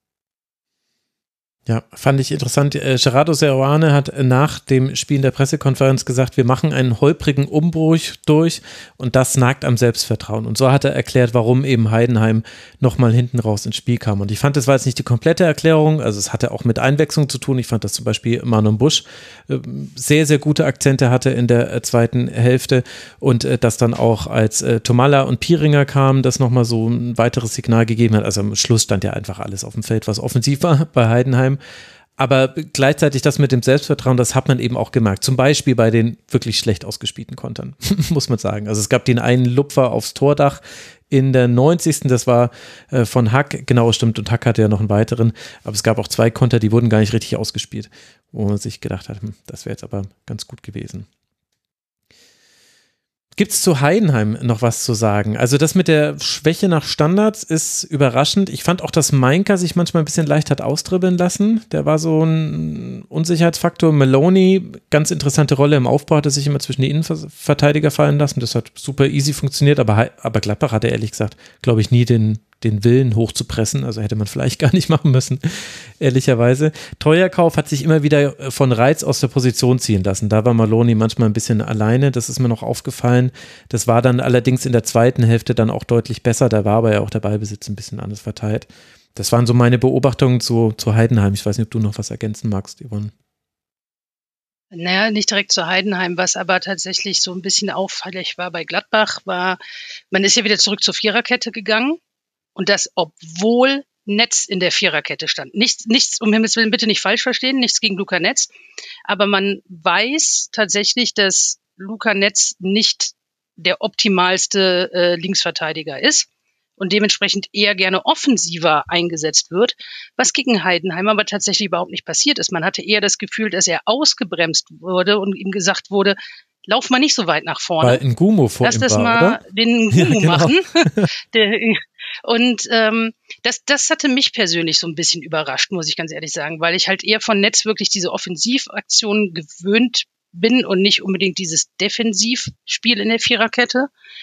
Ja, fand ich interessant. Äh, Gerardo Seoane hat nach dem Spiel in der Pressekonferenz gesagt, wir machen einen holprigen Umbruch durch und das nagt am Selbstvertrauen. Und so hat er erklärt, warum eben Heidenheim nochmal hinten raus ins Spiel kam. Und ich fand, das war jetzt nicht die komplette Erklärung, also es hatte auch mit Einwechslung zu tun. Ich fand, dass zum Beispiel Manon Busch äh, sehr, sehr gute Akzente hatte in der äh, zweiten Hälfte und äh, dass dann auch als äh, Tomalla und Pieringer kamen, das nochmal so ein weiteres Signal gegeben hat. Also am Schluss stand ja einfach alles auf dem Feld, was offensiv war bei Heidenheim. Aber gleichzeitig das mit dem Selbstvertrauen, das hat man eben auch gemerkt. Zum Beispiel bei den wirklich schlecht ausgespielten Kontern, muss man sagen. Also es gab den einen Lupfer aufs Tordach in der neunzigsten Das war äh, von Hack. Genau, stimmt. Und Hack hatte ja noch einen weiteren. Aber es gab auch zwei Konter, die wurden gar nicht richtig ausgespielt. Wo man sich gedacht hat, hm, das wäre jetzt aber ganz gut gewesen. Gibt es zu Heidenheim noch was zu sagen? Also das mit der Schwäche nach Standards ist überraschend. Ich fand auch, dass Mainka sich manchmal ein bisschen leicht hat austribbeln lassen. Der war so ein Unsicherheitsfaktor. Maloney, ganz interessante Rolle im Aufbau, hat er sich immer zwischen die Innenverteidiger fallen lassen. Das hat super easy funktioniert, aber, aber Gladbach hatte ehrlich gesagt, glaube ich, nie den den Willen hochzupressen, also hätte man vielleicht gar nicht machen müssen, ehrlicherweise. Teuerkauf hat sich immer wieder von Reitz aus der Position ziehen lassen. Da war Maloney manchmal ein bisschen alleine, das ist mir noch aufgefallen. Das war dann allerdings in der zweiten Hälfte dann auch deutlich besser, da war aber ja auch der Ballbesitz ein bisschen anders verteilt. Das waren so meine Beobachtungen zu, zu Heidenheim. Ich weiß nicht, ob du noch was ergänzen magst, Yvonne. Naja, nicht direkt zu Heidenheim, was aber tatsächlich so ein bisschen auffällig war bei Gladbach, war, man ist ja wieder zurück zur Viererkette gegangen. Und das, obwohl Netz in der Viererkette stand. Nichts, nichts, um Himmels Willen, bitte nicht falsch verstehen, nichts gegen Luca Netz. Aber man weiß tatsächlich, dass Luca Netz nicht der optimalste äh, Linksverteidiger ist und dementsprechend eher gerne offensiver eingesetzt wird, was gegen Heidenheim aber tatsächlich überhaupt nicht passiert ist. Man hatte eher das Gefühl, dass er ausgebremst wurde und ihm gesagt wurde, lauf mal nicht so weit nach vorne. Weil Ngumo vor Lass ihm das war, mal oder? den Ngumo Ja, genau. machen. Der, und ähm, das, das hatte mich persönlich so ein bisschen überrascht, muss ich ganz ehrlich sagen, weil ich halt eher von Netz wirklich diese Offensivaktionen gewöhnt bin und nicht unbedingt dieses Defensivspiel in der Viererkette.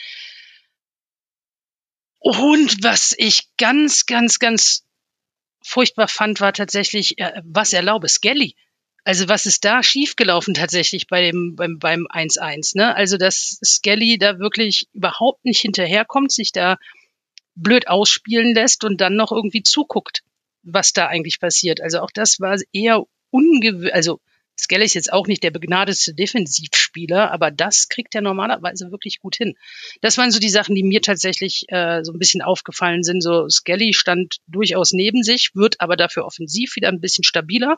Und was ich ganz, ganz, ganz furchtbar fand, war tatsächlich, äh, was erlaube Skelly. Also was ist da schiefgelaufen tatsächlich bei dem beim beim eins eins, ne? Also dass Skelly da wirklich überhaupt nicht hinterherkommt, sich da blöd ausspielen lässt und dann noch irgendwie zuguckt, was da eigentlich passiert. Also auch das war eher ungewöhnlich. Also Skelly ist jetzt auch nicht der begnadete Defensivspieler, aber das kriegt er normalerweise wirklich gut hin. Das waren so die Sachen, die mir tatsächlich äh, so ein bisschen aufgefallen sind. So Skelly stand durchaus neben sich, wird aber dafür offensiv wieder ein bisschen stabiler.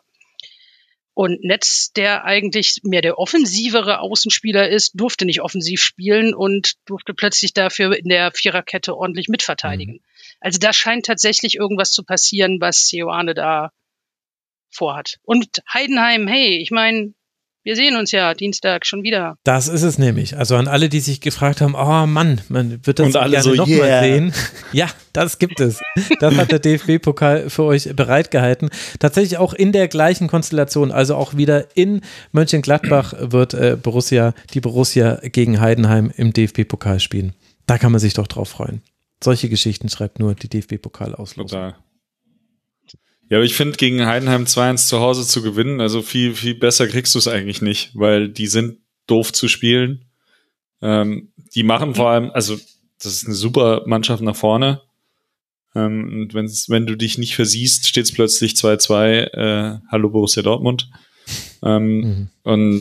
Und Netz, der eigentlich mehr der offensivere Außenspieler ist, durfte nicht offensiv spielen und durfte plötzlich dafür in der Viererkette ordentlich mitverteidigen. Mhm. Also da scheint tatsächlich irgendwas zu passieren, was Seoane da vorhat. Und Heidenheim, hey, ich meine, wir sehen uns ja Dienstag schon wieder. Das ist es nämlich. Also an alle, die sich gefragt haben, oh Mann, man wird das und alle gerne so, noch yeah. mal sehen. Ja, das gibt es. Das hat der D F B-Pokal für euch bereitgehalten. Tatsächlich auch in der gleichen Konstellation, also auch wieder in Mönchengladbach wird äh, Borussia, die Borussia gegen Heidenheim im D F B-Pokal spielen. Da kann man sich doch drauf freuen. Solche Geschichten schreibt nur die D F B-Pokal-Auslosung. Total. Ja, aber ich finde, gegen Heidenheim zwei eins zu Hause zu gewinnen, also viel, viel besser kriegst du es eigentlich nicht, weil die sind doof zu spielen. Ähm, die machen vor allem, also das ist eine super Mannschaft nach vorne. Ähm, und wenn's, wenn du dich nicht versiehst, steht es plötzlich zwei zwei, äh, hallo Borussia Dortmund. Ähm, mhm. Und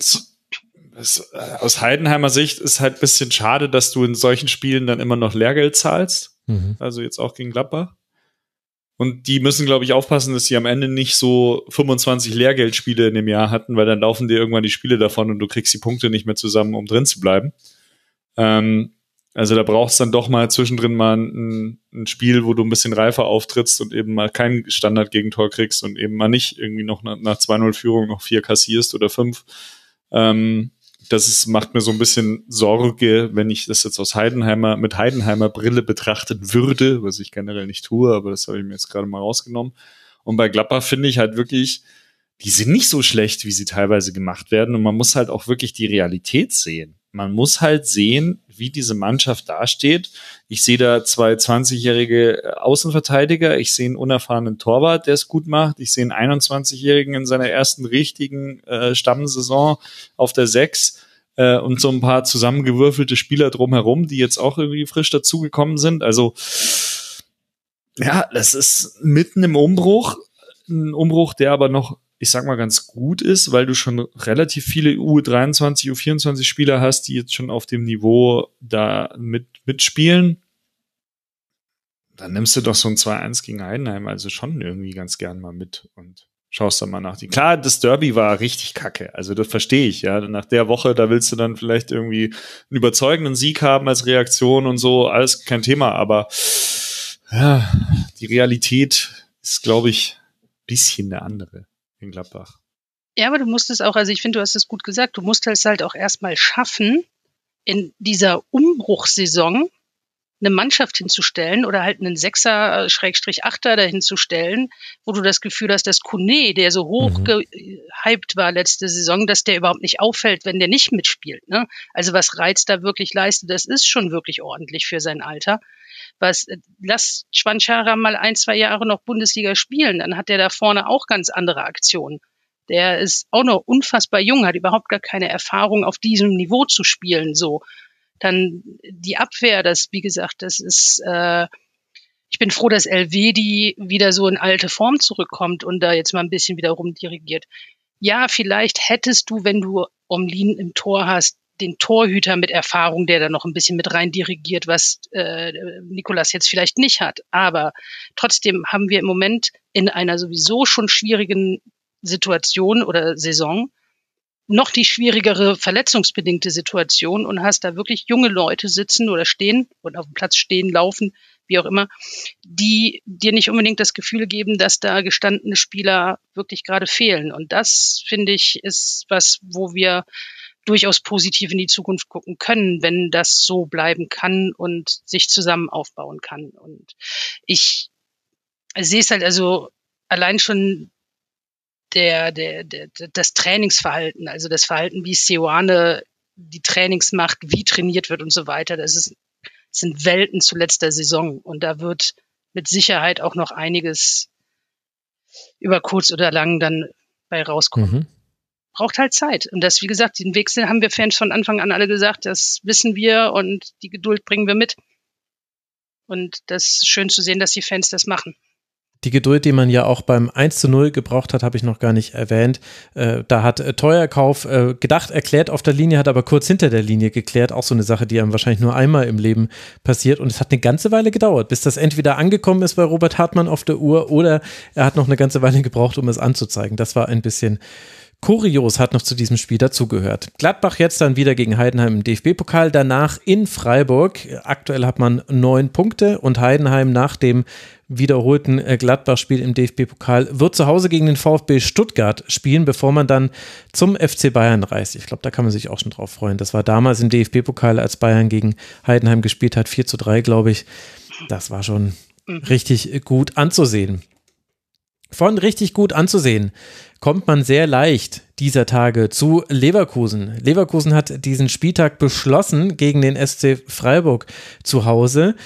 es, äh, aus Heidenheimer Sicht ist halt ein bisschen schade, dass du in solchen Spielen dann immer noch Lehrgeld zahlst. Mhm. Also jetzt auch gegen Gladbach. Und die müssen, glaube ich, aufpassen, dass sie am Ende nicht so fünfundzwanzig Lehrgeldspiele in dem Jahr hatten, weil dann laufen dir irgendwann die Spiele davon und du kriegst die Punkte nicht mehr zusammen, um drin zu bleiben. Ähm, also da brauchst du dann doch mal zwischendrin mal ein, ein Spiel, wo du ein bisschen reifer auftrittst und eben mal kein Standard-Gegentor kriegst und eben mal nicht irgendwie noch nach, nach zwei null Führung noch vier kassierst oder fünf. Ähm, das ist, macht mir so ein bisschen Sorge, wenn ich das jetzt aus Heidenheimer, mit Heidenheimer Brille betrachten würde, was ich generell nicht tue, aber das habe ich mir jetzt gerade mal rausgenommen. Und bei Gladbach finde ich halt wirklich, die sind nicht so schlecht, wie sie teilweise gemacht werden. Und man muss halt auch wirklich die Realität sehen. Man muss halt sehen, wie diese Mannschaft dasteht. Ich sehe da zwei zwanzigjährige Außenverteidiger. Ich sehe einen unerfahrenen Torwart, der es gut macht. Ich sehe einen einundzwanzigjährigen in seiner ersten richtigen äh, Stammsaison auf der Sechs äh, und so ein paar zusammengewürfelte Spieler drumherum, die jetzt auch irgendwie frisch dazugekommen sind. Also ja, das ist mitten im Umbruch. Ein Umbruch, der aber noch, ich sag mal, ganz gut ist, weil du schon relativ viele U dreiundzwanzig, U vierundzwanzig Spieler hast, die jetzt schon auf dem Niveau da mit mitspielen. Dann nimmst du doch so ein zwei eins gegen Heidenheim also schon irgendwie ganz gern mal mit und schaust dann mal nach. Die. Klar, das Derby war richtig kacke, also das verstehe ich, ja. Nach der Woche, da willst du dann vielleicht irgendwie einen überzeugenden Sieg haben als Reaktion und so, alles kein Thema, aber ja, die Realität ist, glaube ich, ein bisschen eine andere in Gladbach. Ja, aber du musst es auch, also ich finde, du hast es gut gesagt, du musst es halt auch erstmal schaffen, in dieser Umbruchssaison eine Mannschaft hinzustellen oder halt einen Sechser, Schrägstrich Achter dahinzustellen, wo du das Gefühl hast, dass Kone, der so hoch mhm. gehypt war letzte Saison, dass der überhaupt nicht auffällt, wenn der nicht mitspielt. Ne? Also was Reitz da wirklich leistet, das ist schon wirklich ordentlich für sein Alter. Was, lass Schwanchara mal ein, zwei Jahre noch Bundesliga spielen, dann hat der da vorne auch ganz andere Aktionen. Der ist auch noch unfassbar jung, hat überhaupt gar keine Erfahrung, auf diesem Niveau zu spielen, so. Dann die Abwehr, das, wie gesagt, das ist, äh, ich bin froh, dass Elvedi wieder so in alte Form zurückkommt und da jetzt mal ein bisschen wieder rumdirigiert. Ja, vielleicht hättest du, wenn du Omlin im Tor hast, den Torhüter mit Erfahrung, der da noch ein bisschen mit rein dirigiert, was äh, Nicolas jetzt vielleicht nicht hat. Aber trotzdem haben wir im Moment in einer sowieso schon schwierigen Situation oder Saison noch die schwierigere verletzungsbedingte Situation und hast da wirklich junge Leute sitzen oder stehen oder auf dem Platz stehen, laufen, wie auch immer, die dir nicht unbedingt das Gefühl geben, dass da gestandene Spieler wirklich gerade fehlen. Und das, finde ich, ist was, wo wir durchaus positiv in die Zukunft gucken können, wenn das so bleiben kann und sich zusammen aufbauen kann. Und ich sehe es halt also allein schon der, der, der, das Trainingsverhalten, also das Verhalten, wie Seoane die Trainings macht, wie trainiert wird und so weiter, das ist, das sind Welten zu letzter Saison. Und da wird mit Sicherheit auch noch einiges über kurz oder lang dann bei rauskommen. Mhm. Braucht halt Zeit. Und das, wie gesagt, den Wechsel haben wir Fans von Anfang an alle gesagt, das wissen wir und die Geduld bringen wir mit. Und das ist schön zu sehen, dass die Fans das machen. Die Geduld, die man ja auch beim eins zu null gebraucht hat, habe ich noch gar nicht erwähnt. Äh, da hat äh, Teuerkauf äh, gedacht, erklärt auf der Linie, hat aber kurz hinter der Linie geklärt. Auch so eine Sache, die einem wahrscheinlich nur einmal im Leben passiert. Und es hat eine ganze Weile gedauert, bis das entweder angekommen ist bei Robert Hartmann auf der Uhr oder er hat noch eine ganze Weile gebraucht, um es anzuzeigen. Das war ein bisschen kurios, hat noch zu diesem Spiel dazugehört. Gladbach jetzt dann wieder gegen Heidenheim im D F B-Pokal, danach in Freiburg. Aktuell hat man neun Punkte und Heidenheim nach dem wiederholten Gladbach-Spiel im D F B-Pokal wird zu Hause gegen den VfB Stuttgart spielen, bevor man dann zum F C Bayern reist. Ich glaube, da kann man sich auch schon drauf freuen. Das war damals im D F B-Pokal, als Bayern gegen Heidenheim gespielt hat, vier zu drei, glaube ich. Das war schon richtig gut anzusehen. Von richtig gut anzusehen kommt man sehr leicht dieser Tage zu Leverkusen. Leverkusen hat diesen Spieltag beschlossen gegen den S C Freiburg zu Hause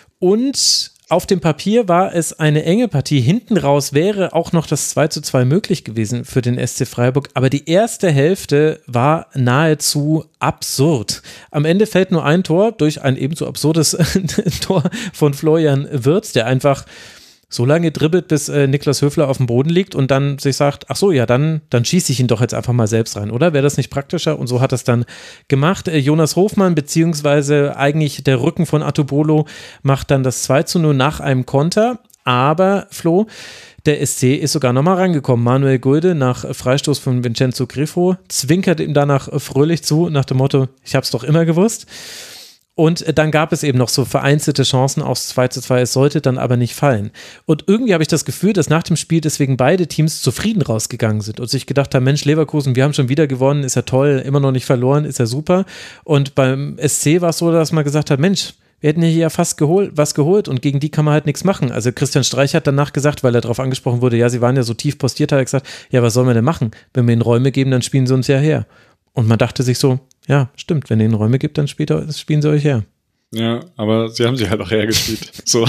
und auf dem Papier war es eine enge Partie. Hinten raus wäre auch noch das zwei zu zwei möglich gewesen für den S C Freiburg, aber die erste Hälfte war nahezu absurd. Am Ende fällt nur ein Tor durch ein ebenso absurdes Tor von Florian Wirtz, der einfach so lange dribbelt, bis äh, Niklas Höfler auf dem Boden liegt und dann sich sagt, ach so, ja, dann, dann schieße ich ihn doch jetzt einfach mal selbst rein, oder? Wäre das nicht praktischer? Und so hat es dann gemacht. Äh, Jonas Hofmann, beziehungsweise eigentlich der Rücken von Atubolo, macht dann das zwei zu null nach einem Konter. Aber, Flo, der S C ist sogar nochmal rangekommen. Manuel Gulde nach Freistoß von Vincenzo Grifo zwinkert ihm danach fröhlich zu, nach dem Motto, ich hab's doch immer gewusst. Und dann gab es eben noch so vereinzelte Chancen aufs zwei zu zwei, es sollte dann aber nicht fallen. Und irgendwie habe ich das Gefühl, dass nach dem Spiel deswegen beide Teams zufrieden rausgegangen sind und sich gedacht haben, Mensch, Leverkusen, wir haben schon wieder gewonnen, ist ja toll, immer noch nicht verloren, ist ja super. Und beim S C war es so, dass man gesagt hat, Mensch, wir hätten hier ja fast geholt, was geholt und gegen die kann man halt nichts machen. Also Christian Streich hat danach gesagt, weil er darauf angesprochen wurde, ja, sie waren ja so tief postiert, hat er gesagt, ja, was sollen wir denn machen? Wenn wir ihnen Räume geben, dann spielen sie uns ja her. Und man dachte sich so, ja, stimmt, wenn ihr ihnen Räume gibt, dann spielt, spielen sie euch her. Ja, aber sie haben sie halt auch hergespielt. So.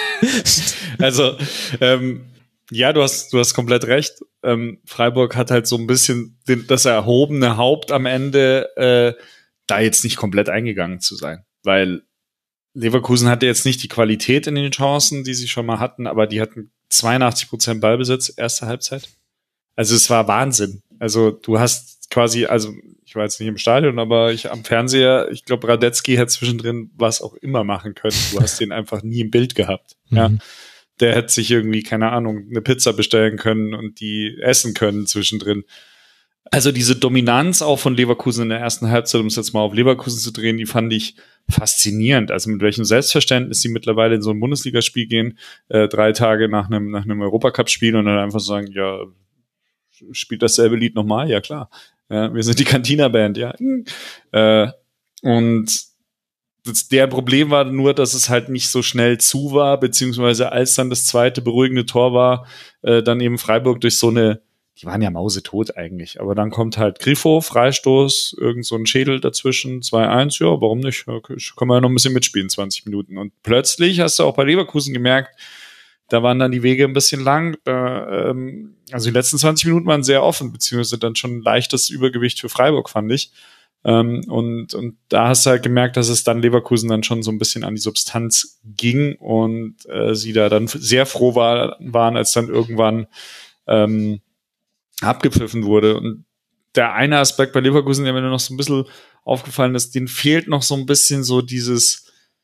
Also, ähm, ja, du hast, du hast komplett recht. Ähm, Freiburg hat halt so ein bisschen den, das erhobene Haupt am Ende, äh, da jetzt nicht komplett eingegangen zu sein. Weil Leverkusen hatte jetzt nicht die Qualität in den Chancen, die sie schon mal hatten, aber die hatten zweiundachtzig Prozent Ballbesitz, erste Halbzeit. Also es war Wahnsinn. Also du hast quasi, also ich war jetzt nicht im Stadion, aber ich am Fernseher, ich glaube, Radetzky hätte zwischendrin was auch immer machen können. Du hast den einfach nie im Bild gehabt. Mhm. Ja, der hätte sich irgendwie, keine Ahnung, eine Pizza bestellen können und die essen können zwischendrin. Also diese Dominanz auch von Leverkusen in der ersten Halbzeit, um es jetzt mal auf Leverkusen zu drehen, die fand ich faszinierend. Also mit welchem Selbstverständnis sie mittlerweile in so ein Bundesligaspiel gehen, äh, drei Tage nach einem nach einem Europacup-Spiel und dann einfach sagen, ja, spielt dasselbe Lied nochmal? Ja, klar. Ja, wir sind die Cantina-Band, ja. Äh, und das, der Problem war nur, dass es halt nicht so schnell zu war, beziehungsweise als dann das zweite beruhigende Tor war, äh, dann eben Freiburg durch so eine, die waren ja mausetot eigentlich, aber dann kommt halt Grifo, Freistoß, irgend so ein Schädel dazwischen, zwei eins, ja, warum nicht? Okay, können wir ja noch ein bisschen mitspielen, zwanzig Minuten. Und plötzlich hast du auch bei Leverkusen gemerkt, da waren dann die Wege ein bisschen lang. Äh, ähm, also die letzten zwanzig Minuten waren sehr offen, beziehungsweise dann schon ein leichtes Übergewicht für Freiburg, fand ich. Ähm, und, und da hast du halt gemerkt, dass es dann Leverkusen dann schon so ein bisschen an die Substanz ging und äh, sie da dann sehr froh war, waren, als dann irgendwann ähm, abgepfiffen wurde. Und der eine Aspekt bei Leverkusen, der mir noch so ein bisschen aufgefallen ist, denen fehlt noch so ein bisschen so dieses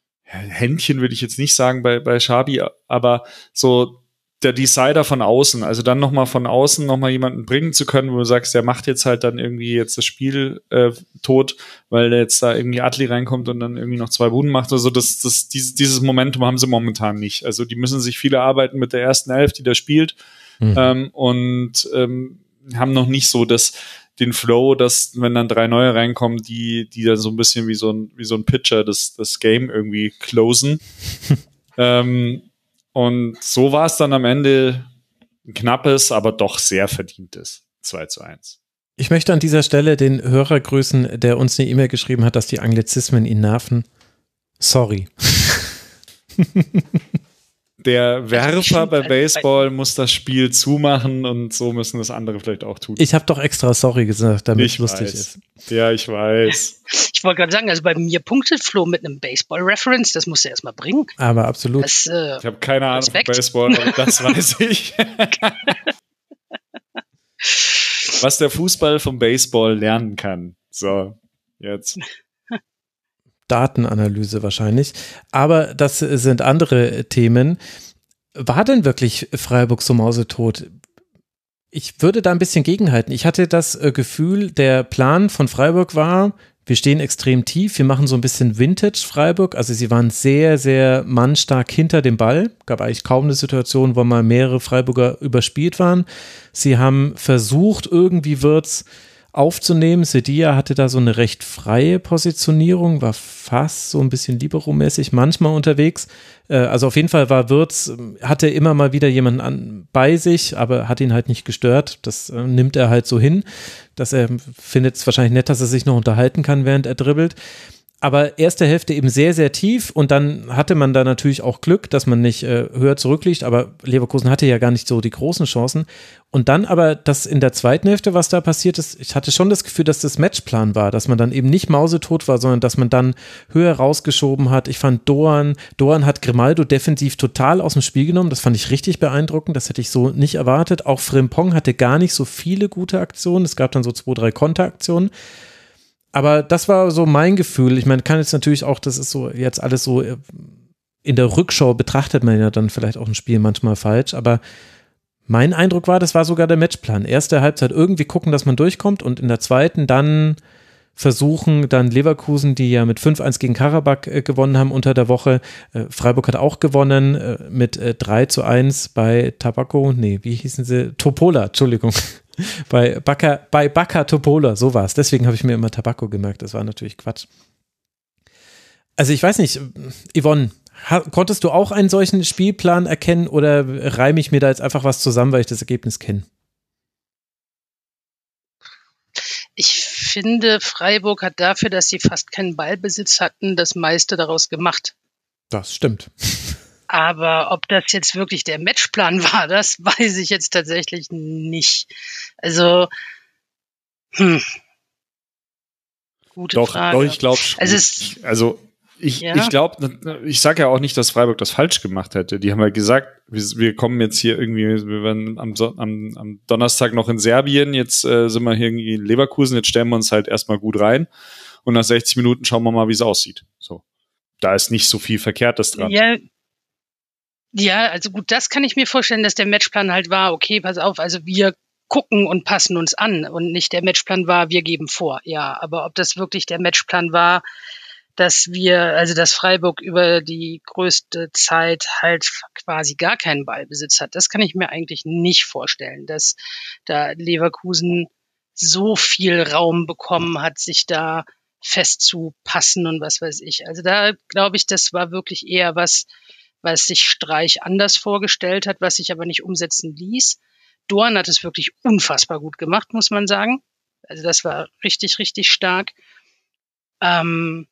Händchen würde ich jetzt nicht sagen bei, bei Xabi, aber so der Decider von außen, also dann nochmal von außen nochmal jemanden bringen zu können, wo du sagst, der macht jetzt halt dann irgendwie jetzt das Spiel äh, tot, weil jetzt da irgendwie Adli reinkommt und dann irgendwie noch zwei Buden macht. Also das, das, dieses, dieses Momentum haben sie momentan nicht. Also die müssen sich viele arbeiten mit der ersten Elf, die da spielt, mhm. ähm, und ähm, haben noch nicht so das den Flow, dass wenn dann drei neue reinkommen, die die dann so ein bisschen wie so ein wie so ein Pitcher das das Game irgendwie closen. ähm, und so war es dann am Ende ein knappes, aber doch sehr verdientes zwei zu eins. Ich möchte an dieser Stelle den Hörer grüßen, der uns eine E-Mail geschrieben hat, dass die Anglizismen ihn nerven. Sorry. Der Werfer bei Baseball muss das Spiel zumachen und so müssen das andere vielleicht auch tun. Ich habe doch extra sorry gesagt, damit es lustig weiß. ist. Ja, ich weiß. Ich wollte gerade sagen, also bei mir punktet Flo mit einem Baseball-Reference, das musst du erstmal bringen. Aber absolut. Das, äh, Ich habe keine Ahnung Respekt. von Baseball, aber das weiß ich. Was der Fußball vom Baseball lernen kann. So, jetzt. Datenanalyse wahrscheinlich. Aber das sind andere Themen. War denn wirklich Freiburg so mausetot? Ich würde da ein bisschen gegenhalten. Ich hatte das Gefühl, der Plan von Freiburg war, wir stehen extrem tief, wir machen so ein bisschen Vintage Freiburg. Also sie waren sehr, sehr mannstark hinter dem Ball. Gab eigentlich kaum eine Situation, wo mal mehrere Freiburger überspielt waren. Sie haben versucht, irgendwie Wirtz aufzunehmen. Sedia hatte da so eine recht freie Positionierung, war fast so ein bisschen Libero-mäßig manchmal unterwegs. Also auf jeden Fall war Wirtz, hatte immer mal wieder jemanden an, bei sich, aber hat ihn halt nicht gestört. Das äh, nimmt er halt so hin, dass er findet es wahrscheinlich nett, dass er sich noch unterhalten kann, während er dribbelt. Aber erste Hälfte eben sehr, sehr tief und dann hatte man da natürlich auch Glück, dass man nicht äh, höher zurückliegt, aber Leverkusen hatte ja gar nicht so die großen Chancen. Und dann aber das in der zweiten Hälfte, was da passiert ist, ich hatte schon das Gefühl, dass das Matchplan war, dass man dann eben nicht mausetot war, sondern dass man dann höher rausgeschoben hat. Ich fand Doan, Doan hat Grimaldo defensiv total aus dem Spiel genommen, das fand ich richtig beeindruckend, das hätte ich so nicht erwartet. Auch Frimpong hatte gar nicht so viele gute Aktionen, es gab dann so zwei, drei Konteraktionen. Aber das war so mein Gefühl. Ich meine, kann jetzt natürlich auch, das ist so jetzt alles so in der Rückschau betrachtet man ja dann vielleicht auch ein Spiel manchmal falsch, aber mein Eindruck war, das war sogar der Matchplan. Erste Halbzeit irgendwie gucken, dass man durchkommt und in der zweiten dann versuchen, dann Leverkusen, die ja mit fünf eins gegen Karabakh äh, gewonnen haben unter der Woche. Äh, Freiburg hat auch gewonnen äh, mit äh, drei zu eins bei Tabako, nee, wie hießen sie? Topola, Entschuldigung. Bei Baka, bei Baka Topola, so war es. Deswegen habe ich mir immer Tabako gemerkt. Das war natürlich Quatsch. Also ich weiß nicht, Yvonne, ha, konntest du auch einen solchen Spielplan erkennen oder reime ich mir da jetzt einfach was zusammen, weil ich das Ergebnis kenne? Ich finde, Freiburg hat dafür, dass sie fast keinen Ballbesitz hatten, das meiste daraus gemacht. Das stimmt. Aber ob das jetzt wirklich der Matchplan war, das weiß ich jetzt tatsächlich nicht. Also, hm. Gute doch, Frage. Doch, ich glaube schon. Also, es, also ich, ja? ich glaube, ich sage ja auch nicht, dass Freiburg das falsch gemacht hätte. Die haben ja gesagt, wir, wir kommen jetzt hier irgendwie, wir werden am, am, am Donnerstag noch in Serbien, jetzt äh, sind wir hier irgendwie in Leverkusen, jetzt stellen wir uns halt erstmal gut rein und nach sechzig Minuten schauen wir mal, wie es aussieht. So, da ist nicht so viel Verkehrtes dran. Ja. Ja, also gut, das kann ich mir vorstellen, dass der Matchplan halt war, okay, pass auf, also wir gucken und passen uns an und nicht der Matchplan war, wir geben vor. Ja, aber ob das wirklich der Matchplan war, dass wir, also dass Freiburg über die größte Zeit halt quasi gar keinen Ballbesitz hat, das kann ich mir eigentlich nicht vorstellen, dass da Leverkusen so viel Raum bekommen hat, sich da festzupassen und was weiß ich. Also da glaube ich, das war wirklich eher was, was sich Streich anders vorgestellt hat, was sich aber nicht umsetzen ließ. Doan hat es wirklich unfassbar gut gemacht, muss man sagen. Also das war richtig, richtig stark. Ähm,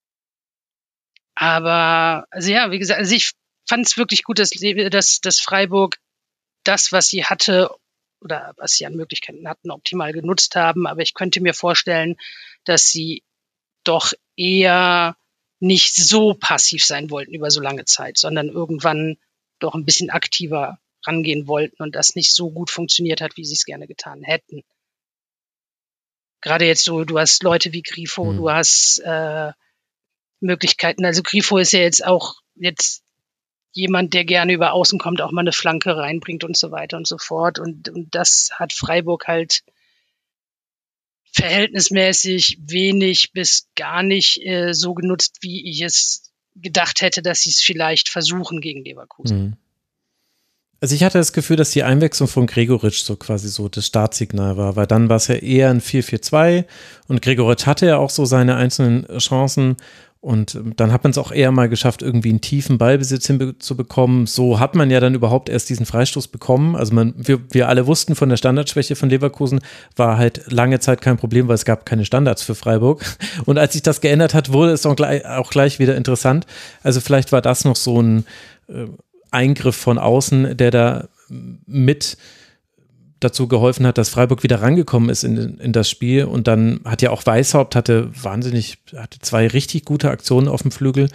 aber, also ja, wie gesagt, also ich fand es wirklich gut, dass, dass, dass Freiburg das, was sie hatte oder was sie an Möglichkeiten hatten, optimal genutzt haben. Aber ich könnte mir vorstellen, dass sie doch eher nicht so passiv sein wollten über so lange Zeit, sondern irgendwann doch ein bisschen aktiver rangehen wollten und das nicht so gut funktioniert hat, wie sie es gerne getan hätten. Gerade jetzt so, du hast Leute wie Grifo, mhm. du hast äh, Möglichkeiten, also Grifo ist ja jetzt auch jetzt jemand, der gerne über Außen kommt, auch mal eine Flanke reinbringt und so weiter und so fort und, und das hat Freiburg halt verhältnismäßig wenig bis gar nicht äh, so genutzt, wie ich es gedacht hätte, dass sie es vielleicht versuchen gegen Leverkusen. Mhm. Also ich hatte das Gefühl, dass die Einwechslung von Gregoritsch so quasi so das Startsignal war, weil dann war es ja eher ein vier vier zwei und Gregoritsch hatte ja auch so seine einzelnen Chancen Und dann hat man es auch eher mal geschafft, irgendwie einen tiefen Ballbesitz hinzubekommen. So hat man ja dann überhaupt erst diesen Freistoß bekommen. Also man, wir, wir alle wussten von der Standardschwäche von Leverkusen, war halt lange Zeit kein Problem, weil es gab keine Standards für Freiburg. Und als sich das geändert hat, wurde es auch gleich, auch gleich wieder interessant. Also vielleicht war das noch so ein äh, Eingriff von außen, der da mit dazu geholfen hat, dass Freiburg wieder rangekommen ist in, in das Spiel. Und dann hat ja auch Weishaupt hatte wahnsinnig, hatte zwei richtig gute Aktionen auf dem Flügel.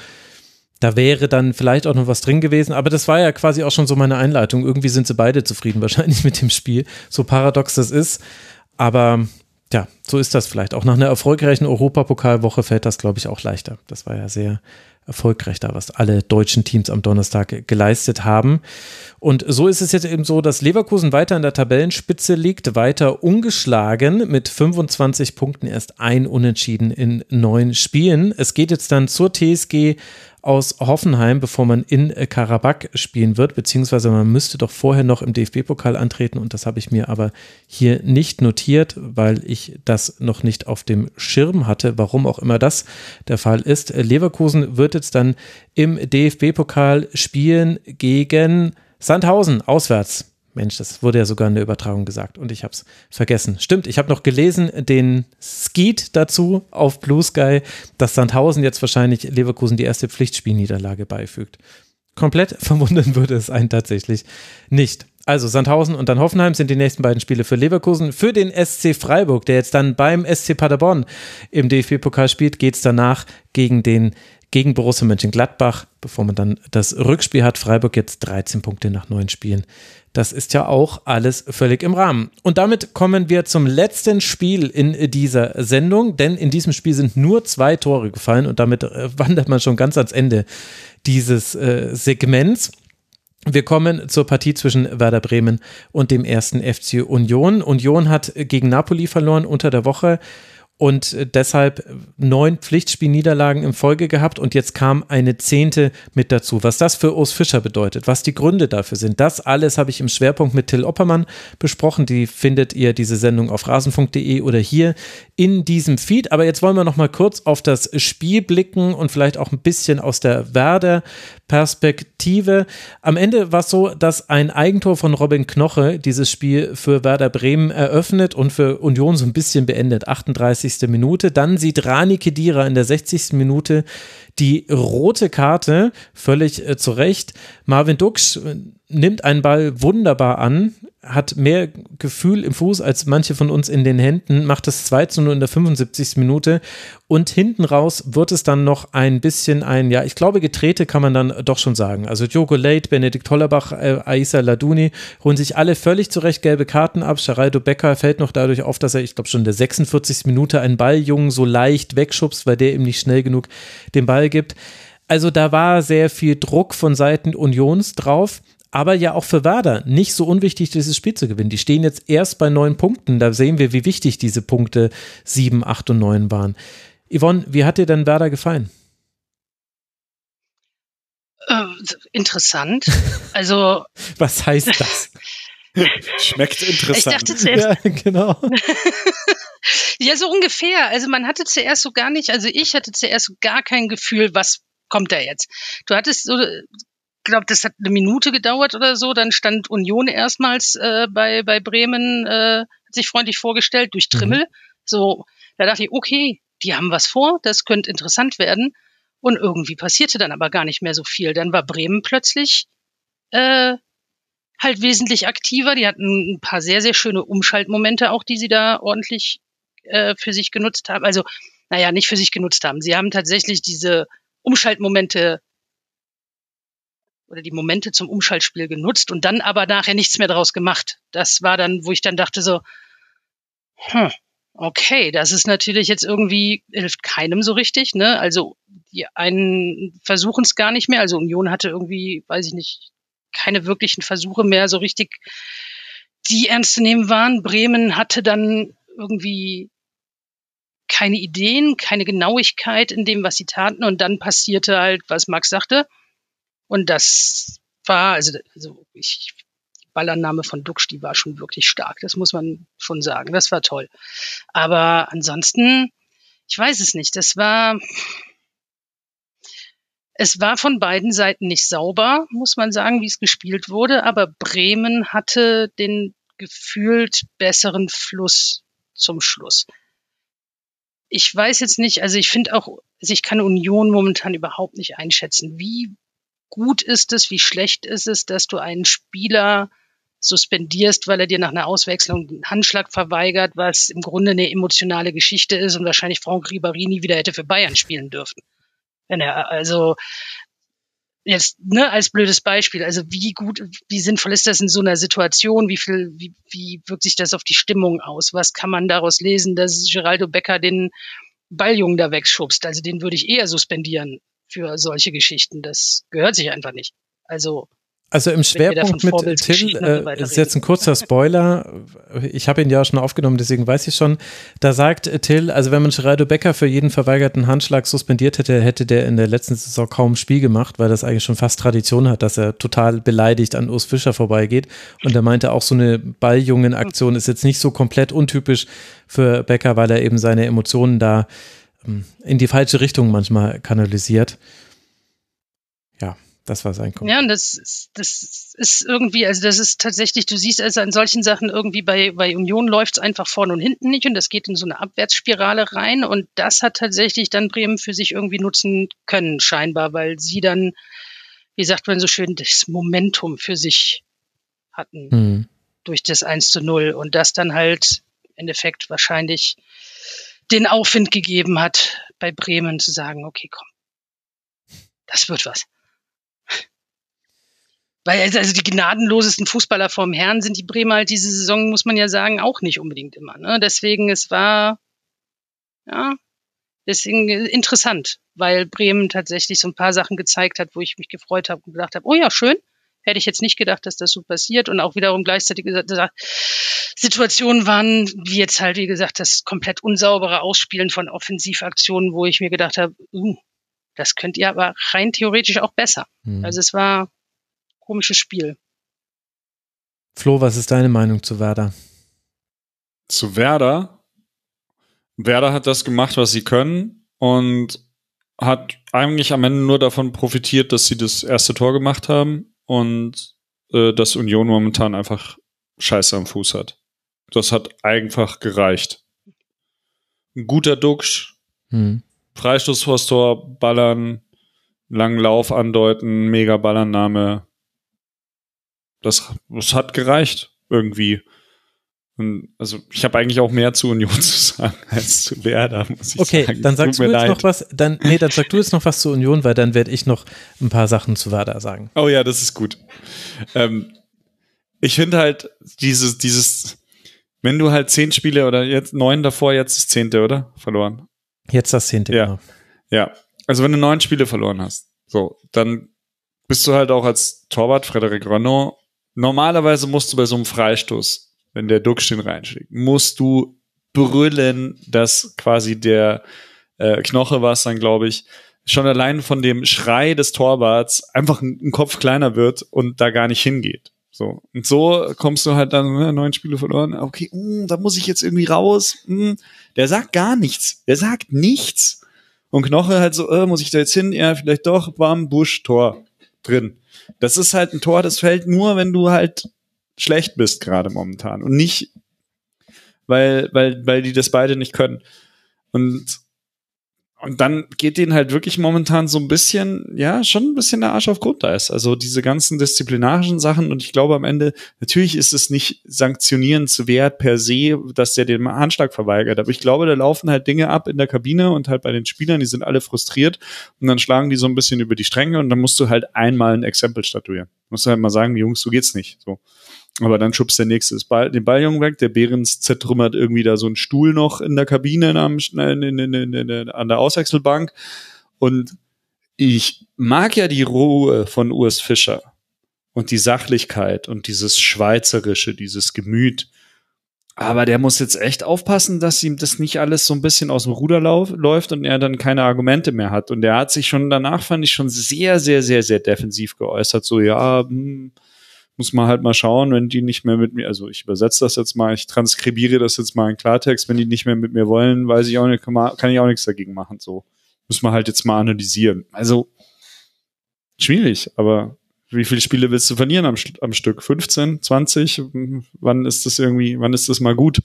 Da wäre dann vielleicht auch noch was drin gewesen, aber das war ja quasi auch schon so meine Einleitung. Irgendwie sind sie beide zufrieden wahrscheinlich mit dem Spiel, so paradox das ist. Aber ja, so ist das vielleicht. Auch nach einer erfolgreichen Europapokalwoche fällt das, glaube ich, auch leichter. Das war ja sehr erfolgreich da, was alle deutschen Teams am Donnerstag geleistet haben. Und so ist es jetzt eben so, dass Leverkusen weiter in der Tabellenspitze liegt, weiter ungeschlagen mit fünfundzwanzig Punkten, erst ein Unentschieden in neun Spielen. Es geht jetzt dann zur T S G aus Hoffenheim, bevor man in Karabakh spielen wird, beziehungsweise man müsste doch vorher noch im D F B-Pokal antreten und das habe ich mir aber hier nicht notiert, weil ich das noch nicht auf dem Schirm hatte, warum auch immer das der Fall ist. Leverkusen wird jetzt dann im D F B-Pokal spielen gegen Sandhausen, auswärts. Mensch, das wurde ja sogar in der Übertragung gesagt und ich habe es vergessen. Stimmt, ich habe noch gelesen, den Skeet dazu auf Blue Sky, dass Sandhausen jetzt wahrscheinlich Leverkusen die erste Pflichtspielniederlage beifügt. Komplett verwundern würde es einen tatsächlich nicht. Also Sandhausen und dann Hoffenheim sind die nächsten beiden Spiele für Leverkusen. Für den S C Freiburg, der jetzt dann beim S C Paderborn im D F B-Pokal spielt, geht es danach gegen den gegen Borussia Mönchengladbach, bevor man dann das Rückspiel hat. Freiburg jetzt dreizehn Punkte nach neun Spielen. Das ist ja auch alles völlig im Rahmen. Und damit kommen wir zum letzten Spiel in dieser Sendung, denn in diesem Spiel sind nur zwei Tore gefallen und damit äh, wandert man schon ganz ans Ende dieses äh, Segments. Wir kommen zur Partie zwischen Werder Bremen und dem ersten F C Union. Union hat gegen Napoli verloren unter der Woche und deshalb neun Pflichtspielniederlagen in Folge gehabt und jetzt kam eine zehnte mit dazu. Was das für Urs Fischer bedeutet, was die Gründe dafür sind, das alles habe ich im Schwerpunkt mit Till Oppermann besprochen. Die findet ihr, diese Sendung, auf rasenfunk punkt de oder hier in diesem Feed. Aber jetzt wollen wir noch mal kurz auf das Spiel blicken und vielleicht auch ein bisschen aus der Werder-Perspektive. Am Ende war es so, dass ein Eigentor von Robin Knoche dieses Spiel für Werder Bremen eröffnet und für Union so ein bisschen beendet. achtunddreißigste Minute. Dann sieht Rani Khedira in der sechzigsten Minute die rote Karte, völlig äh, zu Recht. Marvin Duksch äh, nimmt einen Ball wunderbar an, hat mehr Gefühl im Fuß als manche von uns in den Händen, macht das zwei zu null in der fünfundsiebzigsten Minute und hinten raus wird es dann noch ein bisschen ein, ja, ich glaube, Getrete kann man dann doch schon sagen. Also Diogo Leit, Benedikt Hollerbach, äh, Aissa Ladouni holen sich alle völlig zu Recht gelbe Karten ab. Geraldo Becker fällt noch dadurch auf, dass er, ich glaube, schon in der sechsundvierzigsten Minute einen Balljungen so leicht wegschubst, weil der ihm nicht schnell genug den Ball gibt. Also da war sehr viel Druck von Seiten Unions drauf. Aber ja auch für Werder nicht so unwichtig, dieses Spiel zu gewinnen. Die stehen jetzt erst bei neun Punkten. Da sehen wir, wie wichtig diese Punkte sieben, acht und neun waren. Yvonne, wie hat dir denn Werder gefallen? Äh, interessant. Also was heißt das? Schmeckt interessant. Ich dachte zuerst, ja, genau. Ja, so ungefähr. Also man hatte zuerst so gar nicht, also ich hatte zuerst so gar kein Gefühl, was kommt da jetzt. Du hattest so, ich glaube, das hat eine Minute gedauert oder so, dann stand Union erstmals äh, bei, bei Bremen, äh, hat sich freundlich vorgestellt durch Trimmel. Mhm. So, da dachte ich, okay, die haben was vor, das könnte interessant werden. Und irgendwie passierte dann aber gar nicht mehr so viel. Dann war Bremen plötzlich äh, halt wesentlich aktiver. Die hatten ein paar sehr, sehr schöne Umschaltmomente auch, die sie da ordentlich äh, für sich genutzt haben. Also, naja, nicht für sich genutzt haben. Sie haben tatsächlich diese Umschaltmomente oder die Momente zum Umschaltspiel genutzt und dann aber nachher nichts mehr draus gemacht. Das war dann, wo ich dann dachte so, hm, okay, das ist natürlich jetzt irgendwie, hilft keinem so richtig, ne? Also die einen versuchen es gar nicht mehr. Also Union hatte irgendwie, weiß ich nicht, keine wirklichen Versuche mehr so richtig, die ernst zu nehmen waren. Bremen hatte dann irgendwie keine Ideen, keine Genauigkeit in dem, was sie taten. Und dann passierte halt, was Max sagte. Und das war, also, also ich, die Ballannahme von Duksch, die war schon wirklich stark. Das muss man schon sagen. Das war toll. Aber ansonsten, ich weiß es nicht. Das war, Es war von beiden Seiten nicht sauber, muss man sagen, wie es gespielt wurde, aber Bremen hatte den gefühlt besseren Fluss zum Schluss. Ich weiß jetzt nicht, also ich finde auch, also ich kann Union momentan überhaupt nicht einschätzen. Wie gut ist es, wie schlecht ist es, dass du einen Spieler suspendierst, weil er dir nach einer Auswechslung einen Handschlag verweigert, was im Grunde eine emotionale Geschichte ist und wahrscheinlich Franck Ribéry nie wieder hätte für Bayern spielen dürfen. Wenn er, also jetzt, ne, als blödes Beispiel, also wie gut, wie sinnvoll ist das in so einer Situation, wie viel, wie, wie wirkt sich das auf die Stimmung aus, was kann man daraus lesen, dass Geraldo Becker den Balljungen da wegschubst, also den würde ich eher suspendieren für solche Geschichten, das gehört sich einfach nicht, also Also im Schwerpunkt mit Till äh, ist jetzt ein kurzer Spoiler. Ich habe ihn ja schon aufgenommen, deswegen weiß ich schon. Da sagt Till, also wenn man Geraldo Becker für jeden verweigerten Handschlag suspendiert hätte, hätte der in der letzten Saison kaum ein Spiel gemacht, weil das eigentlich schon fast Tradition hat, dass er total beleidigt an Urs Fischer vorbeigeht. Und er meinte auch, so eine Balljungen-Aktion ist jetzt nicht so komplett untypisch für Becker, weil er eben seine Emotionen da ähm, in die falsche Richtung manchmal kanalisiert. Ja. Das war sein Kommentar. Ja, und das ist, das ist irgendwie, also das ist tatsächlich, du siehst also an solchen Sachen irgendwie bei, bei Union läuft es einfach vorne und hinten nicht und das geht in so eine Abwärtsspirale rein und das hat tatsächlich dann Bremen für sich irgendwie nutzen können, scheinbar, weil sie dann, wie sagt man so schön, das Momentum für sich hatten mhm. durch das eins zu null und das dann halt im Endeffekt wahrscheinlich den Aufwind gegeben hat, bei Bremen zu sagen, okay, komm, das wird was. Weil also die gnadenlosesten Fußballer vorm Herrn sind die Bremer halt diese Saison, muss man ja sagen, auch nicht unbedingt immer. Ne? Deswegen, es war ja deswegen interessant, weil Bremen tatsächlich so ein paar Sachen gezeigt hat, wo ich mich gefreut habe und gedacht habe, oh ja, schön, hätte ich jetzt nicht gedacht, dass das so passiert und auch wiederum gleichzeitig gesagt, Situationen waren, wie jetzt halt, wie gesagt, das komplett unsaubere Ausspielen von Offensivaktionen, wo ich mir gedacht habe, uh, das könnt ihr aber rein theoretisch auch besser. Hm. Also es war komisches Spiel. Flo, was ist deine Meinung zu Werder? Zu Werder? Werder hat das gemacht, was sie können und hat eigentlich am Ende nur davon profitiert, dass sie das erste Tor gemacht haben und äh, dass Union momentan einfach Scheiße am Fuß hat. Das hat einfach gereicht. Ein guter Duxch, hm. Freistoß vors Tor, ballern, langen Lauf andeuten, mega Ballername. Das, das hat gereicht, irgendwie. Und also ich habe eigentlich auch mehr zu Union zu sagen als zu Werder, muss ich okay, sagen. Okay, dann sagst du jetzt leid. noch was, dann, nee, dann sag du jetzt noch was zu Union, weil dann werde ich noch ein paar Sachen zu Werder sagen. Oh ja, das ist gut. Ähm, ich finde halt dieses, dieses, wenn du halt zehn Spiele oder jetzt neun davor, jetzt das zehnte, oder? Verloren. Jetzt das zehnte, ja. Genau. Ja, also wenn du neun Spiele verloren hast, so, dann bist du halt auch als Torwart, Frédéric Renaud, normalerweise musst du bei so einem Freistoß, wenn der Duxch den reinschlägt, musst du brüllen, dass quasi der äh, Knoche war es dann, glaube ich, schon allein von dem Schrei des Torwarts einfach ein, ein Kopf kleiner wird und da gar nicht hingeht. So. Und so kommst du halt dann, ne, neun Spiele verloren, okay, mh, da muss ich jetzt irgendwie raus. Mh. Der sagt gar nichts. Der sagt nichts. Und Knoche halt so, äh, muss ich da jetzt hin? Ja, vielleicht doch, bam, Busch, Tor drin. Das ist halt ein Tor, das fällt nur, wenn du halt schlecht bist gerade momentan und nicht, weil, weil, weil die das beide nicht können. Und, und dann geht denen halt wirklich momentan so ein bisschen, ja, schon ein bisschen der Arsch auf Grundeis. Also diese ganzen disziplinarischen Sachen und ich glaube am Ende, natürlich ist es nicht sanktionierenswert per se, dass der den Handschlag verweigert, aber ich glaube, da laufen halt Dinge ab in der Kabine und halt bei den Spielern, die sind alle frustriert und dann schlagen die so ein bisschen über die Stränge und dann musst du halt einmal ein Exempel statuieren. Du musst halt mal sagen, Jungs, so geht's nicht, so. Aber dann schubst der nächste Ball, den Balljungen weg, der Behrens zertrümmert irgendwie da so einen Stuhl noch in der Kabine am, in, in, in, in, an der Auswechselbank. Und ich mag ja die Ruhe von Urs Fischer und die Sachlichkeit und dieses Schweizerische, dieses Gemüt. Aber der muss jetzt echt aufpassen, dass ihm das nicht alles so ein bisschen aus dem Ruder lauf, läuft und er dann keine Argumente mehr hat. Und er hat sich schon danach, fand ich, schon sehr, sehr, sehr, sehr defensiv geäußert. So, ja, hm, muss man halt mal schauen, wenn die nicht mehr mit mir, also ich übersetze das jetzt mal, ich transkribiere das jetzt mal in Klartext, wenn die nicht mehr mit mir wollen, weiß ich auch nicht, kann ich auch nichts dagegen machen, so. Muss man halt jetzt mal analysieren. Also, schwierig, aber wie viele Spiele willst du verlieren am, am Stück? fünfzehn, zwanzig? Wann ist das irgendwie, wann ist das mal gut?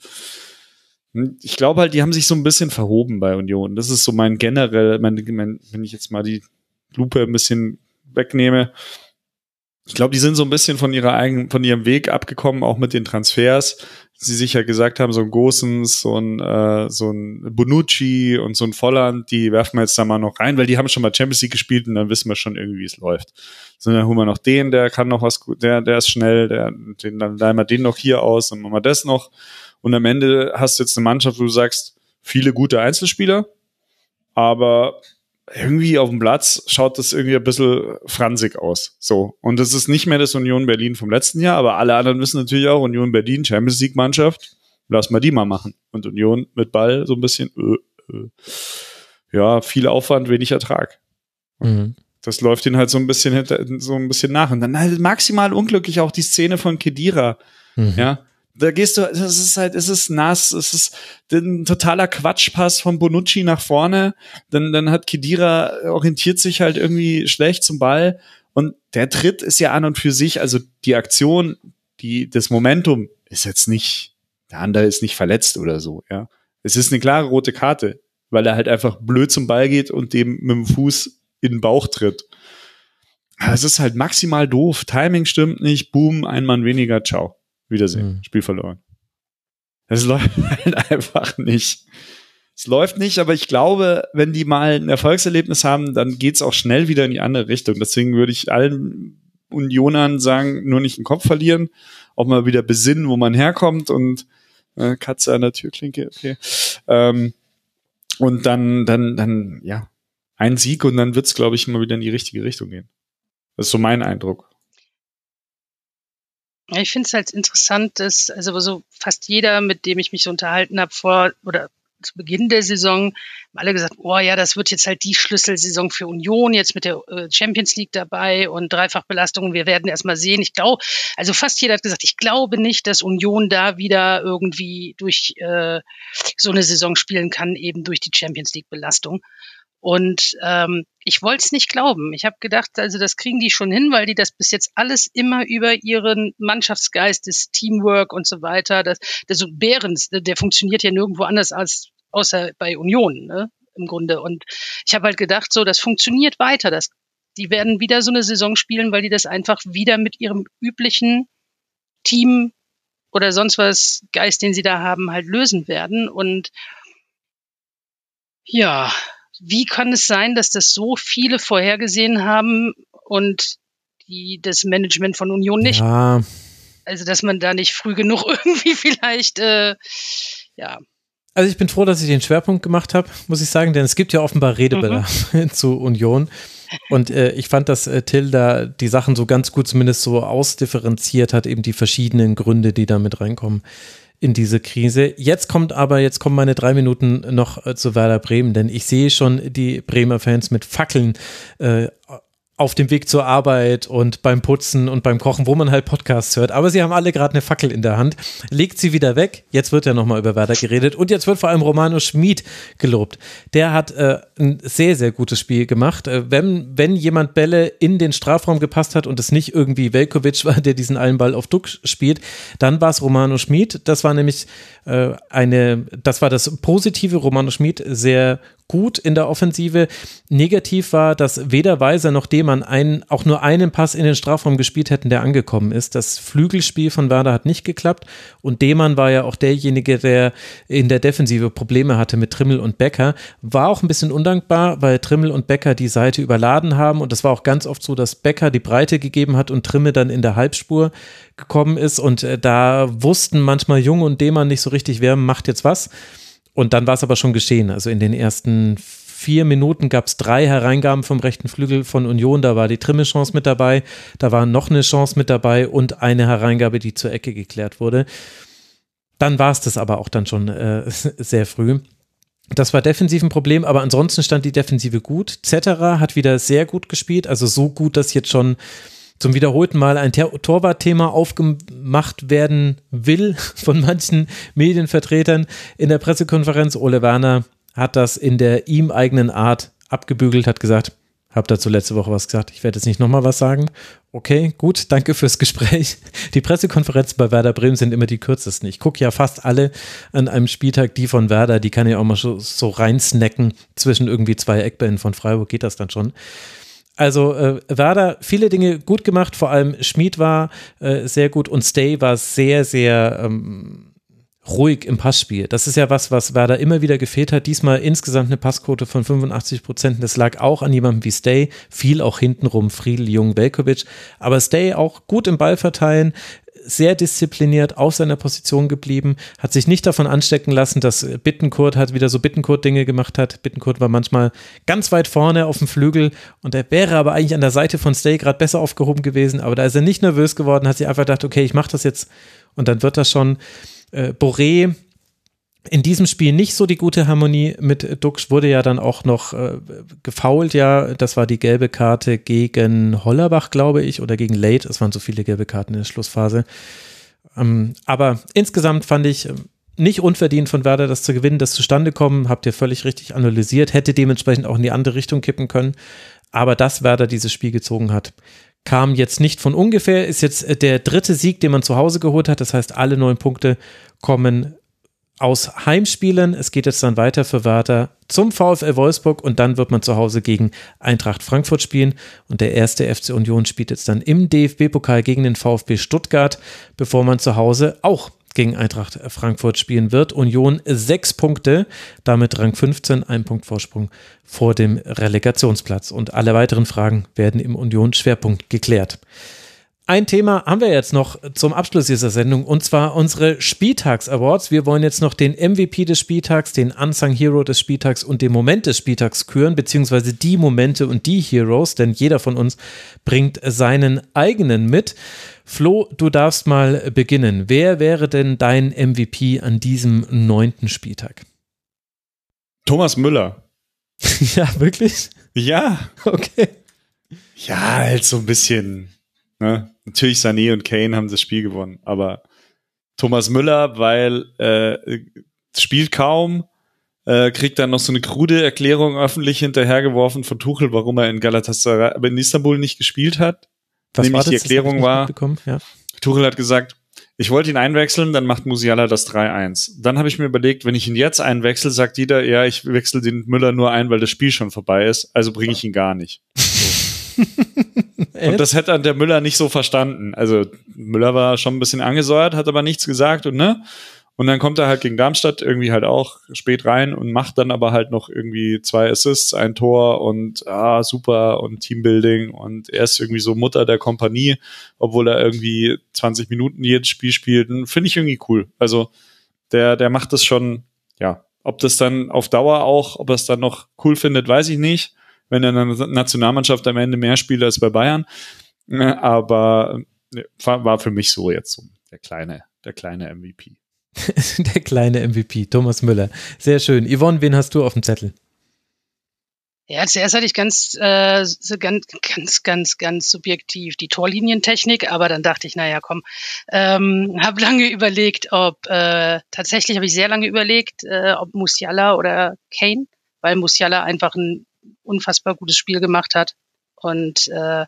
Ich glaube halt, die haben sich so ein bisschen verhoben bei Union. Das ist so mein generell, mein, mein, wenn ich jetzt mal die Lupe ein bisschen wegnehme. Ich glaube, die sind so ein bisschen von ihrer eigenen, von ihrem Weg abgekommen, auch mit den Transfers. Sie sich ja gesagt haben, so ein Gosens, so ein, äh, so ein Bonucci und so ein Volland, die werfen wir jetzt da mal noch rein, weil die haben schon mal Champions League gespielt und dann wissen wir schon irgendwie, wie es läuft. So, dann holen wir noch den, der kann noch was, der, der ist schnell, der, den, dann leihen wir den noch hier aus und machen wir das noch. Und am Ende hast du jetzt eine Mannschaft, wo du sagst, viele gute Einzelspieler, aber irgendwie auf dem Platz schaut das irgendwie ein bisschen fransig aus. So. Und das ist nicht mehr das Union Berlin vom letzten Jahr, aber alle anderen wissen natürlich auch, Union Berlin, Champions League Mannschaft, lass mal die mal machen. Und Union mit Ball so ein bisschen, äh, äh, ja, viel Aufwand, wenig Ertrag. Mhm. Das läuft ihnen halt so ein bisschen hinter, so ein bisschen nach. Und dann halt maximal unglücklich auch die Szene von Khedira. Mhm. Ja. Da gehst du, es ist halt, es ist nass, es ist ein totaler Quatschpass von Bonucci nach vorne, dann, dann hat Khedira, orientiert sich halt irgendwie schlecht zum Ball und der Tritt ist ja an und für sich, also die Aktion, die, das Momentum ist jetzt nicht, der andere ist nicht verletzt oder so, ja. Es ist eine klare rote Karte, weil er halt einfach blöd zum Ball geht und dem mit dem Fuß in den Bauch tritt. Aber es ist halt maximal doof, Timing stimmt nicht, boom, ein Mann weniger, ciao. Wiedersehen, mhm. Spiel verloren. Es läuft halt einfach nicht. Es läuft nicht, aber ich glaube, wenn die mal ein Erfolgserlebnis haben, dann geht's auch schnell wieder in die andere Richtung. Deswegen würde ich allen Unionern sagen, nur nicht den Kopf verlieren, auch mal wieder besinnen, wo man herkommt und äh, Katze an der Türklinke, okay. Ähm, und dann, dann, dann, ja, ein Sieg und dann wird's, glaube ich, mal wieder in die richtige Richtung gehen. Das ist so mein Eindruck. Ja, ich finde es halt interessant, dass also so fast jeder, mit dem ich mich so unterhalten habe vor oder zu Beginn der Saison, haben alle gesagt, oh ja, das wird jetzt halt die Schlüsselsaison für Union, jetzt mit der Champions League dabei und Dreifachbelastung. Wir werden erst mal sehen. Ich glaube, also fast jeder hat gesagt, ich glaube nicht, dass Union da wieder irgendwie durch äh, so eine Saison spielen kann, eben durch die Champions League Belastung. Und ähm, ich wollte es nicht glauben. Ich habe gedacht, also das kriegen die schon hin, weil die das bis jetzt alles immer über ihren Mannschaftsgeist, das Teamwork und so weiter, das, das so Behrens, der funktioniert ja nirgendwo anders als außer bei Union, ne, im Grunde. Und ich habe halt gedacht, so, das funktioniert weiter. Das, die werden wieder so eine Saison spielen, weil die das einfach wieder mit ihrem üblichen Team oder sonst was Geist, den sie da haben, halt lösen werden. Und ja, wie kann es sein, dass das so viele vorhergesehen haben und die das Management von Union nicht? Ja. Also, dass man da nicht früh genug irgendwie vielleicht, äh, ja. Also ich bin froh, dass ich den Schwerpunkt gemacht habe, muss ich sagen, denn es gibt ja offenbar Redebedarf mhm. zu Union. Und äh, ich fand, dass äh, Till da die Sachen so ganz gut zumindest so ausdifferenziert hat, eben die verschiedenen Gründe, die da mit reinkommen in diese Krise. Jetzt kommt aber, jetzt kommen meine drei Minuten noch äh, zu Werder Bremen, denn ich sehe schon die Bremer Fans mit Fackeln äh, auf dem Weg zur Arbeit und beim Putzen und beim Kochen, wo man halt Podcasts hört. Aber sie haben alle gerade eine Fackel in der Hand. Legt sie wieder weg. Jetzt wird ja nochmal über Werder geredet. Und jetzt wird vor allem Romano Schmid gelobt. Der hat äh, ein sehr, sehr gutes Spiel gemacht. Äh, wenn, wenn jemand Bälle in den Strafraum gepasst hat und es nicht irgendwie Veljkovic war, der diesen einen Ball auf Duck spielt, dann war es Romano Schmid. Das war nämlich äh, eine, das war das Positive. Romano Schmid sehr gut in der Offensive. Negativ war, dass weder Weiser noch Demann einen, auch nur einen Pass in den Strafraum gespielt hätten, der angekommen ist. Das Flügelspiel von Werder hat nicht geklappt und Demann war ja auch derjenige, der in der Defensive Probleme hatte mit Trimmel und Becker. War auch ein bisschen undankbar, weil Trimmel und Becker die Seite überladen haben und das war auch ganz oft so, dass Becker die Breite gegeben hat und Trimmel dann in der Halbspur gekommen ist und äh, da wussten manchmal Jung und Demann nicht so richtig, wer macht jetzt was. Und dann war es aber schon geschehen. Also in den ersten vier Minuten gab es drei Hereingaben vom rechten Flügel von Union. Da war die Trimmel-Chance mit dabei, da war noch eine Chance mit dabei und eine Hereingabe, die zur Ecke geklärt wurde. Dann war es das aber auch dann schon äh, sehr früh. Das war defensiv ein Problem, aber ansonsten stand die Defensive gut. Zetterer hat wieder sehr gut gespielt, also so gut, dass jetzt schon zum wiederholten Mal ein Torwartthema aufgemacht werden will von manchen Medienvertretern in der Pressekonferenz. Ole Werner hat das in der ihm eigenen Art abgebügelt, hat gesagt, Habe dazu letzte Woche was gesagt. Ich werde jetzt nicht nochmal was sagen. Okay, gut, danke fürs Gespräch. Die Pressekonferenzen bei Werder Bremen sind immer die kürzesten. Ich gucke ja fast alle an einem Spieltag, die von Werder, die kann ich auch mal so, so reinsnacken. Zwischen irgendwie zwei Eckbällen von Freiburg geht das dann schon. Also äh, Werder, viele Dinge gut gemacht, vor allem Schmid war äh, sehr gut und Stay war sehr, sehr ähm, ruhig im Passspiel. Das ist ja was, was Werder immer wieder gefehlt hat. Diesmal insgesamt eine Passquote von fünfundachtzig Prozent. Das lag auch an jemandem wie Stay, viel auch hintenrum, Friedl, Jung, Velkovic. Aber Stay auch gut im Ball verteilen, sehr diszipliniert auf seiner Position geblieben, hat sich nicht davon anstecken lassen, dass Bittencourt halt wieder so Bittencourt-Dinge gemacht hat. Bittencourt war manchmal ganz weit vorne auf dem Flügel und er wäre aber eigentlich an der Seite von Stay gerade besser aufgehoben gewesen, aber da ist er nicht nervös geworden, hat sich einfach gedacht, okay, ich mache das jetzt und dann wird das schon. Äh, Boré in diesem Spiel nicht so die gute Harmonie mit Duxch, wurde ja dann auch noch äh, gefoult, ja, das war die gelbe Karte gegen Hollerbach, glaube ich, oder gegen Late, es waren so viele gelbe Karten in der Schlussphase, ähm, aber insgesamt fand ich äh, nicht unverdient von Werder das zu gewinnen, das zustande kommen, habt ihr völlig richtig analysiert, hätte dementsprechend auch in die andere Richtung kippen können, aber dass Werder dieses Spiel gezogen hat, kam jetzt nicht von ungefähr, ist jetzt der dritte Sieg, den man zu Hause geholt hat, das heißt, alle neun Punkte kommen aus Heimspielen. Es geht jetzt dann weiter für Werder zum VfL Wolfsburg und dann wird man zu Hause gegen Eintracht Frankfurt spielen und der erste F C Union spielt jetzt dann im D F B-Pokal gegen den VfB Stuttgart, bevor man zu Hause auch gegen Eintracht Frankfurt spielen wird. Union sechs Punkte, damit Rang fünfzehn, ein Punkt Vorsprung vor dem Relegationsplatz. Und alle weiteren Fragen werden im Union-Schwerpunkt geklärt. Ein Thema haben wir jetzt noch zum Abschluss dieser Sendung und zwar unsere Spieltags-Awards. Wir wollen jetzt noch den M V P des Spieltags, den Unsung Hero des Spieltags und den Moment des Spieltags küren, beziehungsweise die Momente und die Heroes, denn jeder von uns bringt seinen eigenen mit. Flo, du darfst mal beginnen. Wer wäre denn dein M V P an diesem neunten Spieltag? Thomas Müller. Ja, wirklich? Ja. Okay. Ja, halt so ein bisschen, ne? Natürlich Sané und Kane haben das Spiel gewonnen, aber Thomas Müller, weil äh, spielt kaum, äh, kriegt dann noch so eine krude Erklärung öffentlich hinterhergeworfen von Tuchel, warum er in Galatasaray, aber in Istanbul nicht gespielt hat. Was Nämlich war das? die Erklärung war, ja. Tuchel hat gesagt, ich wollte ihn einwechseln, dann macht Musiala das drei eins. Dann habe ich mir überlegt, wenn ich ihn jetzt einwechsel, sagt jeder, ja, ich wechsle den Müller nur ein, weil das Spiel schon vorbei ist, also bringe ich ihn gar nicht. So. Und das hätte der Müller nicht so verstanden. Also Müller war schon ein bisschen angesäuert, hat aber nichts gesagt und ne? Und dann kommt er halt gegen Darmstadt irgendwie halt auch spät rein und macht dann aber halt noch irgendwie zwei Assists, ein Tor und ah, super und Teambuilding und er ist irgendwie so Mutter der Kompanie, obwohl er irgendwie zwanzig Minuten jedes Spiel spielt. Finde ich irgendwie cool. Also der, der macht das schon, ja. Ob das dann auf Dauer auch, ob er es dann noch cool findet, weiß ich nicht. Wenn er in der Nationalmannschaft am Ende mehr spielt als bei Bayern. Aber war für mich so jetzt so der kleine, der kleine M V P. Der kleine M V P, Thomas Müller. Sehr schön. Yvonne, wen hast du auf dem Zettel? Ja, zuerst hatte ich ganz, äh, so ganz, ganz, ganz, ganz subjektiv die Torlinientechnik, aber dann dachte ich, naja, komm, ähm, habe lange überlegt, ob, äh, tatsächlich habe ich sehr lange überlegt, äh, ob Musiala oder Kane, weil Musiala einfach ein unfassbar gutes Spiel gemacht hat und äh,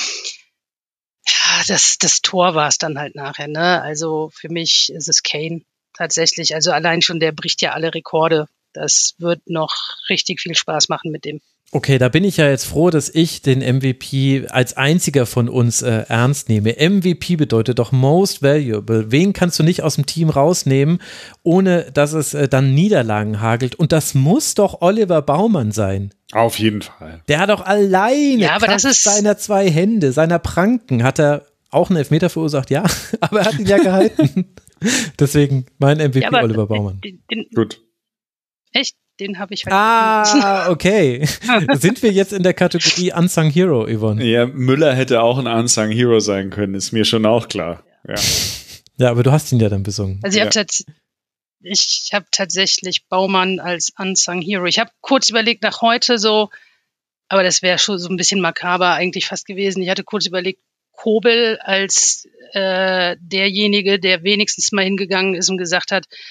ja, das, das Tor war es dann halt nachher, ne? Also für mich ist es Kane. Tatsächlich, also allein schon, der bricht ja alle Rekorde. Das wird noch richtig viel Spaß machen mit dem. Okay, da bin ich ja jetzt froh, dass ich den M V P als einziger von uns äh, ernst nehme. M V P bedeutet doch Most Valuable. Wen kannst du nicht aus dem Team rausnehmen, ohne dass es äh, dann Niederlagen hagelt? Und das muss doch Oliver Baumann sein. Auf jeden Fall. Der hat doch alleine ja, aber das ist seiner zwei Hände, seiner Pranken, hat er auch einen Elfmeter verursacht, ja, aber er hat ihn ja gehalten. Deswegen mein M V P ja, Oliver Baumann. Den, den, Gut. Echt? Den habe ich halt. Ah, okay. Sind wir jetzt in der Kategorie Unsung Hero, Yvonne? Ja, Müller hätte auch ein Unsung Hero sein können, ist mir schon auch klar. Ja, ja aber du hast ihn ja dann besungen. Also ich ja. habe tats- ich hab tatsächlich Baumann als Unsung Hero. Ich habe kurz überlegt nach heute so, aber das wäre schon so ein bisschen makaber eigentlich fast gewesen. Ich hatte kurz überlegt, Kobel als äh, derjenige, der wenigstens mal hingegangen ist und gesagt hat,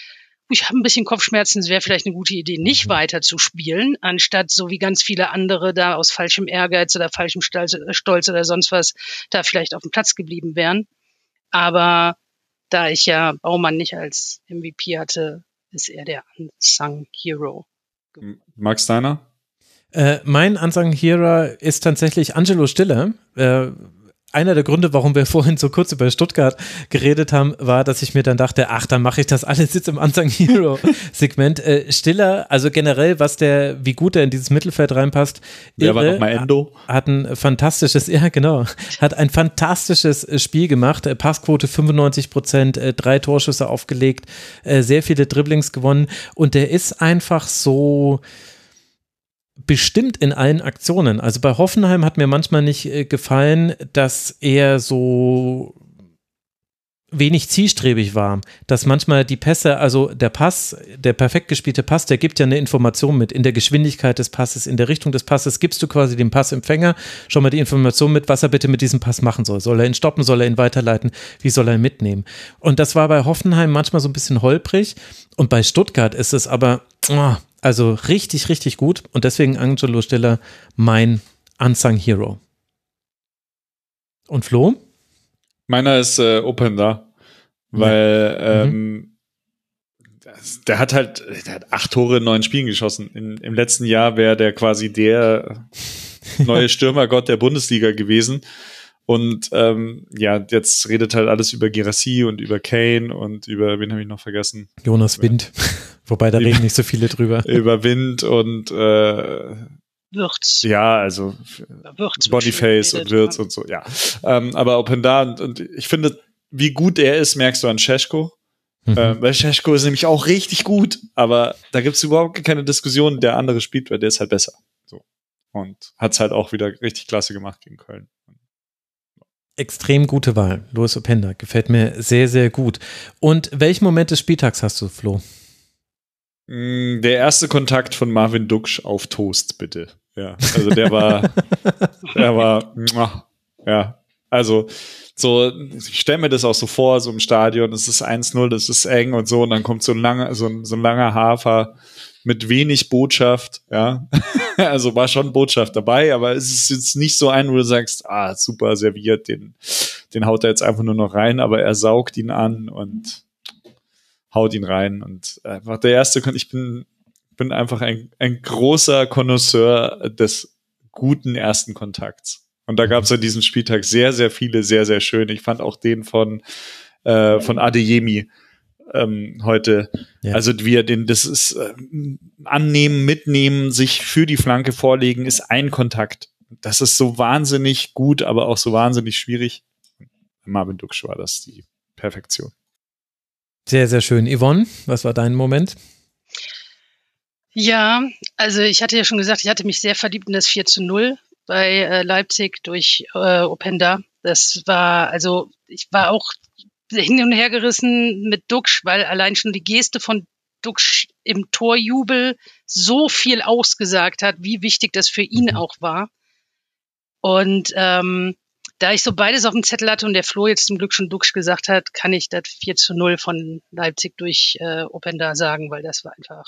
ich habe ein bisschen Kopfschmerzen, es wäre vielleicht eine gute Idee, nicht weiter zu spielen, anstatt so wie ganz viele andere da aus falschem Ehrgeiz oder falschem Stolz, Stolz oder sonst was da vielleicht auf dem Platz geblieben wären. Aber da ich ja Baumann nicht als M V P hatte, ist er der Unsung Hero. Max, deiner? Äh, mein Unsung Hero ist tatsächlich Angelo Stiller. Äh, Einer der Gründe, warum wir vorhin so kurz über Stuttgart geredet haben, war, dass ich mir dann dachte, ach, dann mache ich das alles jetzt im Unsung Hero Segment. Äh, Stiller, also generell, was der, wie gut er in dieses Mittelfeld reinpasst. Der war noch mal Endo. Hat ein fantastisches, ja genau, hat ein fantastisches Spiel gemacht. Passquote fünfundneunzig Prozent, äh, drei Torschüsse aufgelegt, äh, sehr viele Dribblings gewonnen und der ist einfach so bestimmt in allen Aktionen. Also bei Hoffenheim hat mir manchmal nicht äh, gefallen, dass er so wenig zielstrebig war, dass manchmal die Pässe, also der Pass, der perfekt gespielte Pass, der gibt ja eine Information mit, in der Geschwindigkeit des Passes, in der Richtung des Passes gibst du quasi dem Passempfänger schon mal die Information mit, was er bitte mit diesem Pass machen soll. Soll er ihn stoppen, soll er ihn weiterleiten, wie soll er ihn mitnehmen? Und das war bei Hoffenheim manchmal so ein bisschen holprig und bei Stuttgart ist es aber, oh, also richtig, richtig gut und deswegen Angelo Stiller mein Unsung Hero. Und Flo? Meiner ist äh, Openda, weil ja. ähm, mhm. der hat halt, der hat acht Tore in neun Spielen geschossen. In, Im letzten Jahr wäre der quasi der neue Stürmergott der Bundesliga gewesen. Und ähm, ja, jetzt redet halt alles über Girassi und über Kane und über, wen habe ich noch vergessen? Jonas Wind. Wobei, da reden nicht so viele drüber. Über Wind und äh, Wirtz. Ja, also Wirtz Boniface und Wirtz und so, ja. Ähm, aber Openda und, und ich finde, wie gut er ist, merkst du an Šeško. Mhm. Ähm, weil Šeško ist nämlich auch richtig gut, aber da gibt's überhaupt keine Diskussion, der andere spielt, weil der ist halt besser. So. Und hat's halt auch wieder richtig klasse gemacht gegen Köln. Extrem gute Wahl. Luis Openda gefällt mir sehr, sehr gut. Und welchen Moment des Spieltags hast du, Flo? Der erste Kontakt von Marvin Duksch auf Toast, bitte. Ja, also der war, der war, ja, also so, ich stelle mir das auch so vor, so im Stadion, es ist eins null, das ist eng und so, und dann kommt so ein langer, so ein, so ein langer Hafer mit wenig Botschaft, ja, also war schon Botschaft dabei, aber es ist jetzt nicht so ein, wo du sagst, ah, super serviert, den, den haut er jetzt einfach nur noch rein, aber er saugt ihn an und haut ihn rein und einfach der erste, ich bin, bin einfach ein, ein großer Connoisseur des guten ersten Kontakts. Und da gab es an diesem Spieltag sehr, sehr viele, sehr, sehr schöne. Ich fand auch den von, äh, von Adeyemi ähm, heute, ja. Also wie er den, das ist äh, annehmen, mitnehmen, sich für die Flanke vorlegen, ist ein Kontakt. Das ist so wahnsinnig gut, aber auch so wahnsinnig schwierig. Marvin Duksch war das die Perfektion. Sehr, sehr schön. Yvonne, was war dein Moment? Ja, also ich hatte ja schon gesagt, ich hatte mich sehr verliebt in das vier zu null bei äh, Leipzig durch äh, Openda. Das war, also ich war auch hin und her gerissen mit Duksch, weil allein schon die Geste von Duksch im Torjubel so viel ausgesagt hat, wie wichtig das für ihn auch war. Und ähm, da ich so beides auf dem Zettel hatte und der Flo jetzt zum Glück schon Duksch gesagt hat, kann ich das vier zu null von Leipzig durch äh, Openda sagen, weil das war einfach.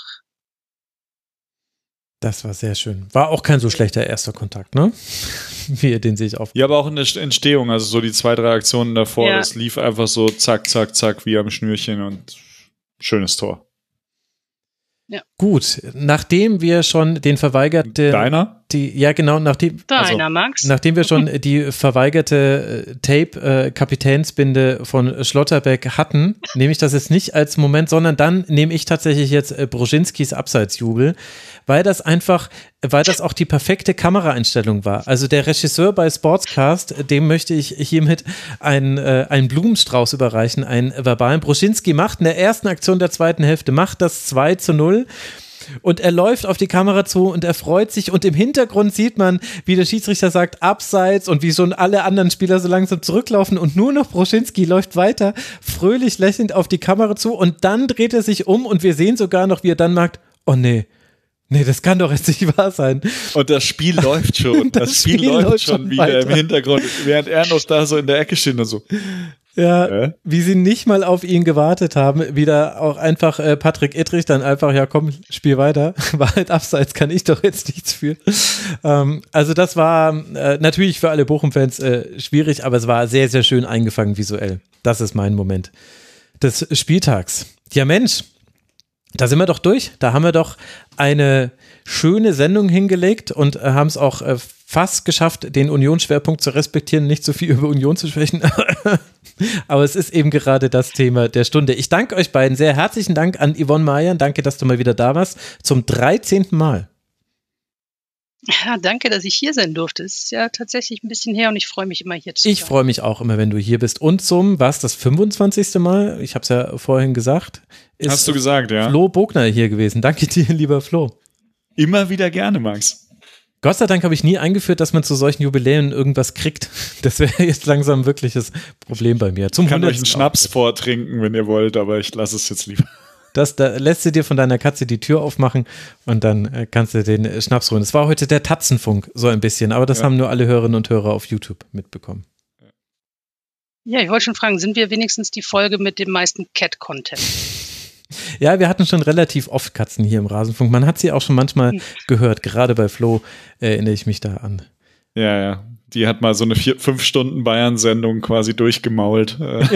Das war sehr schön. War auch kein so schlechter erster Kontakt, ne? Wie den sehe ich auf. Ja, aber auch in der Entstehung, also so die zwei, drei Aktionen davor, ja. Das lief einfach so zack, zack, zack, wie am Schnürchen und schönes Tor. Ja. Gut, nachdem wir schon den verweigerten... Deiner? Die, ja, genau, nachdem... Deiner, also, Max. Nachdem wir schon die verweigerte äh, Tape-Kapitänsbinde äh, von Schlotterbeck hatten, nehme ich das jetzt nicht als Moment, sondern dann nehme ich tatsächlich jetzt äh, Broschinskis Abseitsjubel, weil das einfach, weil das auch die perfekte Kameraeinstellung war. Also der Regisseur bei Sportscast, dem möchte ich hiermit einen, äh, einen Blumenstrauß überreichen, einen verbalen. Broschinski macht in der ersten Aktion der zweiten Hälfte, macht das zwei zu null. Und er läuft auf die Kamera zu und er freut sich und im Hintergrund sieht man, wie der Schiedsrichter sagt, abseits und wie schon alle anderen Spieler so langsam zurücklaufen und nur noch Broschinski läuft weiter, fröhlich lächelnd auf die Kamera zu und dann dreht er sich um und wir sehen sogar noch, wie er dann merkt, oh nee, nee, das kann doch jetzt nicht wahr sein. Und das Spiel läuft schon, das, das Spiel, Spiel läuft schon wieder weiter. Im Hintergrund, während er noch da so in der Ecke steht und so. Ja, Äh? wie sie nicht mal auf ihn gewartet haben, wieder auch einfach äh, Patrick Ittrich dann einfach, ja komm, spiel weiter, war halt abseits, kann ich doch jetzt nichts für. Ähm, also das war äh, natürlich für alle Bochum-Fans äh, schwierig, aber es war sehr, sehr schön eingefangen visuell. Das ist mein Moment des Spieltags. Ja Mensch, da sind wir doch durch, da haben wir doch eine schöne Sendung hingelegt und äh, haben es auch äh, fast geschafft, den Unionsschwerpunkt zu respektieren, nicht so viel über Union zu sprechen. Aber es ist eben gerade das Thema der Stunde. Ich danke euch beiden sehr. Herzlichen Dank an Yvonne Mayer. Danke, dass du mal wieder da warst. Zum dreizehnten Mal. Ja, danke, dass ich hier sein durfte. Es ist ja tatsächlich ein bisschen her und ich freue mich immer hier zu sein. Ich freue mich auch immer, wenn du hier bist. Und zum, was, das fünfundzwanzigste Mal? Ich habe es ja vorhin gesagt. Ist Hast du gesagt, ja. Flo Bogner hier gewesen. Danke dir, lieber Flo. Immer wieder gerne, Max. Gott sei Dank habe ich nie eingeführt, dass man zu solchen Jubiläen irgendwas kriegt. Das wäre jetzt langsam wirklich das Problem bei mir. Zum Ich kann euch einen hundertsten Schnaps vortrinken, wenn ihr wollt, aber ich lasse es jetzt lieber. Das, da lässt du dir von deiner Katze die Tür aufmachen und dann äh, kannst du den äh, Schnaps holen. Es war heute der Tatzenfunk, so ein bisschen, aber das Ja. haben nur alle Hörerinnen und Hörer auf YouTube mitbekommen. Ja, ich wollte schon fragen, sind wir wenigstens die Folge mit dem meisten Cat-Content? Ja, wir hatten schon relativ oft Katzen hier im Rasenfunk. Man hat sie auch schon manchmal gehört. Gerade bei Flo äh, erinnere ich mich da an. Ja, ja. Die hat mal so eine vier, fünf Stunden Bayern-Sendung quasi durchgemault. Äh,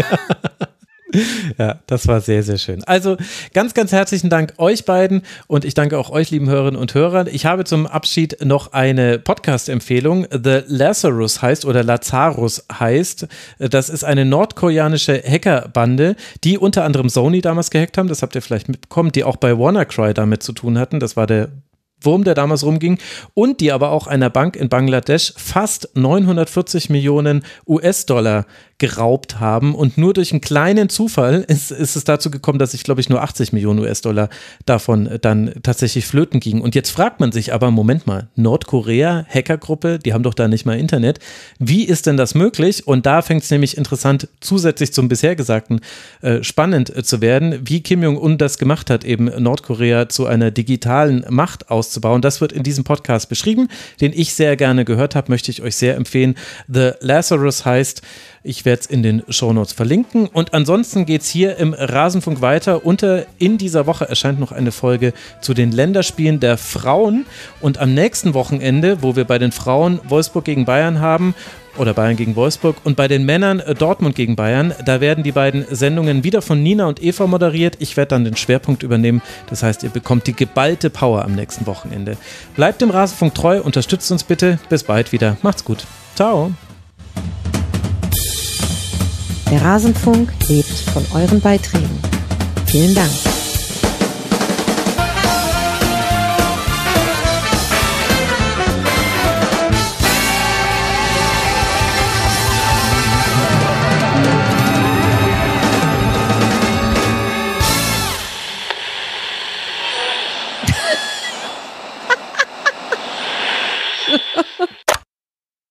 Ja, das war sehr, sehr schön. Also ganz, ganz herzlichen Dank euch beiden und ich danke auch euch, lieben Hörerinnen und Hörer. Ich habe zum Abschied noch eine Podcast-Empfehlung. The Lazarus heißt oder Lazarus heißt. Das ist eine nordkoreanische Hackerbande, die unter anderem Sony damals gehackt haben. Das habt ihr vielleicht mitbekommen, die auch bei WannaCry damit zu tun hatten. Das war der Wurm, der damals rumging, und die aber auch einer Bank in Bangladesch fast neunhundertvierzig Millionen U S-Dollar geraubt haben und nur durch einen kleinen Zufall ist, ist es dazu gekommen, dass ich glaube ich nur achtzig Millionen U S-Dollar davon dann tatsächlich flöten ging. Und jetzt fragt man sich aber, Moment mal, Nordkorea, Hackergruppe, die haben doch da nicht mal Internet. Wie ist denn das möglich? Und da fängt es nämlich interessant, zusätzlich zum bisher Gesagten, äh, spannend äh, zu werden, wie Kim Jong-un das gemacht hat, eben Nordkorea zu einer digitalen Macht auszubauen. Das wird in diesem Podcast beschrieben, den ich sehr gerne gehört habe, möchte ich euch sehr empfehlen. The Lazarus heißt, ich werde es in den Shownotes verlinken. Und ansonsten geht es hier im Rasenfunk weiter. Unter in dieser Woche erscheint noch eine Folge zu den Länderspielen der Frauen. Und am nächsten Wochenende, wo wir bei den Frauen Wolfsburg gegen Bayern haben, oder Bayern gegen Wolfsburg, und bei den Männern Dortmund gegen Bayern, da werden die beiden Sendungen wieder von Nina und Eva moderiert. Ich werde dann den Schwerpunkt übernehmen. Das heißt, ihr bekommt die geballte Power am nächsten Wochenende. Bleibt dem Rasenfunk treu, unterstützt uns bitte. Bis bald wieder. Macht's gut. Ciao. Der Rasenfunk lebt von euren Beiträgen. Vielen Dank.